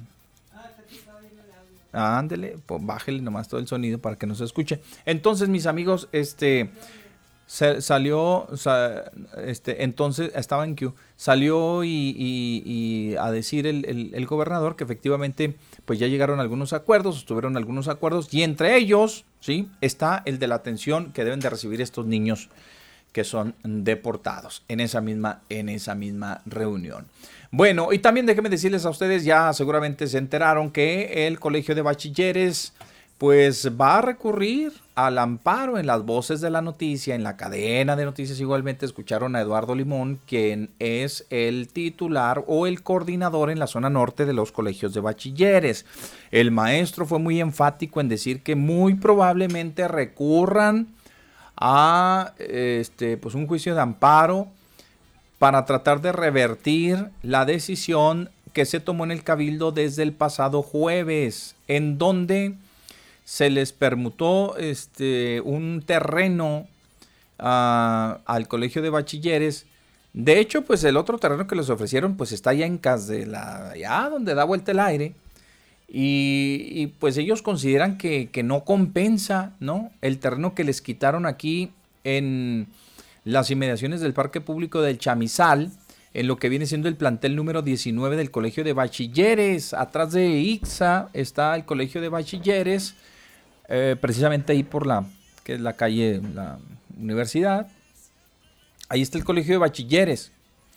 S3: Ah, ándele, pues bájele nomás todo el sonido para que no se escuche. Entonces, mis amigos, este... Se, salió, sa, este, entonces estaba en Q, salió y, y, y a decir el, el, el gobernador que efectivamente pues ya llegaron a algunos acuerdos, estuvieron algunos acuerdos y entre ellos, ¿sí? Está el de la atención que deben de recibir estos niños que son deportados en esa misma, en esa misma reunión. Bueno, y también déjenme decirles a ustedes, ya seguramente se enteraron que el Colegio de Bachilleres pues va a recurrir al amparo en las voces de la noticia, en la cadena de noticias igualmente escucharon a Eduardo Limón, quien es el titular o el coordinador en la zona norte de los colegios de bachilleres. El maestro fue muy enfático en decir que muy probablemente recurran a este, pues un juicio de amparo para tratar de revertir la decisión que se tomó en el Cabildo desde el pasado jueves, en donde se les permutó este, un terreno uh, al Colegio de Bachilleres. De hecho, pues el otro terreno que les ofrecieron, pues está allá en casa de la, allá donde da vuelta el aire. Y, y pues ellos consideran que, que no compensa, ¿no? El terreno que les quitaron aquí en las inmediaciones del Parque Público del Chamizal, en lo que viene siendo el plantel número diecinueve del Colegio de Bachilleres. Atrás de Ixa está el Colegio de Bachilleres, eh, precisamente ahí por la, que es la calle, la universidad. Ahí está el Colegio de Bachilleres.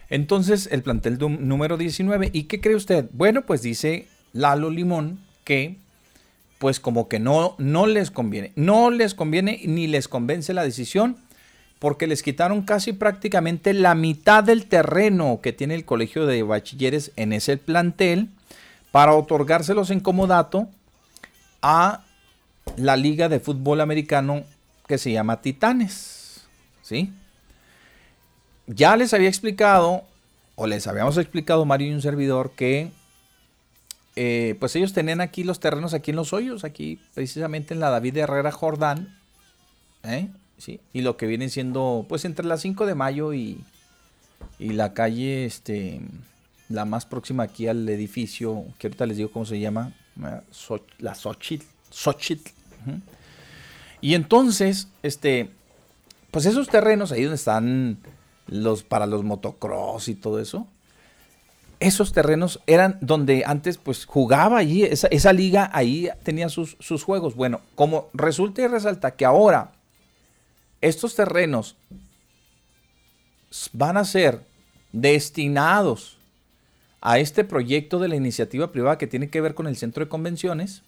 S3: Entonces, el plantel dum- número diecinueve. ¿Y qué cree usted? Bueno, pues dice Lalo Limón que, pues como que no, no les conviene. No les conviene ni les convence la decisión, porque les quitaron casi prácticamente la mitad del terreno que tiene el colegio de bachilleres en ese plantel para otorgárselos en comodato a la liga de fútbol americano que se llama Titanes, ¿sí? Ya les había explicado, o les habíamos explicado Mario y un servidor, que eh, pues ellos tenían aquí los terrenos aquí en Los Hoyos, aquí precisamente en la David Herrera Jordán, ¿eh? ¿Sí? Y lo que viene siendo pues entre la cinco de mayo y, y la calle, este, la más próxima aquí al edificio, que ahorita les digo cómo se llama, la Xochitl, Xochitl. Uh-huh. Y entonces, este, pues esos terrenos ahí donde están los para los motocross y todo eso, esos terrenos eran donde antes pues jugaba allí, esa, esa liga ahí tenía sus, sus juegos. Bueno, como resulta y resalta que ahora estos terrenos van a ser destinados a este proyecto de la iniciativa privada que tiene que ver con el centro de convenciones,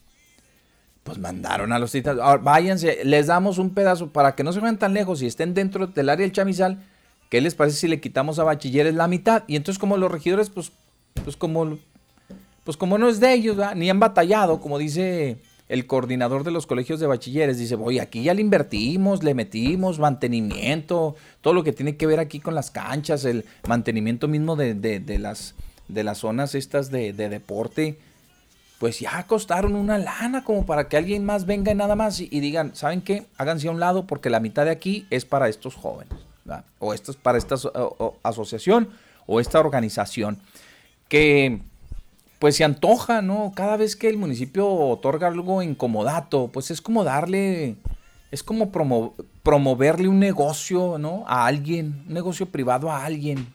S3: pues mandaron a los titanes, ahora, váyanse, les damos un pedazo para que no se vayan tan lejos y estén dentro del área del chamizal. ¿Qué les parece si le quitamos a bachilleres la mitad? Y entonces como los regidores, pues, pues, como, pues como no es de ellos, ¿verdad? Ni han batallado, como dice el coordinador de los colegios de bachilleres, dice, oye, aquí ya le invertimos, le metimos mantenimiento, todo lo que tiene que ver aquí con las canchas, el mantenimiento mismo de, de, de, las, de las zonas estas de, de deporte, pues ya costaron una lana como para que alguien más venga y nada más y, y digan, ¿saben qué? Háganse a un lado porque la mitad de aquí es para estos jóvenes, ¿verdad? O esto es para esta o, o, asociación o esta organización que pues se antoja, ¿no? Cada vez que el municipio otorga algo en comodato, pues es como darle, es como promo, promoverle un negocio, ¿no? A alguien, un negocio privado a alguien.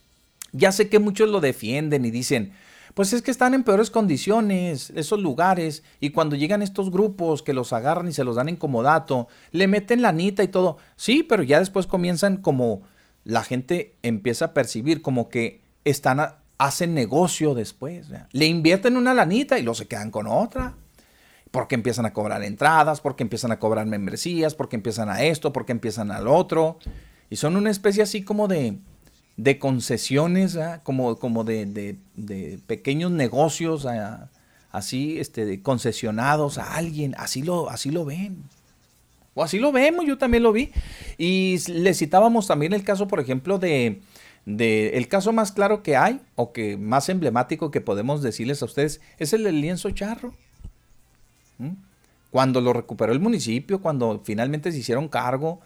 S3: Ya sé que muchos lo defienden y dicen, pues es que están en peores condiciones esos lugares y cuando llegan estos grupos que los agarran y se los dan en comodato, le meten lanita y todo. Sí, pero ya después comienzan como la gente empieza a percibir como que están a, hacen negocio después. ¿Verdad? Le invierten una lanita y luego se quedan con otra. Porque empiezan a cobrar entradas, porque empiezan a cobrar membresías, porque empiezan a esto, porque empiezan al otro. Y son una especie así como de... de concesiones, ¿eh? como, como de, de, de pequeños negocios, ¿eh? así este, de concesionados a alguien, así lo, así lo ven. O así lo vemos, yo también lo vi. Y le citábamos también el caso, por ejemplo, de, de el caso más claro que hay, o que más emblemático que podemos decirles a ustedes, es el del lienzo charro. ¿Mm? Cuando lo recuperó el municipio, cuando finalmente se hicieron cargo,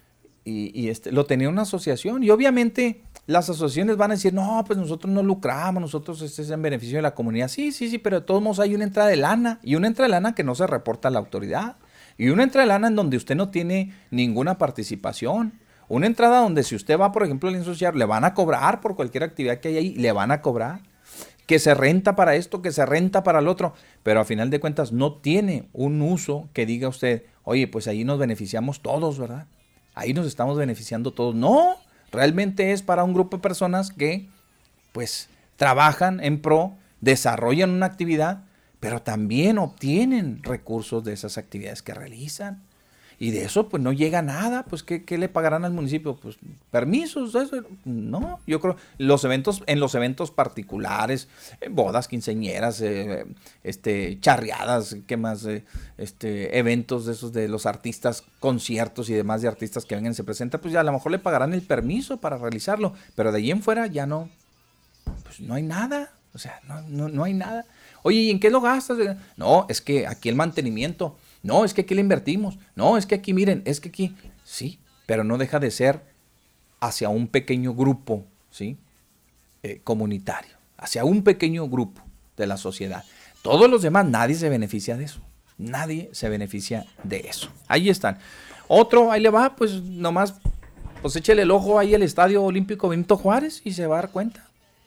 S3: y, y este, lo tenía una asociación, y obviamente las asociaciones van a decir, no, pues nosotros no lucramos, nosotros este es en beneficio de la comunidad. Sí, sí, sí, pero de todos modos hay una entrada de lana, y una entrada de lana que no se reporta a la autoridad, y una entrada de lana en donde usted no tiene ninguna participación, una entrada donde si usted va, por ejemplo, al asociar, le van a cobrar por cualquier actividad que hay ahí, le van a cobrar, que se renta para esto, que se renta para el otro, pero a final de cuentas no tiene un uso que diga usted, oye, pues ahí nos beneficiamos todos, ¿verdad? Ahí nos estamos beneficiando todos. No, realmente es para un grupo de personas que pues trabajan en pro, desarrollan una actividad, pero también obtienen recursos de esas actividades que realizan. Y de eso pues no llega nada, pues ¿qué, qué le pagarán al municipio? Pues permisos, eso, no, yo creo, los eventos, en los eventos particulares, bodas, quinceañeras, eh, este, charreadas, ¿qué más? Eh, este, eventos de esos de los artistas, conciertos y demás de artistas que vengan y se presentan, pues ya a lo mejor le pagarán el permiso para realizarlo, pero de ahí en fuera ya no, pues no hay nada, o sea, no, no, no hay nada. Oye, ¿y en qué lo gastas? No, es que aquí el mantenimiento. No, es que aquí le invertimos. No, es que aquí, miren, es que aquí. Sí, pero no deja de ser hacia un pequeño grupo, ¿sí? Eh, comunitario. Hacia un pequeño grupo de la sociedad. Todos los demás, nadie se beneficia de eso. Nadie se beneficia de eso. Ahí están. Otro, ahí le va, pues nomás, pues échele el ojo ahí al Estadio Olímpico Benito Juárez y se va a dar cuenta.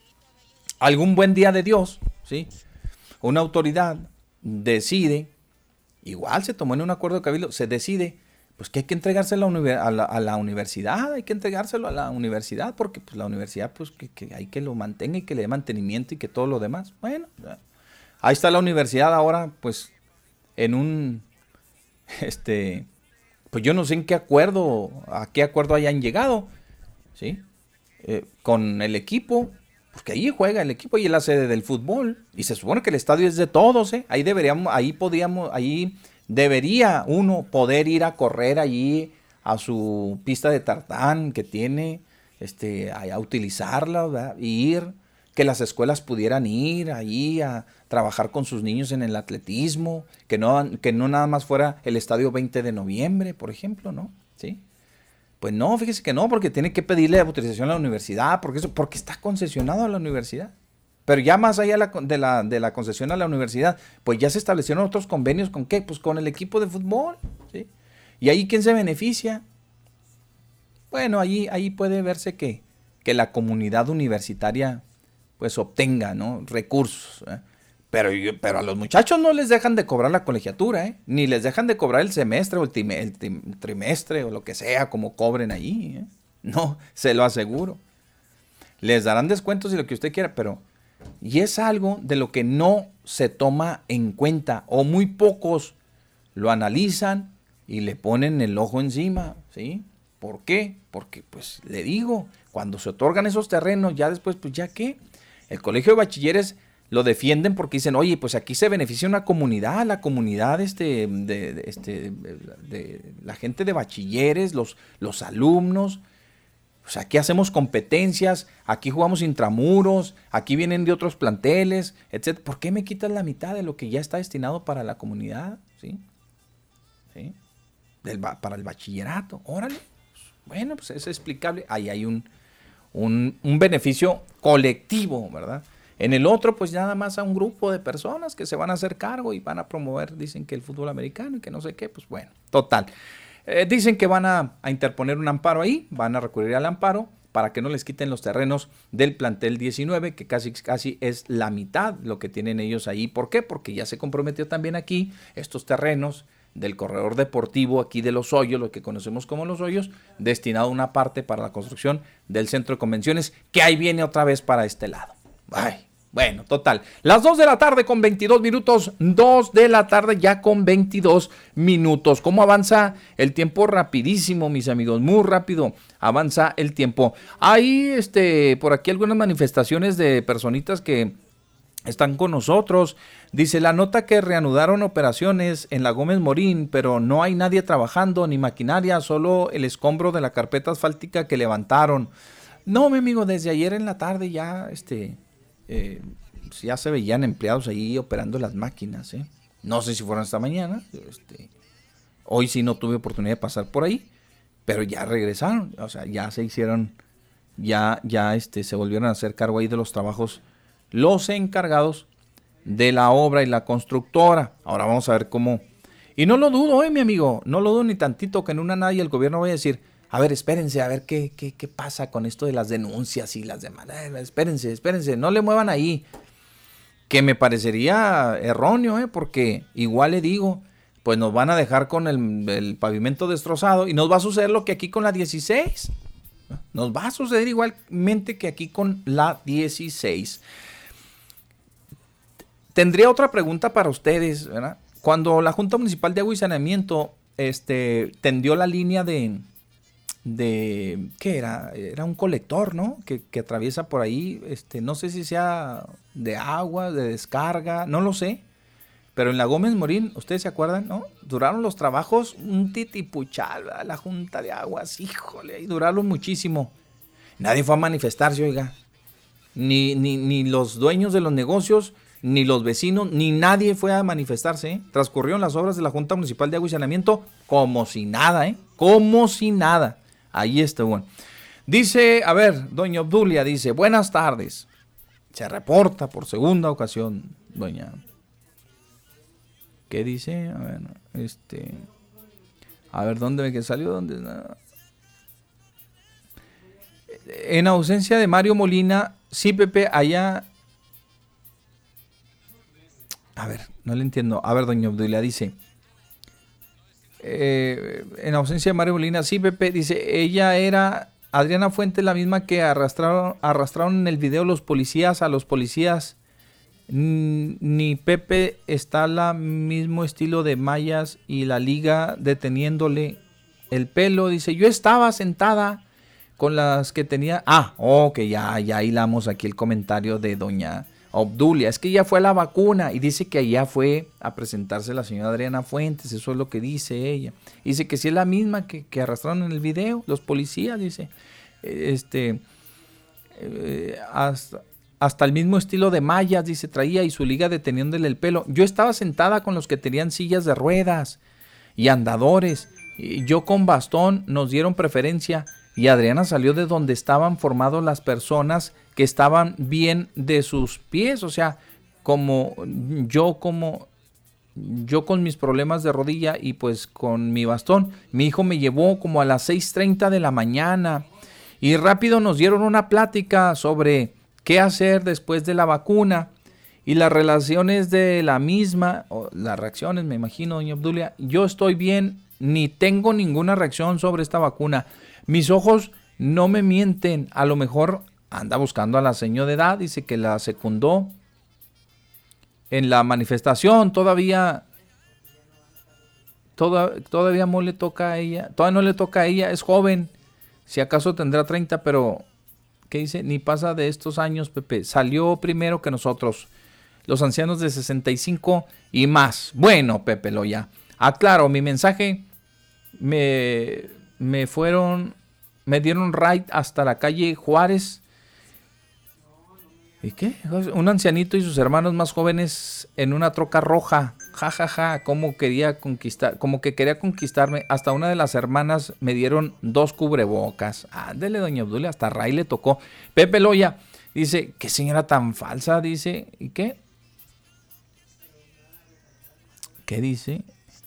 S3: Algún buen día de Dios, ¿sí? Una autoridad decide, igual se tomó en un acuerdo de cabildo, se decide pues que hay que entregárselo a la, univer- a, la, a la universidad, hay que entregárselo a la universidad, porque pues la universidad pues que, que hay que lo mantenga y que le dé mantenimiento y que todo lo demás. Bueno, ahí está la universidad ahora, pues, en un, este, pues yo no sé en qué acuerdo, a qué acuerdo hayan llegado, ¿sí? Eh, con el equipo, porque ahí juega el equipo y es la sede del fútbol, y se supone que el estadio es de todos, ¿eh? Ahí deberíamos, ahí podíamos, ahí debería uno poder ir a correr allí a su pista de tartán que tiene, este, a, a utilizarla, ¿verdad? Y ir, que las escuelas pudieran ir allí a trabajar con sus niños en el atletismo, que no, que no nada más fuera el estadio veinte de noviembre, por ejemplo, ¿no? ¿Sí? Pues no, fíjese que no, porque tiene que pedirle autorización a la universidad, porque eso, porque está concesionado a la universidad. Pero ya más allá de la, de, la, de la concesión a la universidad, pues ya se establecieron otros convenios, ¿con qué? Pues con el equipo de fútbol, ¿sí? ¿Y ahí quién se beneficia? Bueno, ahí, ahí puede verse que, que la comunidad universitaria pues obtenga, ¿no?, recursos, ¿eh? Pero, pero a los muchachos no les dejan de cobrar la colegiatura, ¿eh? Ni les dejan de cobrar el semestre o el, time, el trimestre o lo que sea, como cobren ahí, ¿eh? No, se lo aseguro. Les darán descuentos y lo que usted quiera, pero... Y es algo de lo que no se toma en cuenta, o muy pocos lo analizan y le ponen el ojo encima, ¿sí? ¿Por qué? Porque, pues, le digo, cuando se otorgan esos terrenos, ya después, pues, ¿ya qué? El colegio de bachilleres lo defienden porque dicen, oye, pues aquí se beneficia una comunidad, la comunidad este, de, de, este, de la gente de bachilleres, los, los alumnos. Pues aquí hacemos competencias, aquí jugamos intramuros, aquí vienen de otros planteles, etcétera. ¿Por qué me quitas la mitad de lo que ya está destinado para la comunidad? ¿Sí? ¿Sí? Del, para el bachillerato. Órale. Bueno, pues es explicable. Ahí hay un, un, un beneficio colectivo, ¿verdad? En el otro, pues nada más a un grupo de personas que se van a hacer cargo y van a promover, dicen que el fútbol americano y que no sé qué. Pues bueno, total. Eh, dicen que van a, a interponer un amparo ahí, van a recurrir al amparo para que no les quiten los terrenos del plantel diecinueve, que casi, casi es la mitad lo que tienen ellos ahí. ¿Por qué? Porque ya se comprometió también aquí estos terrenos del corredor deportivo aquí de Los Hoyos, lo que conocemos como Los Hoyos, destinado una parte para la construcción del centro de convenciones, que ahí viene otra vez para este lado. Ay, bueno, total. Las dos de la tarde con veintidós minutos. dos de la tarde ya con veintidós minutos. ¿Cómo avanza el tiempo? Rapidísimo, mis amigos. Muy rápido avanza el tiempo. Hay este, por aquí algunas manifestaciones de personitas que están con nosotros. Dice la nota que reanudaron operaciones en la Gómez Morín, pero no hay nadie trabajando ni maquinaria, solo el escombro de la carpeta asfáltica que levantaron. No, mi amigo, desde ayer en la tarde ya este... Eh, ya se veían empleados ahí operando las máquinas, ¿eh? No sé si fueron esta mañana, este, hoy sí no tuve oportunidad de pasar por ahí, pero ya regresaron, o sea, ya se hicieron, ya, ya este, se volvieron a hacer cargo ahí de los trabajos los encargados de la obra y la constructora. Ahora vamos a ver cómo, y no lo dudo, eh, mi amigo, no lo dudo ni tantito que en una nadie el gobierno vaya a decir, a ver, espérense, a ver qué, qué, qué pasa con esto de las denuncias y las demandas. Espérense, espérense, no le muevan ahí. Que me parecería erróneo, ¿eh? Porque igual le digo, pues nos van a dejar con el, el pavimento destrozado y nos va a suceder lo que aquí con la dieciséis. Nos va a suceder igualmente que aquí con la dieciséis. Tendría otra pregunta para ustedes, ¿verdad? Cuando la Junta Municipal de Agua y Saneamiento este, tendió la línea de... de ¿qué era? Era un colector, ¿no? Que, que atraviesa por ahí, este, no sé si sea de agua, de descarga, no lo sé, pero en la Gómez Morín, ustedes se acuerdan, ¿no? Duraron los trabajos un titipuchal, ¿verdad? La Junta de Aguas, híjole, y duraron muchísimo. Nadie fue a manifestarse, oiga, ni, ni, ni los dueños de los negocios, ni los vecinos, ni nadie fue a manifestarse, ¿eh? Transcurrieron las obras de la Junta Municipal de Agua y Saneamiento como si nada, ¿eh? Como si nada. Ahí está, bueno. Dice, a ver, doña Obdulia dice, buenas tardes. Se reporta por segunda ocasión, doña. ¿Qué dice? A ver, este. A ver, ¿dónde ve que salió? ¿Dónde? En ausencia de Mario Molina, sí, Pepe, allá. A ver, no le entiendo. A ver, doña Obdulia dice. eh, en ausencia de Mario Molina, sí, Pepe, dice, ella era Adriana Fuentes, la misma que arrastraron, arrastraron en el video los policías a los policías. Ni Pepe está la mismo estilo de mallas y la liga deteniéndole el pelo. Dice, yo estaba sentada con las que tenía... Ah, ok, ya, ya hilamos aquí el comentario de doña Obdulia. Es que ella fue a la vacuna y dice que allá fue a presentarse la señora Adriana Fuentes. Eso es lo que dice ella. Dice que sí es la misma que, que arrastraron en el video los policías, dice. Este... Eh, hasta... Hasta el mismo estilo de mallas, dice, traía y su liga deteniéndole el pelo. Yo estaba sentada con los que tenían sillas de ruedas y andadores. Y yo con bastón nos dieron preferencia. Y Adriana salió de donde estaban formados las personas que estaban bien de sus pies. O sea, como yo, como yo con mis problemas de rodilla y pues con mi bastón. Mi hijo me llevó como a las seis treinta de la mañana. Y rápido nos dieron una plática sobre... qué hacer después de la vacuna y las relaciones de la misma, o las reacciones, me imagino, doña Obdulia. Yo estoy bien, ni tengo ninguna reacción sobre esta vacuna. Mis ojos no me mienten. A lo mejor anda buscando a la señora de edad, dice que la secundó en la manifestación. Todavía, toda, todavía no le toca a ella, todavía no le toca a ella, es joven. Si acaso tendrá treinta, pero... ¿qué dice? Ni pasa de estos años, Pepe. Salió primero que nosotros, los ancianos de sesenta y cinco y más. Bueno, Pepe Loya, aclaro, mi mensaje, me, me fueron, me dieron ride hasta la calle Juárez. ¿Y qué? Un ancianito y sus hermanos más jóvenes en una troca roja. Ja, ja, ja, como quería conquistar, como que quería conquistarme. Hasta una de las hermanas me dieron dos cubrebocas. Ándele, doña Obdulia, hasta Ray le tocó. Pepe Loya dice, qué señora tan falsa, dice. ¿Y qué? ¿Qué dice?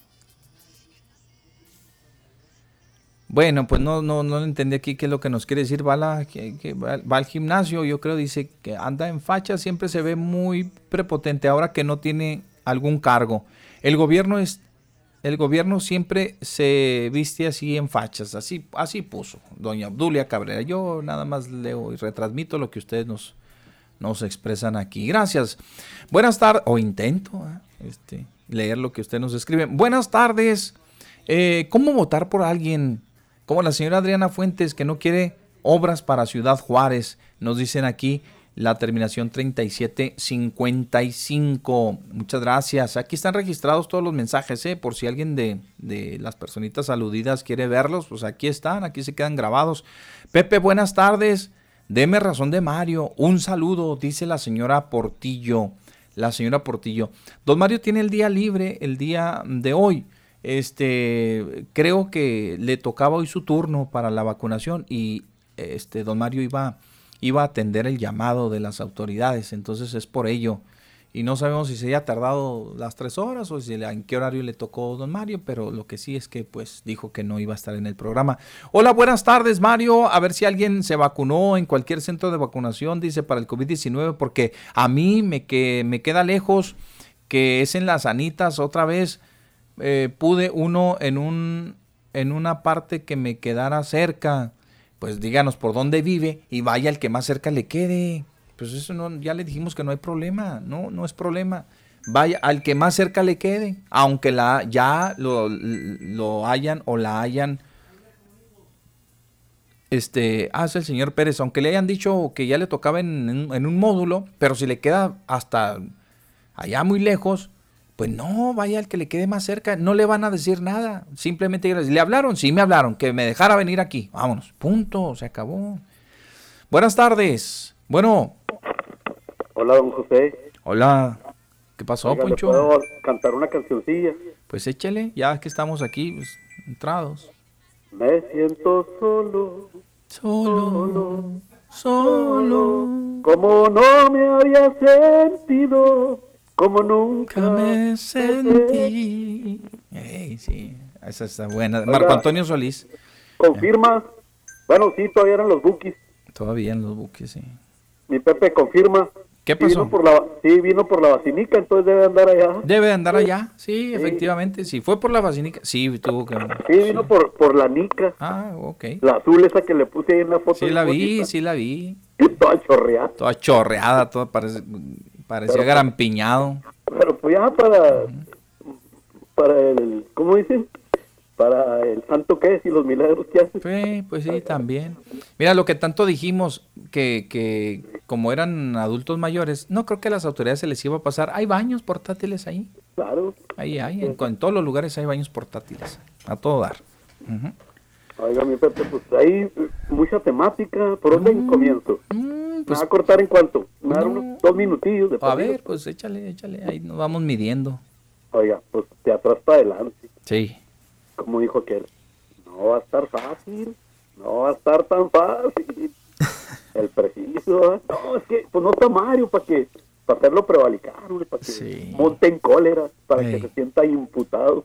S3: Bueno, pues no, no, no entendí aquí qué es lo que nos quiere decir. Va, la, que, que va, va al gimnasio, yo creo, dice que anda en facha, siempre se ve muy prepotente ahora que no tiene algún cargo. El gobierno es, el gobierno siempre se viste así en fachas, así, así puso doña Obdulia Cabrera. Yo nada más leo y retransmito lo que ustedes nos, nos expresan aquí. Gracias. Buenas tardes, o intento ¿eh? este, leer lo que ustedes nos escriben. Buenas tardes. Eh, ¿Cómo votar por alguien como la señora Adriana Fuentes, que no quiere obras para Ciudad Juárez? Nos dicen aquí la terminación treinta y siete cincuenta y cinco. Muchas gracias. Aquí están registrados todos los mensajes, ¿eh? Por si alguien de, de las personitas aludidas quiere verlos, pues aquí están, aquí se quedan grabados. Pepe, buenas tardes. Deme razón de Mario. Un saludo, dice la señora Portillo. La señora Portillo. Don Mario tiene el día libre el día de hoy. Este, creo que le tocaba hoy su turno para la vacunación y este don Mario iba, iba a atender el llamado de las autoridades, entonces es por ello. Y no sabemos si se haya tardado las tres horas o si en qué horario le tocó don Mario, pero lo que sí es que pues dijo que no iba a estar en el programa. Hola, buenas tardes, Mario. A ver si alguien se vacunó en cualquier centro de vacunación, dice, para el COVID diecinueve, porque a mí me, que, me queda lejos, que es en Las Anitas otra vez. Eh, pude uno en un en una parte que me quedara cerca, pues díganos por dónde vive y vaya el que más cerca le quede. Pues eso no, ya le dijimos que no hay problema, no, no es problema. Vaya al que más cerca le quede, aunque la ya lo, lo hayan o la hayan este, hace el señor Pérez, aunque le hayan dicho que ya le tocaba en, en, en un módulo, pero si le queda hasta allá muy lejos, pues no, vaya al que le quede más cerca, no le van a decir nada, simplemente le hablaron, sí me hablaron, que me dejara venir aquí, vámonos, punto, se acabó. Buenas tardes, bueno.
S21: Hola, don José.
S3: Hola, ¿qué pasó,
S21: Oiga,
S3: Poncho?
S21: ¿puedo cantar una cancioncilla?
S3: Pues échale, ya que estamos aquí, pues, entrados.
S21: Me siento solo,
S3: solo, solo,
S21: como no me había sentido, como nunca
S3: me sentí. Ey, sí, esa está buena. Oiga, Marco Antonio Solís.
S21: ¿Confirma? Bueno, sí, todavía eran los Bukis.
S3: Todavía en los Bukis, sí.
S21: Mi Pepe confirma.
S3: ¿Qué
S21: Sí
S3: pasó?
S21: vino por la, sí, vino por la Basinica, entonces debe andar allá.
S3: Debe de andar allá, sí, efectivamente. Si fue por la Basinica, sí, tuvo que venir.
S21: Sí, vino por, por la Nica.
S3: Ah, ok.
S21: La azul esa que le puse ahí en la foto.
S3: Sí la vi, sí la vi.
S21: Toda chorreada.
S3: Toda chorreada, toda parece, parecía
S21: Pero-
S3: garampiñado.
S21: Pero pues ya para, para el, ¿cómo dicen? Para el santo que es y los milagros que hace.
S3: Sí, pues sí, también. Mira, lo que tanto dijimos, que, que como eran adultos mayores, no creo que a las autoridades se les iba a pasar. Hay baños portátiles ahí.
S21: Claro.
S3: Ahí hay, en, en todos los lugares hay baños portátiles, a todo dar. Ujú.
S21: Oiga, mi Pepe, pues hay mucha temática. ¿Por dónde
S3: Mm,
S21: comienzo? ¿Me va a cortar en cuánto? ¿Me va a dar unos dos minutillos de
S3: A
S21: partido?
S3: ver, pues échale, échale, ahí nos vamos midiendo.
S21: Oiga, pues de atrás para adelante.
S3: Sí.
S21: Como dijo aquel, no va a estar fácil, no va a estar tan fácil. El preciso, ¿eh? No, es que pues no está Mario para que para hacerlo prevalicar, hombre, para que monte en cólera, para que se sienta imputado.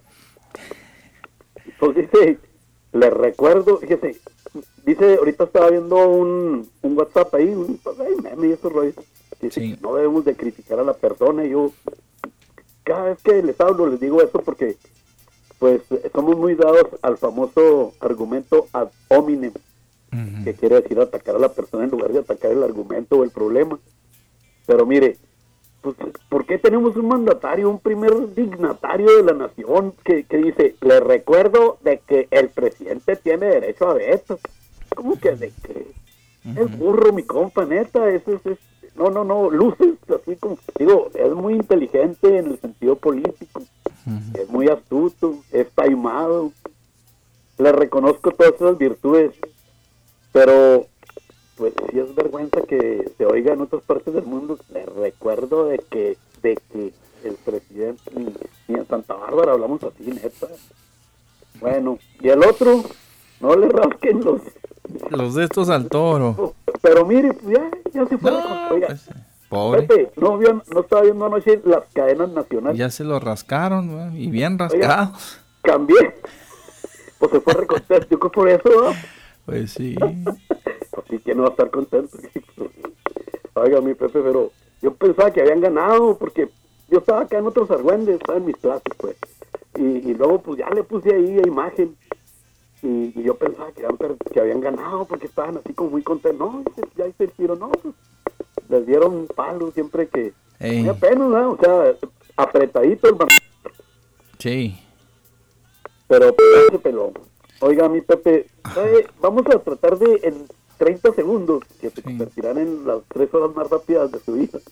S21: Entonces dice, le recuerdo, fíjese, dice, ahorita estaba viendo un, un WhatsApp ahí, un pues, ahí meme y esos rollos, que dice que no debemos de criticar a la persona, y yo cada vez que les hablo les digo eso porque pues somos muy dados al famoso argumento ad hominem, que quiere decir atacar a la persona en lugar de atacar el argumento o el problema. Pero mire, pues, ¿por qué tenemos un mandatario, un primer dignatario de la nación que, que dice, le recuerdo de que el presidente tiene derecho a veto? ¿Cómo que de qué? Es burro, mi compa, neta, eso es, es- no, no, no, luces así como, digo, es muy inteligente en el sentido político, es muy astuto, es taimado, le reconozco todas esas virtudes, pero pues sí es vergüenza que se oiga en otras partes del mundo. Le recuerdo de que de que el presidente, ni, ni en Santa Bárbara hablamos así, neta. Bueno, y el otro, no le rasquen los,
S3: Los de estos al toro.
S21: pero mire, pues ya, ya se fue. Oiga,
S3: Pobre.
S21: Pepe, no, vio- no estaba viendo anoche las cadenas nacionales.
S3: Ya se lo rascaron, ¿no? Y bien rascados.
S21: Cambié. Pues se fue recontento. Yo creo por eso, ¿no?
S3: Pues sí.
S21: Pues sí, que no va a estar contento. Oiga, mi Pepe, pero yo pensaba que habían ganado porque yo estaba acá en otros argüendes, estaba en mis clases, pues. Y, y luego, pues ya le puse ahí a imagen. Y, y yo pensaba que habían, per- que habían ganado porque estaban así como muy contentos. No, dice, ya hice el tiro, no, pues les dieron palo siempre que.
S3: Ey.
S21: Muy apenas, ¿no? O sea, apretadito el man-
S3: Sí.
S21: Pero, pues, ese pelón. Oiga, mi Pepe, ¿sabe? Vamos a tratar de en treinta segundos, que se convertirán en las tres horas más rápidas de su vida.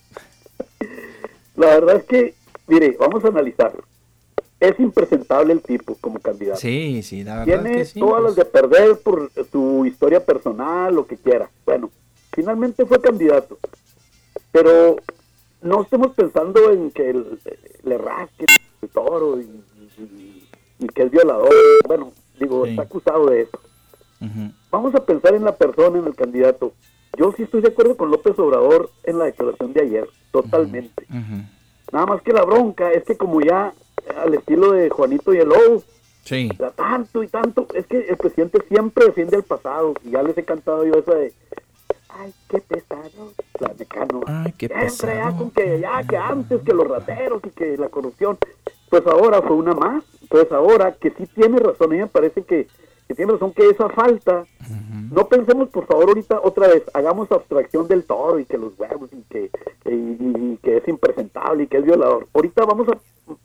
S21: La verdad es que, mire, vamos a analizar. Es impresentable el tipo como candidato.
S3: Sí, sí, la verdad
S21: Tiene
S3: que sí.
S21: todas las de perder por su historia personal, lo que quiera. Bueno, finalmente fue candidato. Pero no estemos pensando en que el- le rasque el toro y, y- y que es violador. Bueno, digo, está acusado de eso. Vamos a pensar en la persona, en el candidato. Yo sí estoy de acuerdo con López Obrador en la declaración de ayer, totalmente. Nada más que la bronca es que como ya al estilo de Juanito y el Lobo,
S3: Sí.
S21: da tanto y tanto, es que el presidente siempre defiende el pasado, y ya les he cantado yo esa de, ay, qué pesado, la mecano.
S3: Ay, qué
S21: Siempre
S3: pesado.
S21: ya con que ya que antes que los rateros y que la corrupción, pues ahora fue una más. Entonces ahora que sí tiene razón, a mí me parece que, que tiene razón que esa falta, no pensemos por favor ahorita otra vez, hagamos abstracción del toro y que los huevos y que, y, y- y que es impresentable y que es violador. Ahorita vamos a,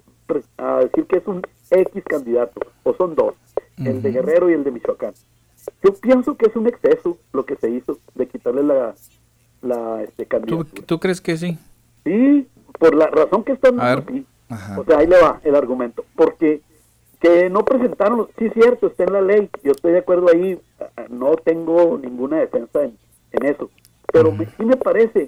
S21: a decir que es un X candidato, o son dos, el de Guerrero y el de Michoacán. Yo pienso que es un exceso lo que se hizo de quitarle la, la este,
S3: ¿Tú,
S21: candidatura.
S3: tú crees que sí?
S21: Sí, por la razón que están
S3: A ver.
S21: aquí.
S3: Ajá.
S21: O sea, ahí le va el argumento. Porque que no presentaron, sí es cierto, está en la ley, yo estoy de acuerdo ahí, ah, no tengo ninguna defensa en, en eso. Pero me- sí me parece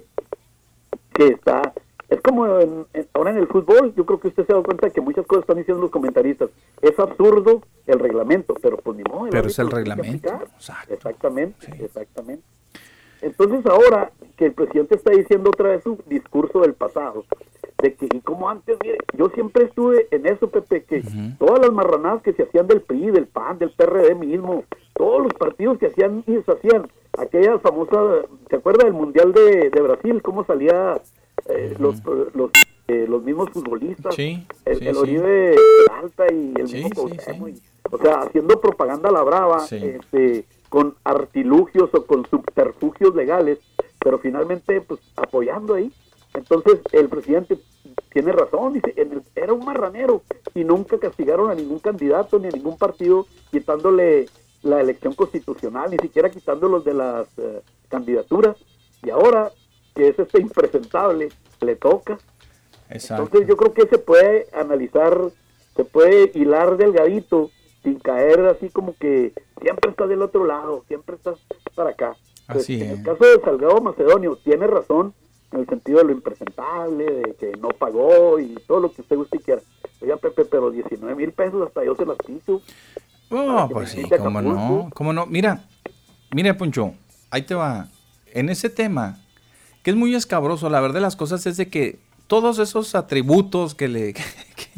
S21: que está, es como en- en- ahora en el fútbol, yo creo que usted se ha dado cuenta que muchas cosas están diciendo los comentaristas. Es absurdo el reglamento, pero pues ni modo.
S3: Pero es el
S21: árbitro lo tiene que
S3: reglamento.
S21: aplicar. Exactamente, exactamente. Entonces ahora que el presidente está diciendo otra vez su discurso del pasado, de que y como antes, mire, yo siempre estuve en eso, Pepe, que todas las marranadas que se hacían del P R I, del P A N, del P R D mismo, todos los partidos que hacían y deshacían, aquella famosa, ¿se acuerda del Mundial de, de Brasil? ¿Cómo salía eh, uh-huh. los, los, eh, los mismos futbolistas,
S3: sí,
S21: el,
S3: sí,
S21: el
S3: sí.
S21: Oribe Alta y el
S3: sí,
S21: mismo
S3: sí,
S21: Cuauhtémoc,
S3: sí.
S21: o sea, haciendo propaganda a la brava,
S3: sí.
S21: este, con artilugios o con subterfugios legales, pero finalmente pues apoyando ahí. Entonces el presidente tiene razón, dice, en el, era un marranero y nunca castigaron a ningún candidato ni a ningún partido quitándole la elección constitucional, ni siquiera quitándolos de las uh, candidaturas, y ahora que es este impresentable, le toca.
S3: Exacto.
S21: Entonces yo creo que se puede analizar, se puede hilar delgadito, sin caer así como que siempre estás del otro lado, siempre estás para acá. Pues,
S3: así
S21: en
S3: es.
S21: el caso de Salgado Macedonio, tiene razón en el sentido de lo impresentable, de que no pagó y todo lo que usted guste y quiera. Oiga, Pepe, pero diecinueve mil pesos hasta yo se las piso.
S3: Oh, pues sí, cómo no, cómo no. Mira, mira, Poncho, ahí te va. En ese tema, que es muy escabroso, la verdad de las cosas es de que todos esos atributos que le que,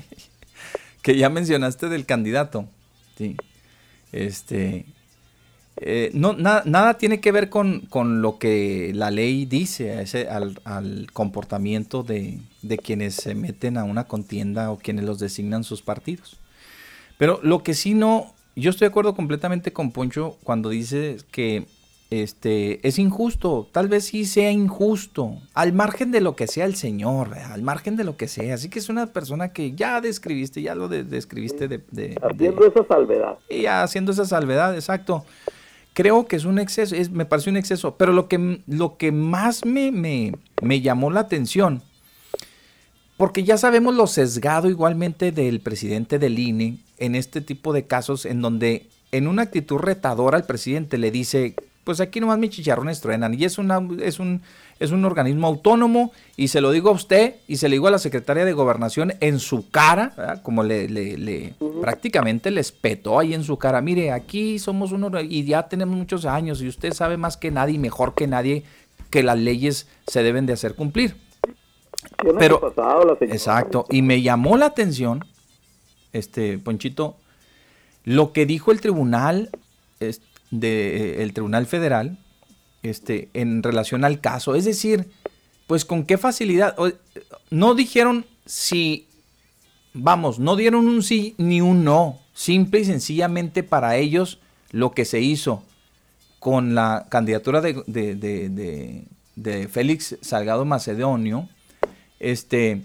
S3: que ya mencionaste del candidato, sí, este, eh, no, na, nada tiene que ver con, con lo que la ley dice, a ese, al, al comportamiento de, de quienes se meten a una contienda o quienes los designan sus partidos. Pero lo que sí no, yo estoy de acuerdo completamente con Poncho cuando dice que este es injusto, tal vez sí sea injusto, al margen de lo que sea el señor, ¿verdad? Al margen de lo que sea, así que es una persona que ya describiste, ya lo de, describiste de, de...
S21: Haciendo
S3: de,
S21: esa salvedad.
S3: Ya, haciendo esa salvedad, exacto. Creo que es un exceso, es, me parece un exceso, pero lo que, lo que más me, me, me llamó la atención, porque ya sabemos lo sesgado igualmente del presidente del I N E en este tipo de casos en donde en una actitud retadora el presidente le dice, pues aquí nomás mis chicharrones truenan y es, una, es, un, es un organismo autónomo y se lo digo a usted y se lo digo a la secretaria de Gobernación en su cara, ¿verdad? Como le, le, le uh-huh. prácticamente le espetó ahí en su cara, mire, aquí somos unos y ya tenemos muchos años y usted sabe más que nadie y mejor que nadie que las leyes se deben de hacer cumplir. Pero,
S21: pasado,
S3: exacto, y me llamó la atención, este Ponchito, lo que dijo el tribunal, este, de, el Tribunal Federal, este, en relación al caso, es decir, pues con qué facilidad, no dijeron si, vamos, no dieron un sí ni un no, simple y sencillamente para ellos lo que se hizo con la candidatura de, de, de, de, de Félix Salgado Macedonio, este,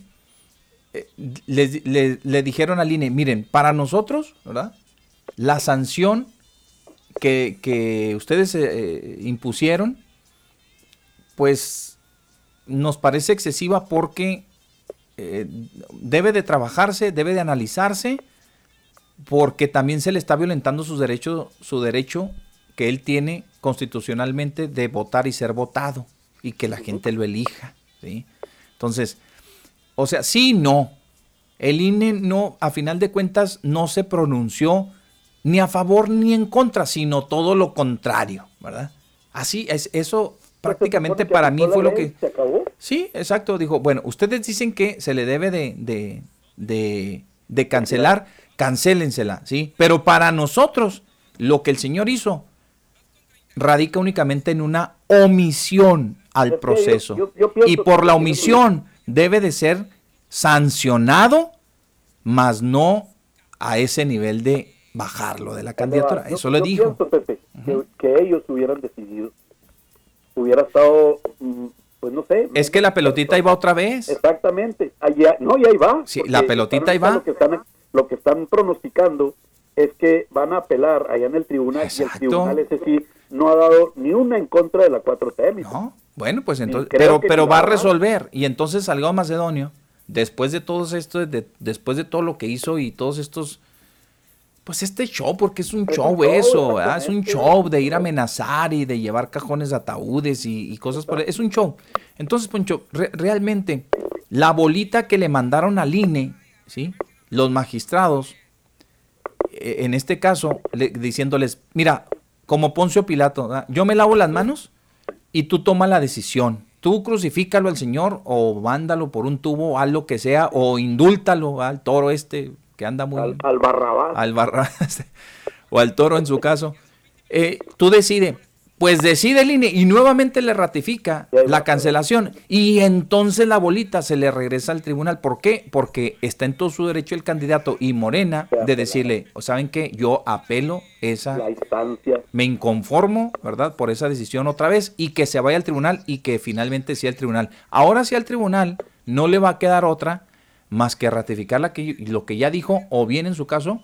S3: le, le, le dijeron al I N E, miren, para nosotros, ¿verdad? La sanción que, que ustedes eh, impusieron, pues nos parece excesiva porque eh, debe de trabajarse, debe de analizarse, porque también se le está violentando sus derechos, su derecho que él tiene constitucionalmente de votar y ser votado, y que la gente lo elija, ¿sí? Entonces, o sea, sí y no. El I N E no, a final de cuentas, no se pronunció ni a favor ni en contra, sino todo lo contrario, ¿verdad? Así es, eso prácticamente para mí fue lo que...
S21: ¿Se acabó?
S3: Sí, exacto. Dijo, bueno, ustedes dicen que se le debe de, de, de, de cancelar, cancélensela, ¿sí? Pero para nosotros, lo que el señor hizo radica únicamente en una omisión al proceso. Yo, yo, yo y por la omisión debe de ser sancionado, mas no a ese nivel de bajarlo de la candidatura.
S21: Yo,
S3: Eso le dijo.
S21: Pienso, Pepe, uh-huh. que, que ellos hubieran decidido. Hubiera estado, pues no sé.
S3: Es que la pelotita ahí va otra vez.
S21: Exactamente. Allá, no, y ahí va.
S3: Sí, la pelotita ahí va.
S21: Lo que, están, lo que están pronosticando es que van a apelar allá en el tribunal. Exacto. Y el tribunal ese sí no ha dado ni una en contra de la cuatro T.
S3: No, bueno, pues entonces, pero, pero va a resolver. Y entonces Salgado Macedonio, después de todo esto, de, después de todo lo que hizo y todos estos, pues este show, porque es un es show, un show eso, ¿verdad? Es un show de ir a amenazar y de llevar cajones de ataúdes y, y cosas por ahí. Es un show. Entonces, Poncho, re, realmente, la bolita que le mandaron al I N E, ¿sí? Los magistrados, eh, en este caso, le, diciéndoles, mira, como Poncio Pilato, ¿verdad? Yo me lavo las manos y tú toma la decisión. Tú crucifícalo al Señor o mándalo por un tubo, haz lo que sea, o indúltalo al toro este que anda muy...
S21: Al, al Barrabás.
S3: Al Barrabás, o al toro en su caso. Eh, tú decides, Pues decide el I N E y nuevamente le ratifica la cancelación y entonces la bolita se le regresa al tribunal. ¿Por qué? Porque está en todo su derecho el candidato y Morena de decirle, ¿saben qué? Yo apelo esa,
S21: la instancia.
S3: Me inconformo, ¿verdad? Por esa decisión otra vez y que se vaya al tribunal y que finalmente sea el tribunal. Ahora sí al tribunal no le va a quedar otra más que ratificar la que, lo que ya dijo o bien en su caso,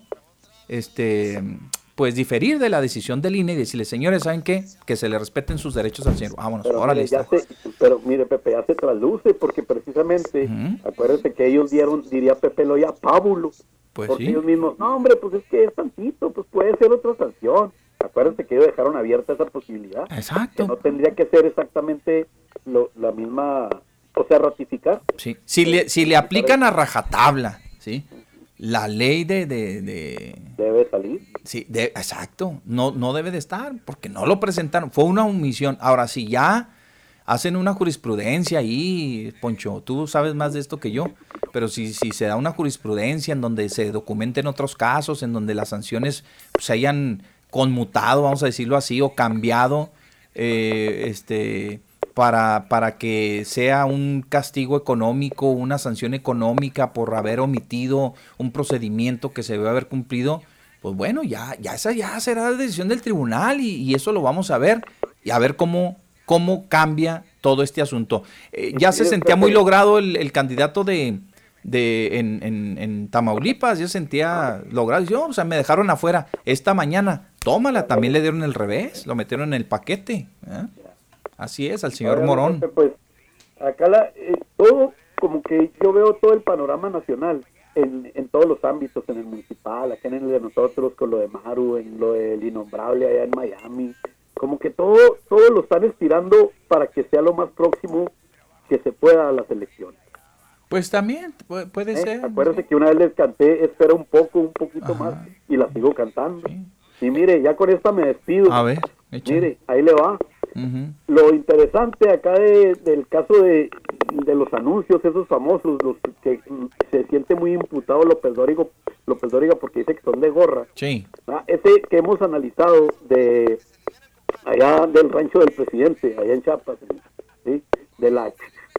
S3: este... pues diferir de la decisión del I N E y decirle, señores, ¿saben qué? Que se le respeten sus derechos al señor. Vámonos,
S21: pero,
S3: órale.
S21: Mire, ya se, pero mire, Pepe, ya se trasluce, porque precisamente, uh-huh. acuérdense que ellos dieron, diría Pepe Loya, pábulo.
S3: Pues
S21: porque
S3: sí.
S21: ellos mismos, no, hombre, pues es que es tantito, pues puede ser otra sanción. Acuérdense que ellos dejaron abierta esa posibilidad.
S3: Exacto.
S21: Que no tendría que ser exactamente lo, la misma, o sea, ratificar.
S3: Sí. Si le, si le aplican a rajatabla, ¿sí? La ley de, de, de...
S21: Debe salir.
S3: Sí, de, exacto. No, no debe de estar, porque no lo presentaron. Fue una omisión. Ahora, si ya hacen una jurisprudencia ahí, Poncho, tú sabes más de esto que yo, pero si, si se da una jurisprudencia en donde se documenten otros casos, en donde las sanciones pues, se hayan conmutado, vamos a decirlo así, o cambiado, eh, este... Para, para que sea un castigo económico, una sanción económica por haber omitido un procedimiento que se debe haber cumplido, pues bueno, ya, ya esa ya será la decisión del tribunal y, y eso lo vamos a ver y a ver cómo, cómo cambia todo este asunto. Eh, ya se sentía muy logrado el, el candidato de, de en, en, en Tamaulipas, ya se sentía logrado. Yo, o sea, me dejaron afuera esta mañana, tómala, también le dieron el revés, lo metieron en el paquete, ¿eh? Así es, al señor
S21: Ahora,
S3: Morón.
S21: Pues acá la, eh, todo, como que yo veo todo el panorama nacional en, en todos los ámbitos, en el municipal, acá en el de nosotros, con lo de Maru, en lo del Innombrable allá en Miami, como que todo, todo lo están estirando para que sea lo más próximo que se pueda a las elecciones.
S3: Pues también, puede, puede
S21: ¿Eh?
S3: ser.
S21: Acuérdense que una vez les canté, espera un poco, un poquito Ajá. más, y la sigo cantando. Sí. Y mire, ya con esta me despido.
S3: A ver, échale.
S21: Mire, ahí le va. Uh-huh. Lo interesante acá de, del caso de, de los anuncios, esos famosos, los que se siente muy imputado López Dóriga, López Dóriga porque dice que son de gorra.
S3: Sí.
S21: ¿Ah? Ese que hemos analizado de allá del rancho del presidente, allá en Chiapas, ¿sí? De la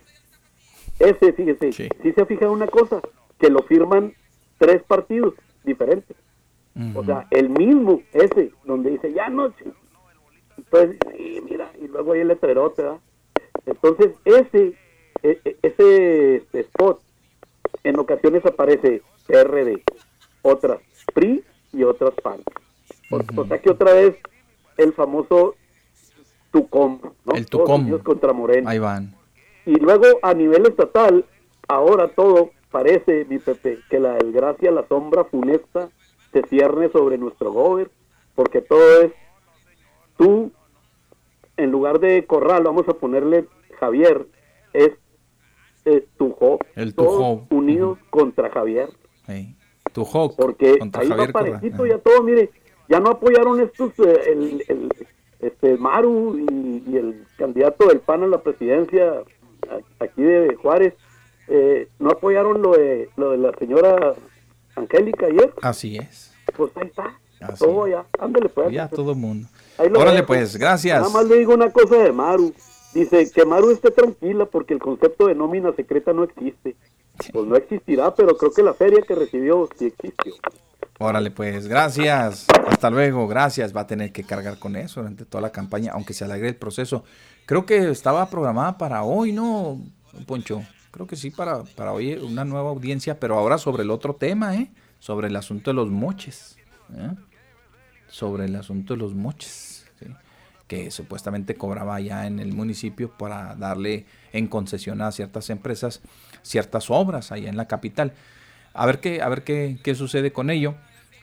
S21: ese, fíjese, sí. sí se fija una cosa, que lo firman tres partidos diferentes. Uh-huh. O sea, el mismo, ese, donde dice ya no. Entonces, sí, mira, y luego hay el letrerote, ¿verdad? Entonces, ese, ese este spot, en ocasiones aparece P R D, otras P R I y otras P A N. O, uh-huh. o sea que otra vez el famoso Tucom, ¿no?
S3: El Tucom.
S21: Contra Morena.
S3: Ahí van.
S21: Y luego, a nivel estatal, ahora todo parece, mi Pepe, que la desgracia, la sombra funesta, se cierne sobre nuestro gobierno, porque todo es tú, en lugar de Corral, vamos a ponerle Javier, es eh, Tujó.
S3: El Tujó.
S21: Unidos uh-huh. contra Javier.
S3: Sí. Tujó.
S21: Porque
S3: contra
S21: ahí
S3: Javier
S21: va parejito ya todo, mire, ya no apoyaron estos, eh, el, el, este Maru y, y el candidato del P A N a la presidencia aquí de Juárez, eh, no apoyaron lo de, lo de la señora Angélica ayer.
S3: Así es.
S21: Pues ahí está. Así todo ya, ándale pues.
S3: Ya todo el mundo.
S21: Órale
S3: dejo. Pues, gracias.
S21: Nada más le digo una cosa de Maru. Dice que Maru esté tranquila porque el concepto de nómina secreta no existe. Pues no existirá, pero creo que la feria que recibió sí existió.
S3: Órale pues, gracias. Hasta luego, gracias. Va a tener que cargar con eso durante toda la campaña, aunque se alegre el proceso. Creo que estaba programada para hoy, ¿no, Poncho? Creo que sí, para, para hoy una nueva audiencia, pero ahora sobre el otro tema, ¿eh? Sobre el asunto de los moches. ¿eh? Sobre el asunto de los moches, ¿sí? Que supuestamente cobraba allá en el municipio para darle en concesión a ciertas empresas ciertas obras allá en la capital. A ver qué, a ver qué, qué sucede con ello.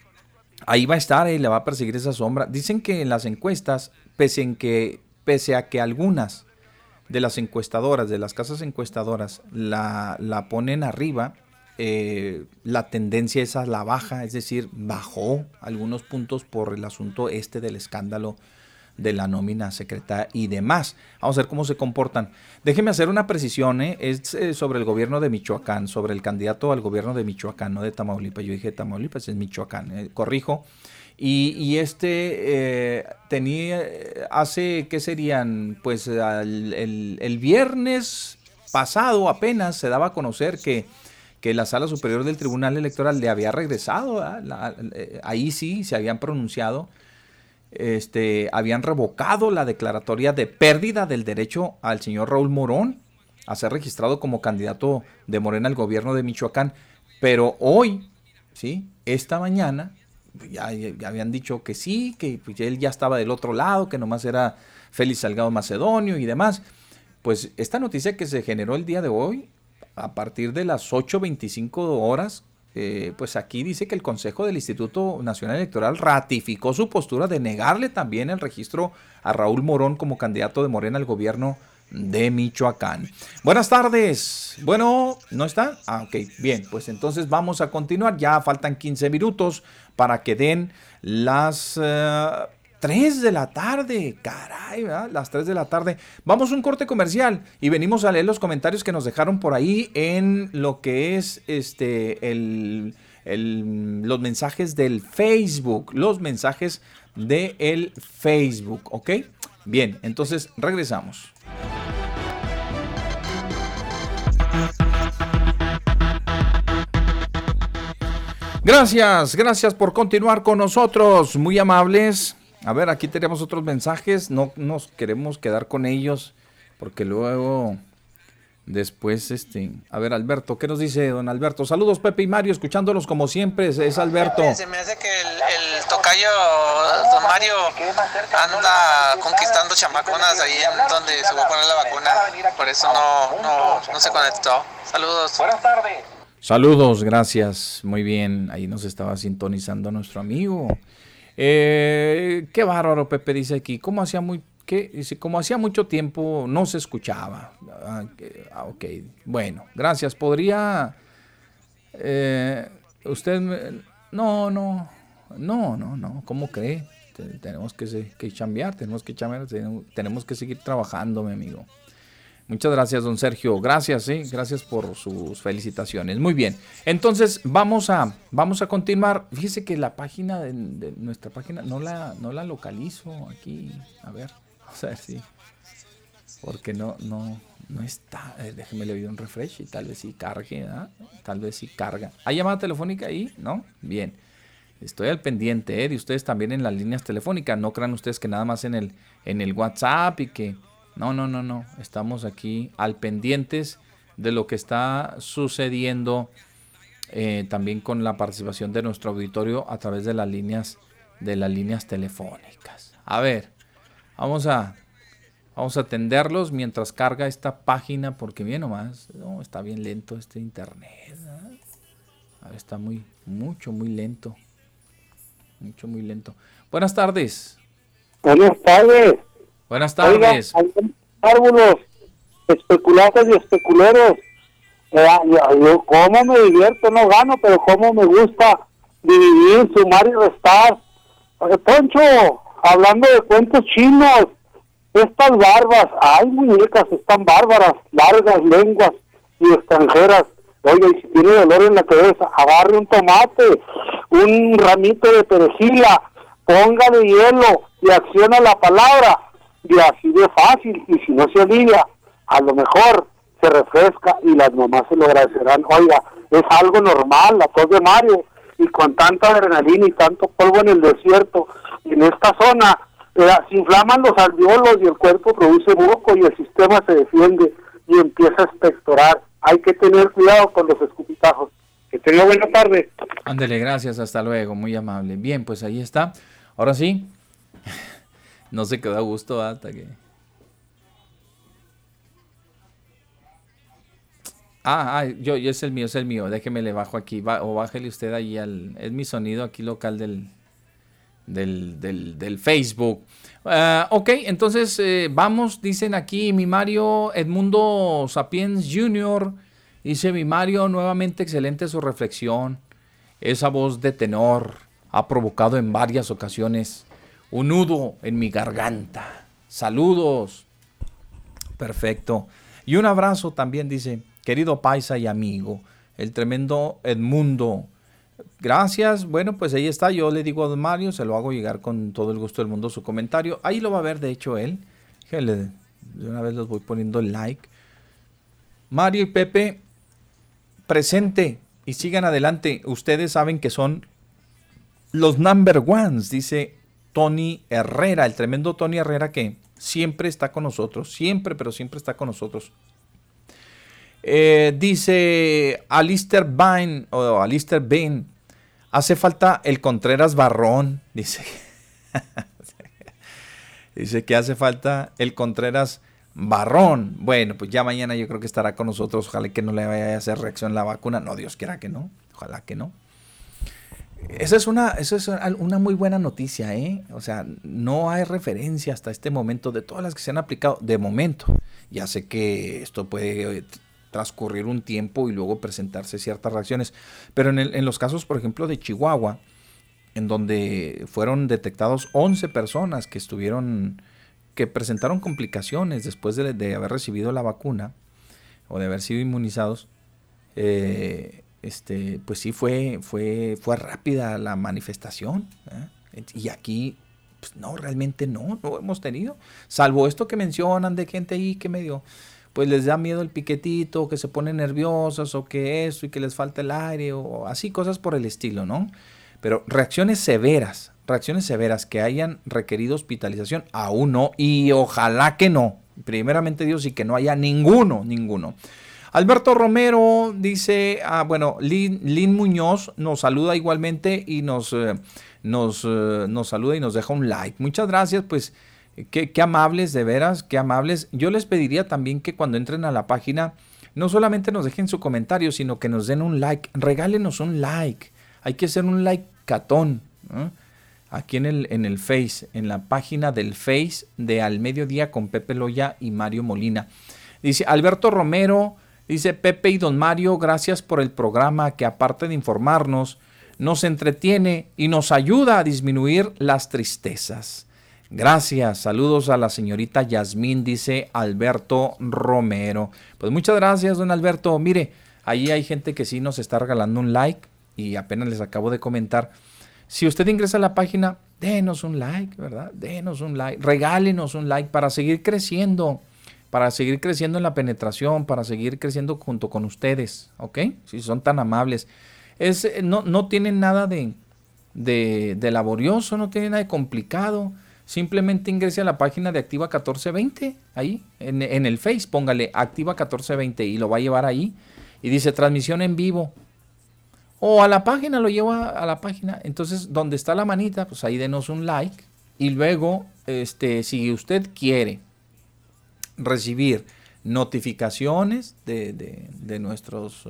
S3: Ahí va a estar y le va a perseguir esa sombra. Dicen que en las encuestas, pese, en que, pese a que algunas de las encuestadoras, de las casas encuestadoras, la, la ponen arriba, Eh, la tendencia es a la baja, es decir, bajó algunos puntos por el asunto este del escándalo de la nómina secreta y demás. Vamos a ver cómo se comportan. Déjeme hacer una precisión, ¿eh? es eh, sobre el gobierno de Michoacán, sobre el candidato al gobierno de Michoacán, no de Tamaulipas. Yo dije Tamaulipas, es Michoacán, eh, corrijo. Y, y este eh, tenía, hace, ¿qué serían? Pues al, el, el viernes pasado apenas se daba a conocer que, que la Sala Superior del Tribunal Electoral le había regresado, la, eh, ahí sí se habían pronunciado, este, habían revocado la declaratoria de pérdida del derecho al señor Raúl Morón a ser registrado como candidato de Morena al gobierno de Michoacán. Pero hoy, ¿sí? Esta mañana, Ya, ya habían dicho que sí, que pues, él ya estaba del otro lado, que nomás era Félix Salgado Macedonio y demás. Pues esta noticia que se generó el día de hoy, a partir de las ocho veinticinco horas, eh, pues aquí dice que el Consejo del Instituto Nacional Electoral ratificó su postura de negarle también el registro a Raúl Morón como candidato de Morena al gobierno de Michoacán. Buenas tardes. Bueno, ¿no está? Ah, ok, bien, pues entonces vamos a continuar. Ya faltan quince minutos para que den las uh, tres de la tarde. Caray, ¿verdad? Las tres de la tarde. Vamos a un corte comercial y venimos a leer los comentarios que nos dejaron por ahí en lo que es este el, el, los mensajes del Facebook. Los mensajes del Facebook, ¿ok? Bien, entonces regresamos. Gracias, gracias por continuar con nosotros, muy amables. A ver, aquí tenemos otros mensajes, no nos queremos quedar con ellos, porque luego, después, este, a ver, Alberto, ¿qué nos dice don Alberto? Saludos, Pepe y Mario, escuchándolos como siempre, es, es Alberto.
S1: Se me hace que el, el tocayo, don Mario, anda conquistando chamaconas ahí en donde se va a poner la vacuna, por eso no, no, no se conectó. Saludos. Buenas tardes.
S3: Saludos, gracias, muy bien, ahí nos estaba sintonizando nuestro amigo. Eh, qué bárbaro, Pepe dice aquí, ¿cómo hacía muy, qué? Dice, como hacía mucho tiempo no se escuchaba. Ah, ah, ok, bueno, gracias. ¿Podría eh, usted, no, no, no, no, no, ¿cómo cree? Tenemos que, que chambear, tenemos que chambear, tenemos que seguir trabajando, mi amigo. Muchas gracias, don Sergio. Gracias, sí, gracias por sus felicitaciones. Muy bien. Entonces, vamos a, vamos a continuar. Fíjese que la página de, de nuestra página no la, no la localizo aquí. A ver, vamos a ver si. Porque no, no, no está. Eh, déjeme le doy un refresh y tal vez sí cargue, ¿eh? Tal vez sí carga. ¿Hay llamada telefónica ahí? ¿No? Bien. Estoy al pendiente, ¿eh? De ustedes también en las líneas telefónicas. No crean ustedes que nada más en el, en el WhatsApp y que. No, no, no, no. Estamos aquí al pendientes de lo que está sucediendo eh, también con la participación de nuestro auditorio a través de las líneas de las líneas telefónicas. A ver, vamos a vamos a atenderlos mientras carga esta página porque bien nomás, no, está bien lento este internet, ¿no? A ver, está muy mucho muy lento. Mucho muy lento. Buenas tardes.
S22: Buenas tardes.
S3: Buenas tardes.
S22: Oiga, árboles, especulantes y especuleros. Eh, yo, yo cómo me divierto, no gano, pero cómo me gusta dividir, sumar y restar. Oye, Poncho, hablando de cuentos chinos, estas barbas, ay muñecas, están bárbaras, largas lenguas y extranjeras. Oye, y si tiene dolor en la cabeza, agarre un tomate, un ramito de perejila, póngale hielo y acciona la palabra. Y así de fácil, y si no se alivia, a lo mejor se refresca y las mamás se lo agradecerán. Oiga, es algo normal, la tos de Mario, y con tanta adrenalina y tanto polvo en el desierto, en esta zona, eh, se inflaman los alveolos y el cuerpo produce moco y el sistema se defiende y empieza a expectorar. Hay que tener cuidado con los escupitajos. Que tenga buena tarde.
S3: Ándele, gracias, hasta luego, muy amable. Bien, pues ahí está. Ahora sí. No se quedó a gusto hasta que... Ah, ah yo, yo es el mío, es el mío. Déjeme le bajo aquí. Va, o bájele usted ahí al... Es mi sonido aquí local del... Del, del, del Facebook. Uh, ok, entonces eh, vamos, dicen aquí mi Mario Edmundo Sapiens junior Dice mi Mario, nuevamente excelente su reflexión. Esa voz de tenor ha provocado en varias ocasiones un nudo en mi garganta. Saludos. Perfecto. Y un abrazo también, dice, querido paisa y amigo, el tremendo Edmundo. Gracias. Bueno, pues ahí está. Yo le digo a don Mario, se lo hago llegar con todo el gusto del mundo su comentario. Ahí lo va a ver, de hecho, él. Déjenle, de una vez los voy poniendo el like. Mario y Pepe, presente y sigan adelante. Ustedes saben que son los number ones, dice Tony Herrera, el tremendo Tony Herrera que siempre está con nosotros, siempre, pero siempre está con nosotros. Eh, dice Alistair Bain, o Alistair Bain, hace falta el Contreras Barrón, dice. Dice que hace falta el Contreras Barrón. Bueno, pues ya mañana yo creo que estará con nosotros. Ojalá que no le vaya a hacer reacción la vacuna. No, Dios quiera que no. Ojalá que no. Esa es una, esa es una muy buena noticia, ¿eh? O sea, no hay referencia hasta este momento de todas las que se han aplicado. De momento. Ya sé que esto puede transcurrir un tiempo y luego presentarse ciertas reacciones. Pero en, el, en los casos, por ejemplo, de Chihuahua, en donde fueron detectados once personas que estuvieron, que presentaron complicaciones después de, de haber recibido la vacuna o de haber sido inmunizados, eh, este, pues sí fue, fue, fue rápida la manifestación, ¿eh? Y aquí, pues no, realmente no, no hemos tenido, salvo esto que mencionan de gente ahí que medio, pues les da miedo el piquetito, que se ponen nerviosos o que eso y que les falta el aire o así, cosas por el estilo, ¿no? Pero reacciones severas, reacciones severas que hayan requerido hospitalización, aún no, y ojalá que no. Primeramente Dios, y que no haya ninguno, ninguno. Alberto Romero dice, ah, bueno, Lin, Lin Muñoz nos saluda igualmente y nos, eh, nos, eh, nos saluda y nos deja un like. Muchas gracias, pues, qué, qué amables, de veras, qué amables. Yo les pediría también que cuando entren a la página, no solamente nos dejen su comentario, sino que nos den un like, regálenos un like. Hay que hacer un like catón, ¿eh? Aquí en el, en el Face, en la página del Face de Al Mediodía con Pepe Loya y Mario Molina. Dice Alberto Romero, dice Pepe y don Mario, gracias por el programa que aparte de informarnos, nos entretiene y nos ayuda a disminuir las tristezas. Gracias, saludos a la señorita Yasmín, dice Alberto Romero. Pues muchas gracias, don Alberto. Mire, ahí hay gente que sí nos está regalando un like. Y apenas les acabo de comentar, si usted ingresa a la página, denos un like, ¿verdad? Denos un like, regálenos un like para seguir creciendo, para seguir creciendo en la penetración, para seguir creciendo junto con ustedes, ¿ok? Si son tan amables. Es, no, no tienen nada de, de, de laborioso, no tienen nada de complicado. Simplemente ingrese a la página de Activa catorce veinte, ahí, en, en el Face, póngale Activa catorce veinte y lo va a llevar ahí. Y dice transmisión en vivo. O a la página, lo lleva a la página. Entonces, donde está la manita, pues ahí denos un like. Y luego, este, si usted quiere recibir notificaciones de, de, de nuestros,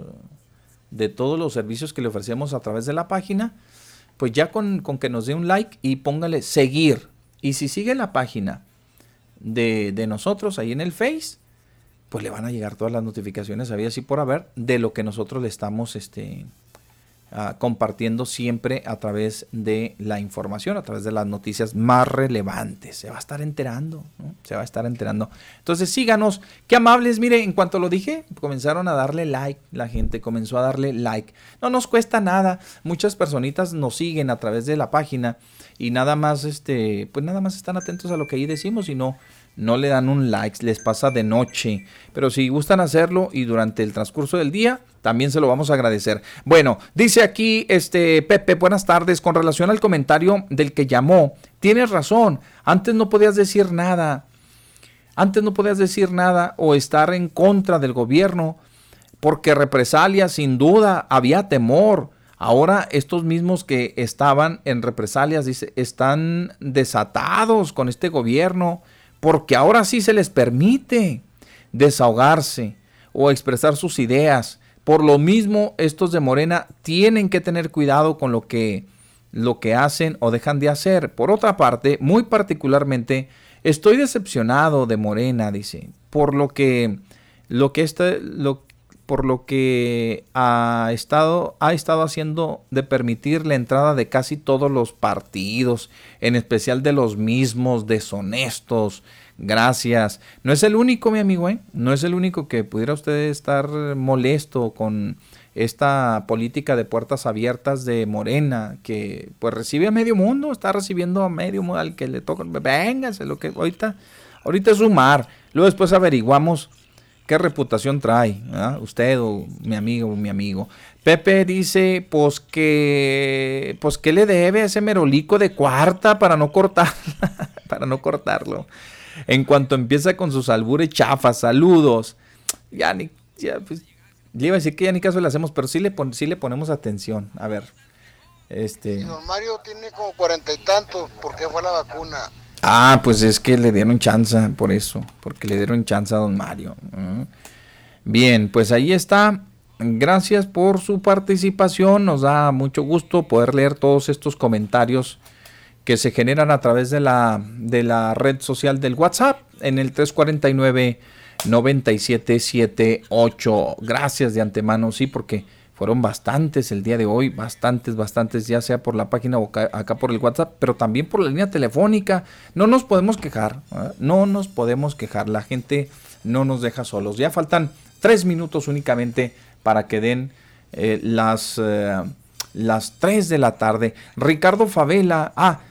S3: de todos los servicios que le ofrecemos a través de la página, pues ya con, con que nos dé un like y póngale seguir. Y si sigue la página de, de nosotros ahí en el Face, pues le van a llegar todas las notificaciones, había así por haber, de lo que nosotros le estamos, este... Uh, compartiendo siempre a través de la información, a través de las noticias más relevantes. Se va a estar enterando, ¿no? Se va a estar enterando. Entonces síganos, qué amables. Mire, en cuanto lo dije, comenzaron a darle like, la gente comenzó a darle like. No nos cuesta nada, muchas personitas nos siguen a través de la página y nada más, este, pues nada más están atentos a lo que ahí decimos y no, no le dan un like, les pasa de noche. Pero si gustan hacerlo y durante el transcurso del día, también se lo vamos a agradecer. Bueno, dice aquí este Pepe, buenas tardes, con relación al comentario del que llamó, tienes razón, antes no podías decir nada, antes no podías decir nada o estar en contra del gobierno, porque represalia, sin duda, había temor. Ahora estos mismos que estaban en represalias, dice, están desatados con este gobierno, porque ahora sí se les permite desahogarse o expresar sus ideas. Por lo mismo, estos de Morena tienen que tener cuidado con lo que, lo que hacen o dejan de hacer. Por otra parte, muy particularmente, estoy decepcionado de Morena, dice, por lo que, lo que, este, lo, por lo que ha, estado, ha estado haciendo de permitir la entrada de casi todos los partidos, en especial de los mismos deshonestos. Gracias. No es el único, mi amigo, ¿eh? No es el único que pudiera usted estar molesto con esta política de puertas abiertas de Morena, que pues recibe a medio mundo, está recibiendo a medio mundo, al que le toca, véngase, lo que ahorita, ahorita es sumar, luego después averiguamos qué reputación trae, ¿eh? Usted o mi amigo o mi amigo. Pepe dice, pues que, pues que le debe a ese merolico de cuarta para no cortar, para no cortarlo. En cuanto empieza con sus albures chafas, saludos, ya ni, ya pues, le iba a decir que ya ni caso le hacemos, pero sí le, pon, sí le ponemos atención. A ver, este...
S5: Y don Mario tiene como cuarenta y tantos, ¿por qué fue la vacuna?
S3: Ah, pues es que le dieron chance, por eso, porque le dieron chance a don Mario. ¿eh? Bien, pues ahí está. Gracias por su participación, nos da mucho gusto poder leer todos estos comentarios que se generan a través de la, de la red social del WhatsApp en el tres cuatro nueve, nueve siete siete ocho. Gracias de antemano, sí, porque fueron bastantes el día de hoy, bastantes, bastantes, ya sea por la página o acá, acá por el WhatsApp, pero también por la línea telefónica. No nos podemos quejar, ¿eh? no nos podemos quejar, la gente no nos deja solos. Ya faltan tres minutos únicamente para que den eh, las, eh, las tres de la tarde. Ricardo Favela, ah,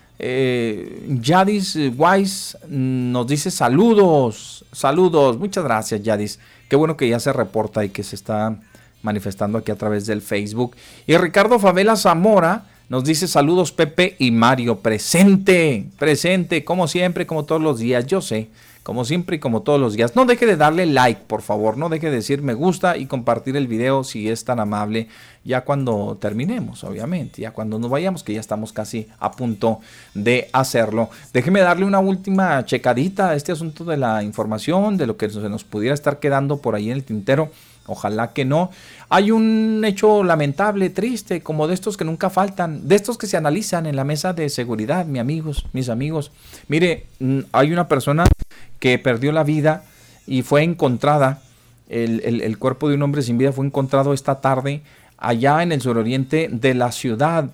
S3: eh, Yadis Weiss nos dice saludos, saludos, muchas gracias Yadis, qué bueno que ya se reporta y que se está manifestando aquí a través del Facebook. Y Ricardo Favela Zamora nos dice saludos Pepe y Mario, presente, presente, como siempre, como todos los días, yo sé, como siempre y como todos los días. No deje de darle like, por favor, no deje de decir me gusta y compartir el video si es tan amable, ya cuando terminemos, obviamente, ya cuando nos vayamos, que ya estamos casi a punto de hacerlo. Déjeme darle una última checadita a este asunto de la información, de lo que se nos pudiera estar quedando por ahí en el tintero. Ojalá que no. Hay un hecho lamentable, triste, como de estos que nunca faltan, de estos que se analizan en la mesa de seguridad, mis amigos, mis amigos. Mire, hay una persona que perdió la vida y fue encontrada, el, el, el cuerpo de un hombre sin vida fue encontrado esta tarde allá en el suroriente de la ciudad.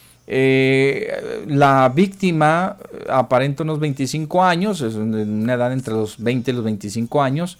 S3: Eh, la víctima aparenta unos veinticinco años, es una edad entre los veinte y los veinticinco años,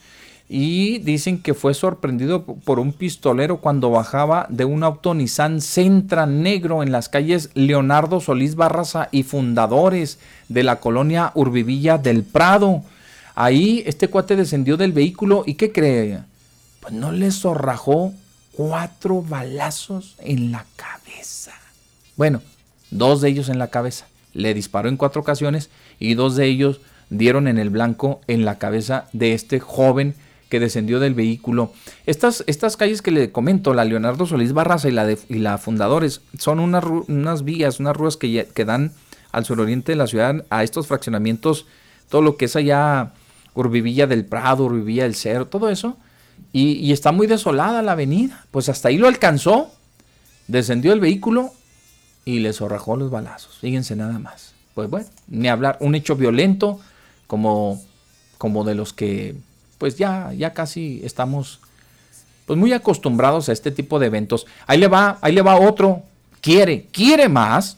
S3: y dicen que fue sorprendido por un pistolero cuando bajaba de un auto Nissan Sentra negro en las calles Leonardo Solís Barraza y Fundadores de la colonia Urbivilla del Prado. Ahí este cuate descendió del vehículo y ¿qué cree? Pues no le zorrajó cuatro balazos en la cabeza. Bueno, dos de ellos en la cabeza. Le disparó en cuatro ocasiones y dos de ellos dieron en el blanco en la cabeza de este joven que descendió del vehículo. Estas, estas calles que le comento, la Leonardo Solís Barraza y la, de, y la Fundadores, son unas, unas vías, unas ruas que, que dan al suroriente de la ciudad, a estos fraccionamientos, todo lo que es allá Urbivilla del Prado, Urbivilla del Cerro, todo eso, y, y está muy desolada la avenida. Pues hasta ahí lo alcanzó, descendió el vehículo y le zorrajó los balazos. Fíjense nada más. Pues bueno, ni hablar, un hecho violento como, como de los que pues ya, ya casi estamos pues muy acostumbrados a este tipo de eventos. Ahí le va, ahí le va otro, quiere, quiere más.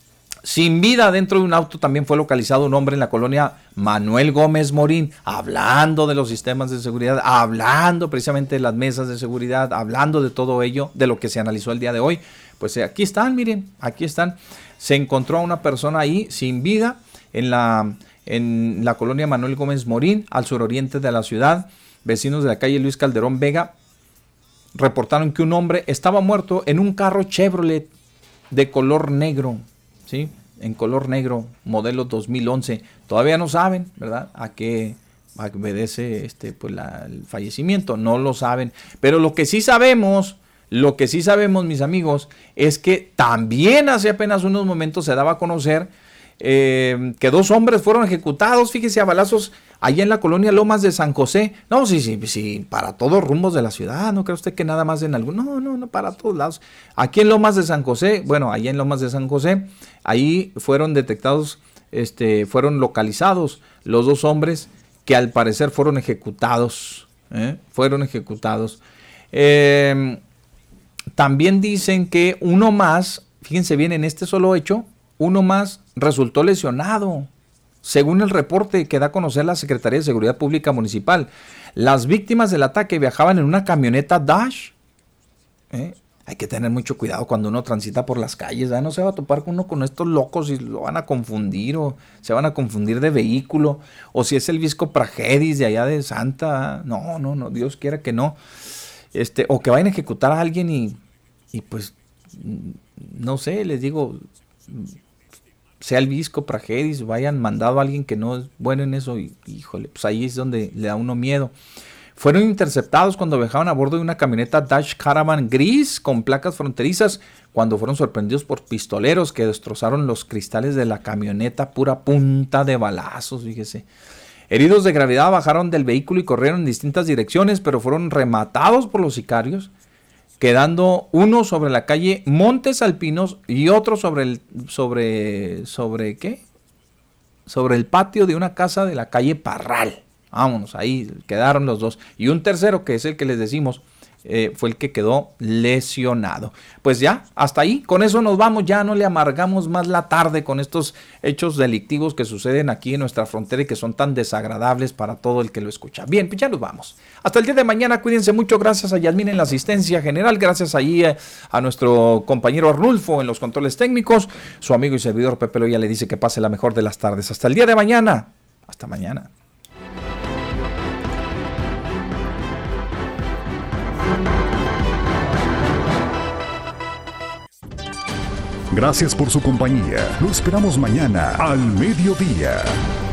S3: Sin vida dentro de un auto también fue localizado un hombre en la colonia Manuel Gómez Morín, hablando de los sistemas de seguridad, hablando precisamente de las mesas de seguridad, hablando de todo ello, de lo que se analizó el día de hoy. Pues eh, aquí están, miren, aquí están. Se encontró a una persona ahí sin vida en la, en la colonia Manuel Gómez Morín, al suroriente de la ciudad. Vecinos de la calle Luis Calderón Vega reportaron que un hombre estaba muerto en un carro Chevrolet de color negro. ¿Sí? En color negro, modelo dos mil once. Todavía no saben, ¿verdad?, a qué obedece este, pues la, el fallecimiento. No lo saben. Pero lo que sí sabemos, lo que sí sabemos, mis amigos, es que también hace apenas unos momentos se daba a conocer eh, que dos hombres fueron ejecutados, fíjese, a balazos allá en la colonia Lomas de San José. No, sí, sí, sí, para todos rumbos de la ciudad. ¿No cree usted que nada más en algún? No, no, no, para todos lados. Aquí en Lomas de San José, bueno, allá en Lomas de San José, ahí fueron detectados, este, fueron localizados los dos hombres que al parecer fueron ejecutados, ¿eh? Fueron ejecutados. Eh, también dicen que uno más, fíjense bien, en este solo hecho, uno más resultó lesionado. Según el reporte que da a conocer la Secretaría de Seguridad Pública Municipal, las víctimas del ataque viajaban en una camioneta Dash ¿eh? Hay que tener mucho cuidado cuando uno transita por las calles, ¿verdad? No se va a topar con uno con estos locos y lo van a confundir o se van a confundir de vehículo, o si es el Visco Praxedis de allá de Santa, ¿verdad? No, no, no, Dios quiera que no. Este, o que vayan a ejecutar a alguien y, y pues, no sé, les digo, sea el Visco Praxedis, vayan mandado a alguien que no es bueno en eso, y híjole, pues ahí es donde le da uno miedo. Fueron interceptados cuando viajaban a bordo de una camioneta Dodge Caravan gris con placas fronterizas, cuando fueron sorprendidos por pistoleros que destrozaron los cristales de la camioneta, pura punta de balazos, fíjese. Heridos de gravedad bajaron del vehículo y corrieron en distintas direcciones, pero fueron rematados por los sicarios, quedando uno sobre la calle Montes Alpinos y otro sobre el, sobre, sobre, ¿qué? Sobre el patio de una casa de la calle Parral. Vámonos, ahí quedaron los dos. Y un tercero, que es el que les decimos, eh, fue el que quedó lesionado. Pues ya, hasta ahí, con eso nos vamos, ya no le amargamos más la tarde con estos hechos delictivos que suceden aquí en nuestra frontera y que son tan desagradables para todo el que lo escucha. Bien, pues ya nos vamos. Hasta el día de mañana, cuídense mucho, gracias a Yasmín en la asistencia general, gracias ahí a, a nuestro compañero Arnulfo en los controles técnicos, su amigo y servidor Pepe Loya le dice que pase la mejor de las tardes. Hasta el día de mañana, hasta mañana.
S2: Gracias por su compañía. Lo esperamos mañana al mediodía.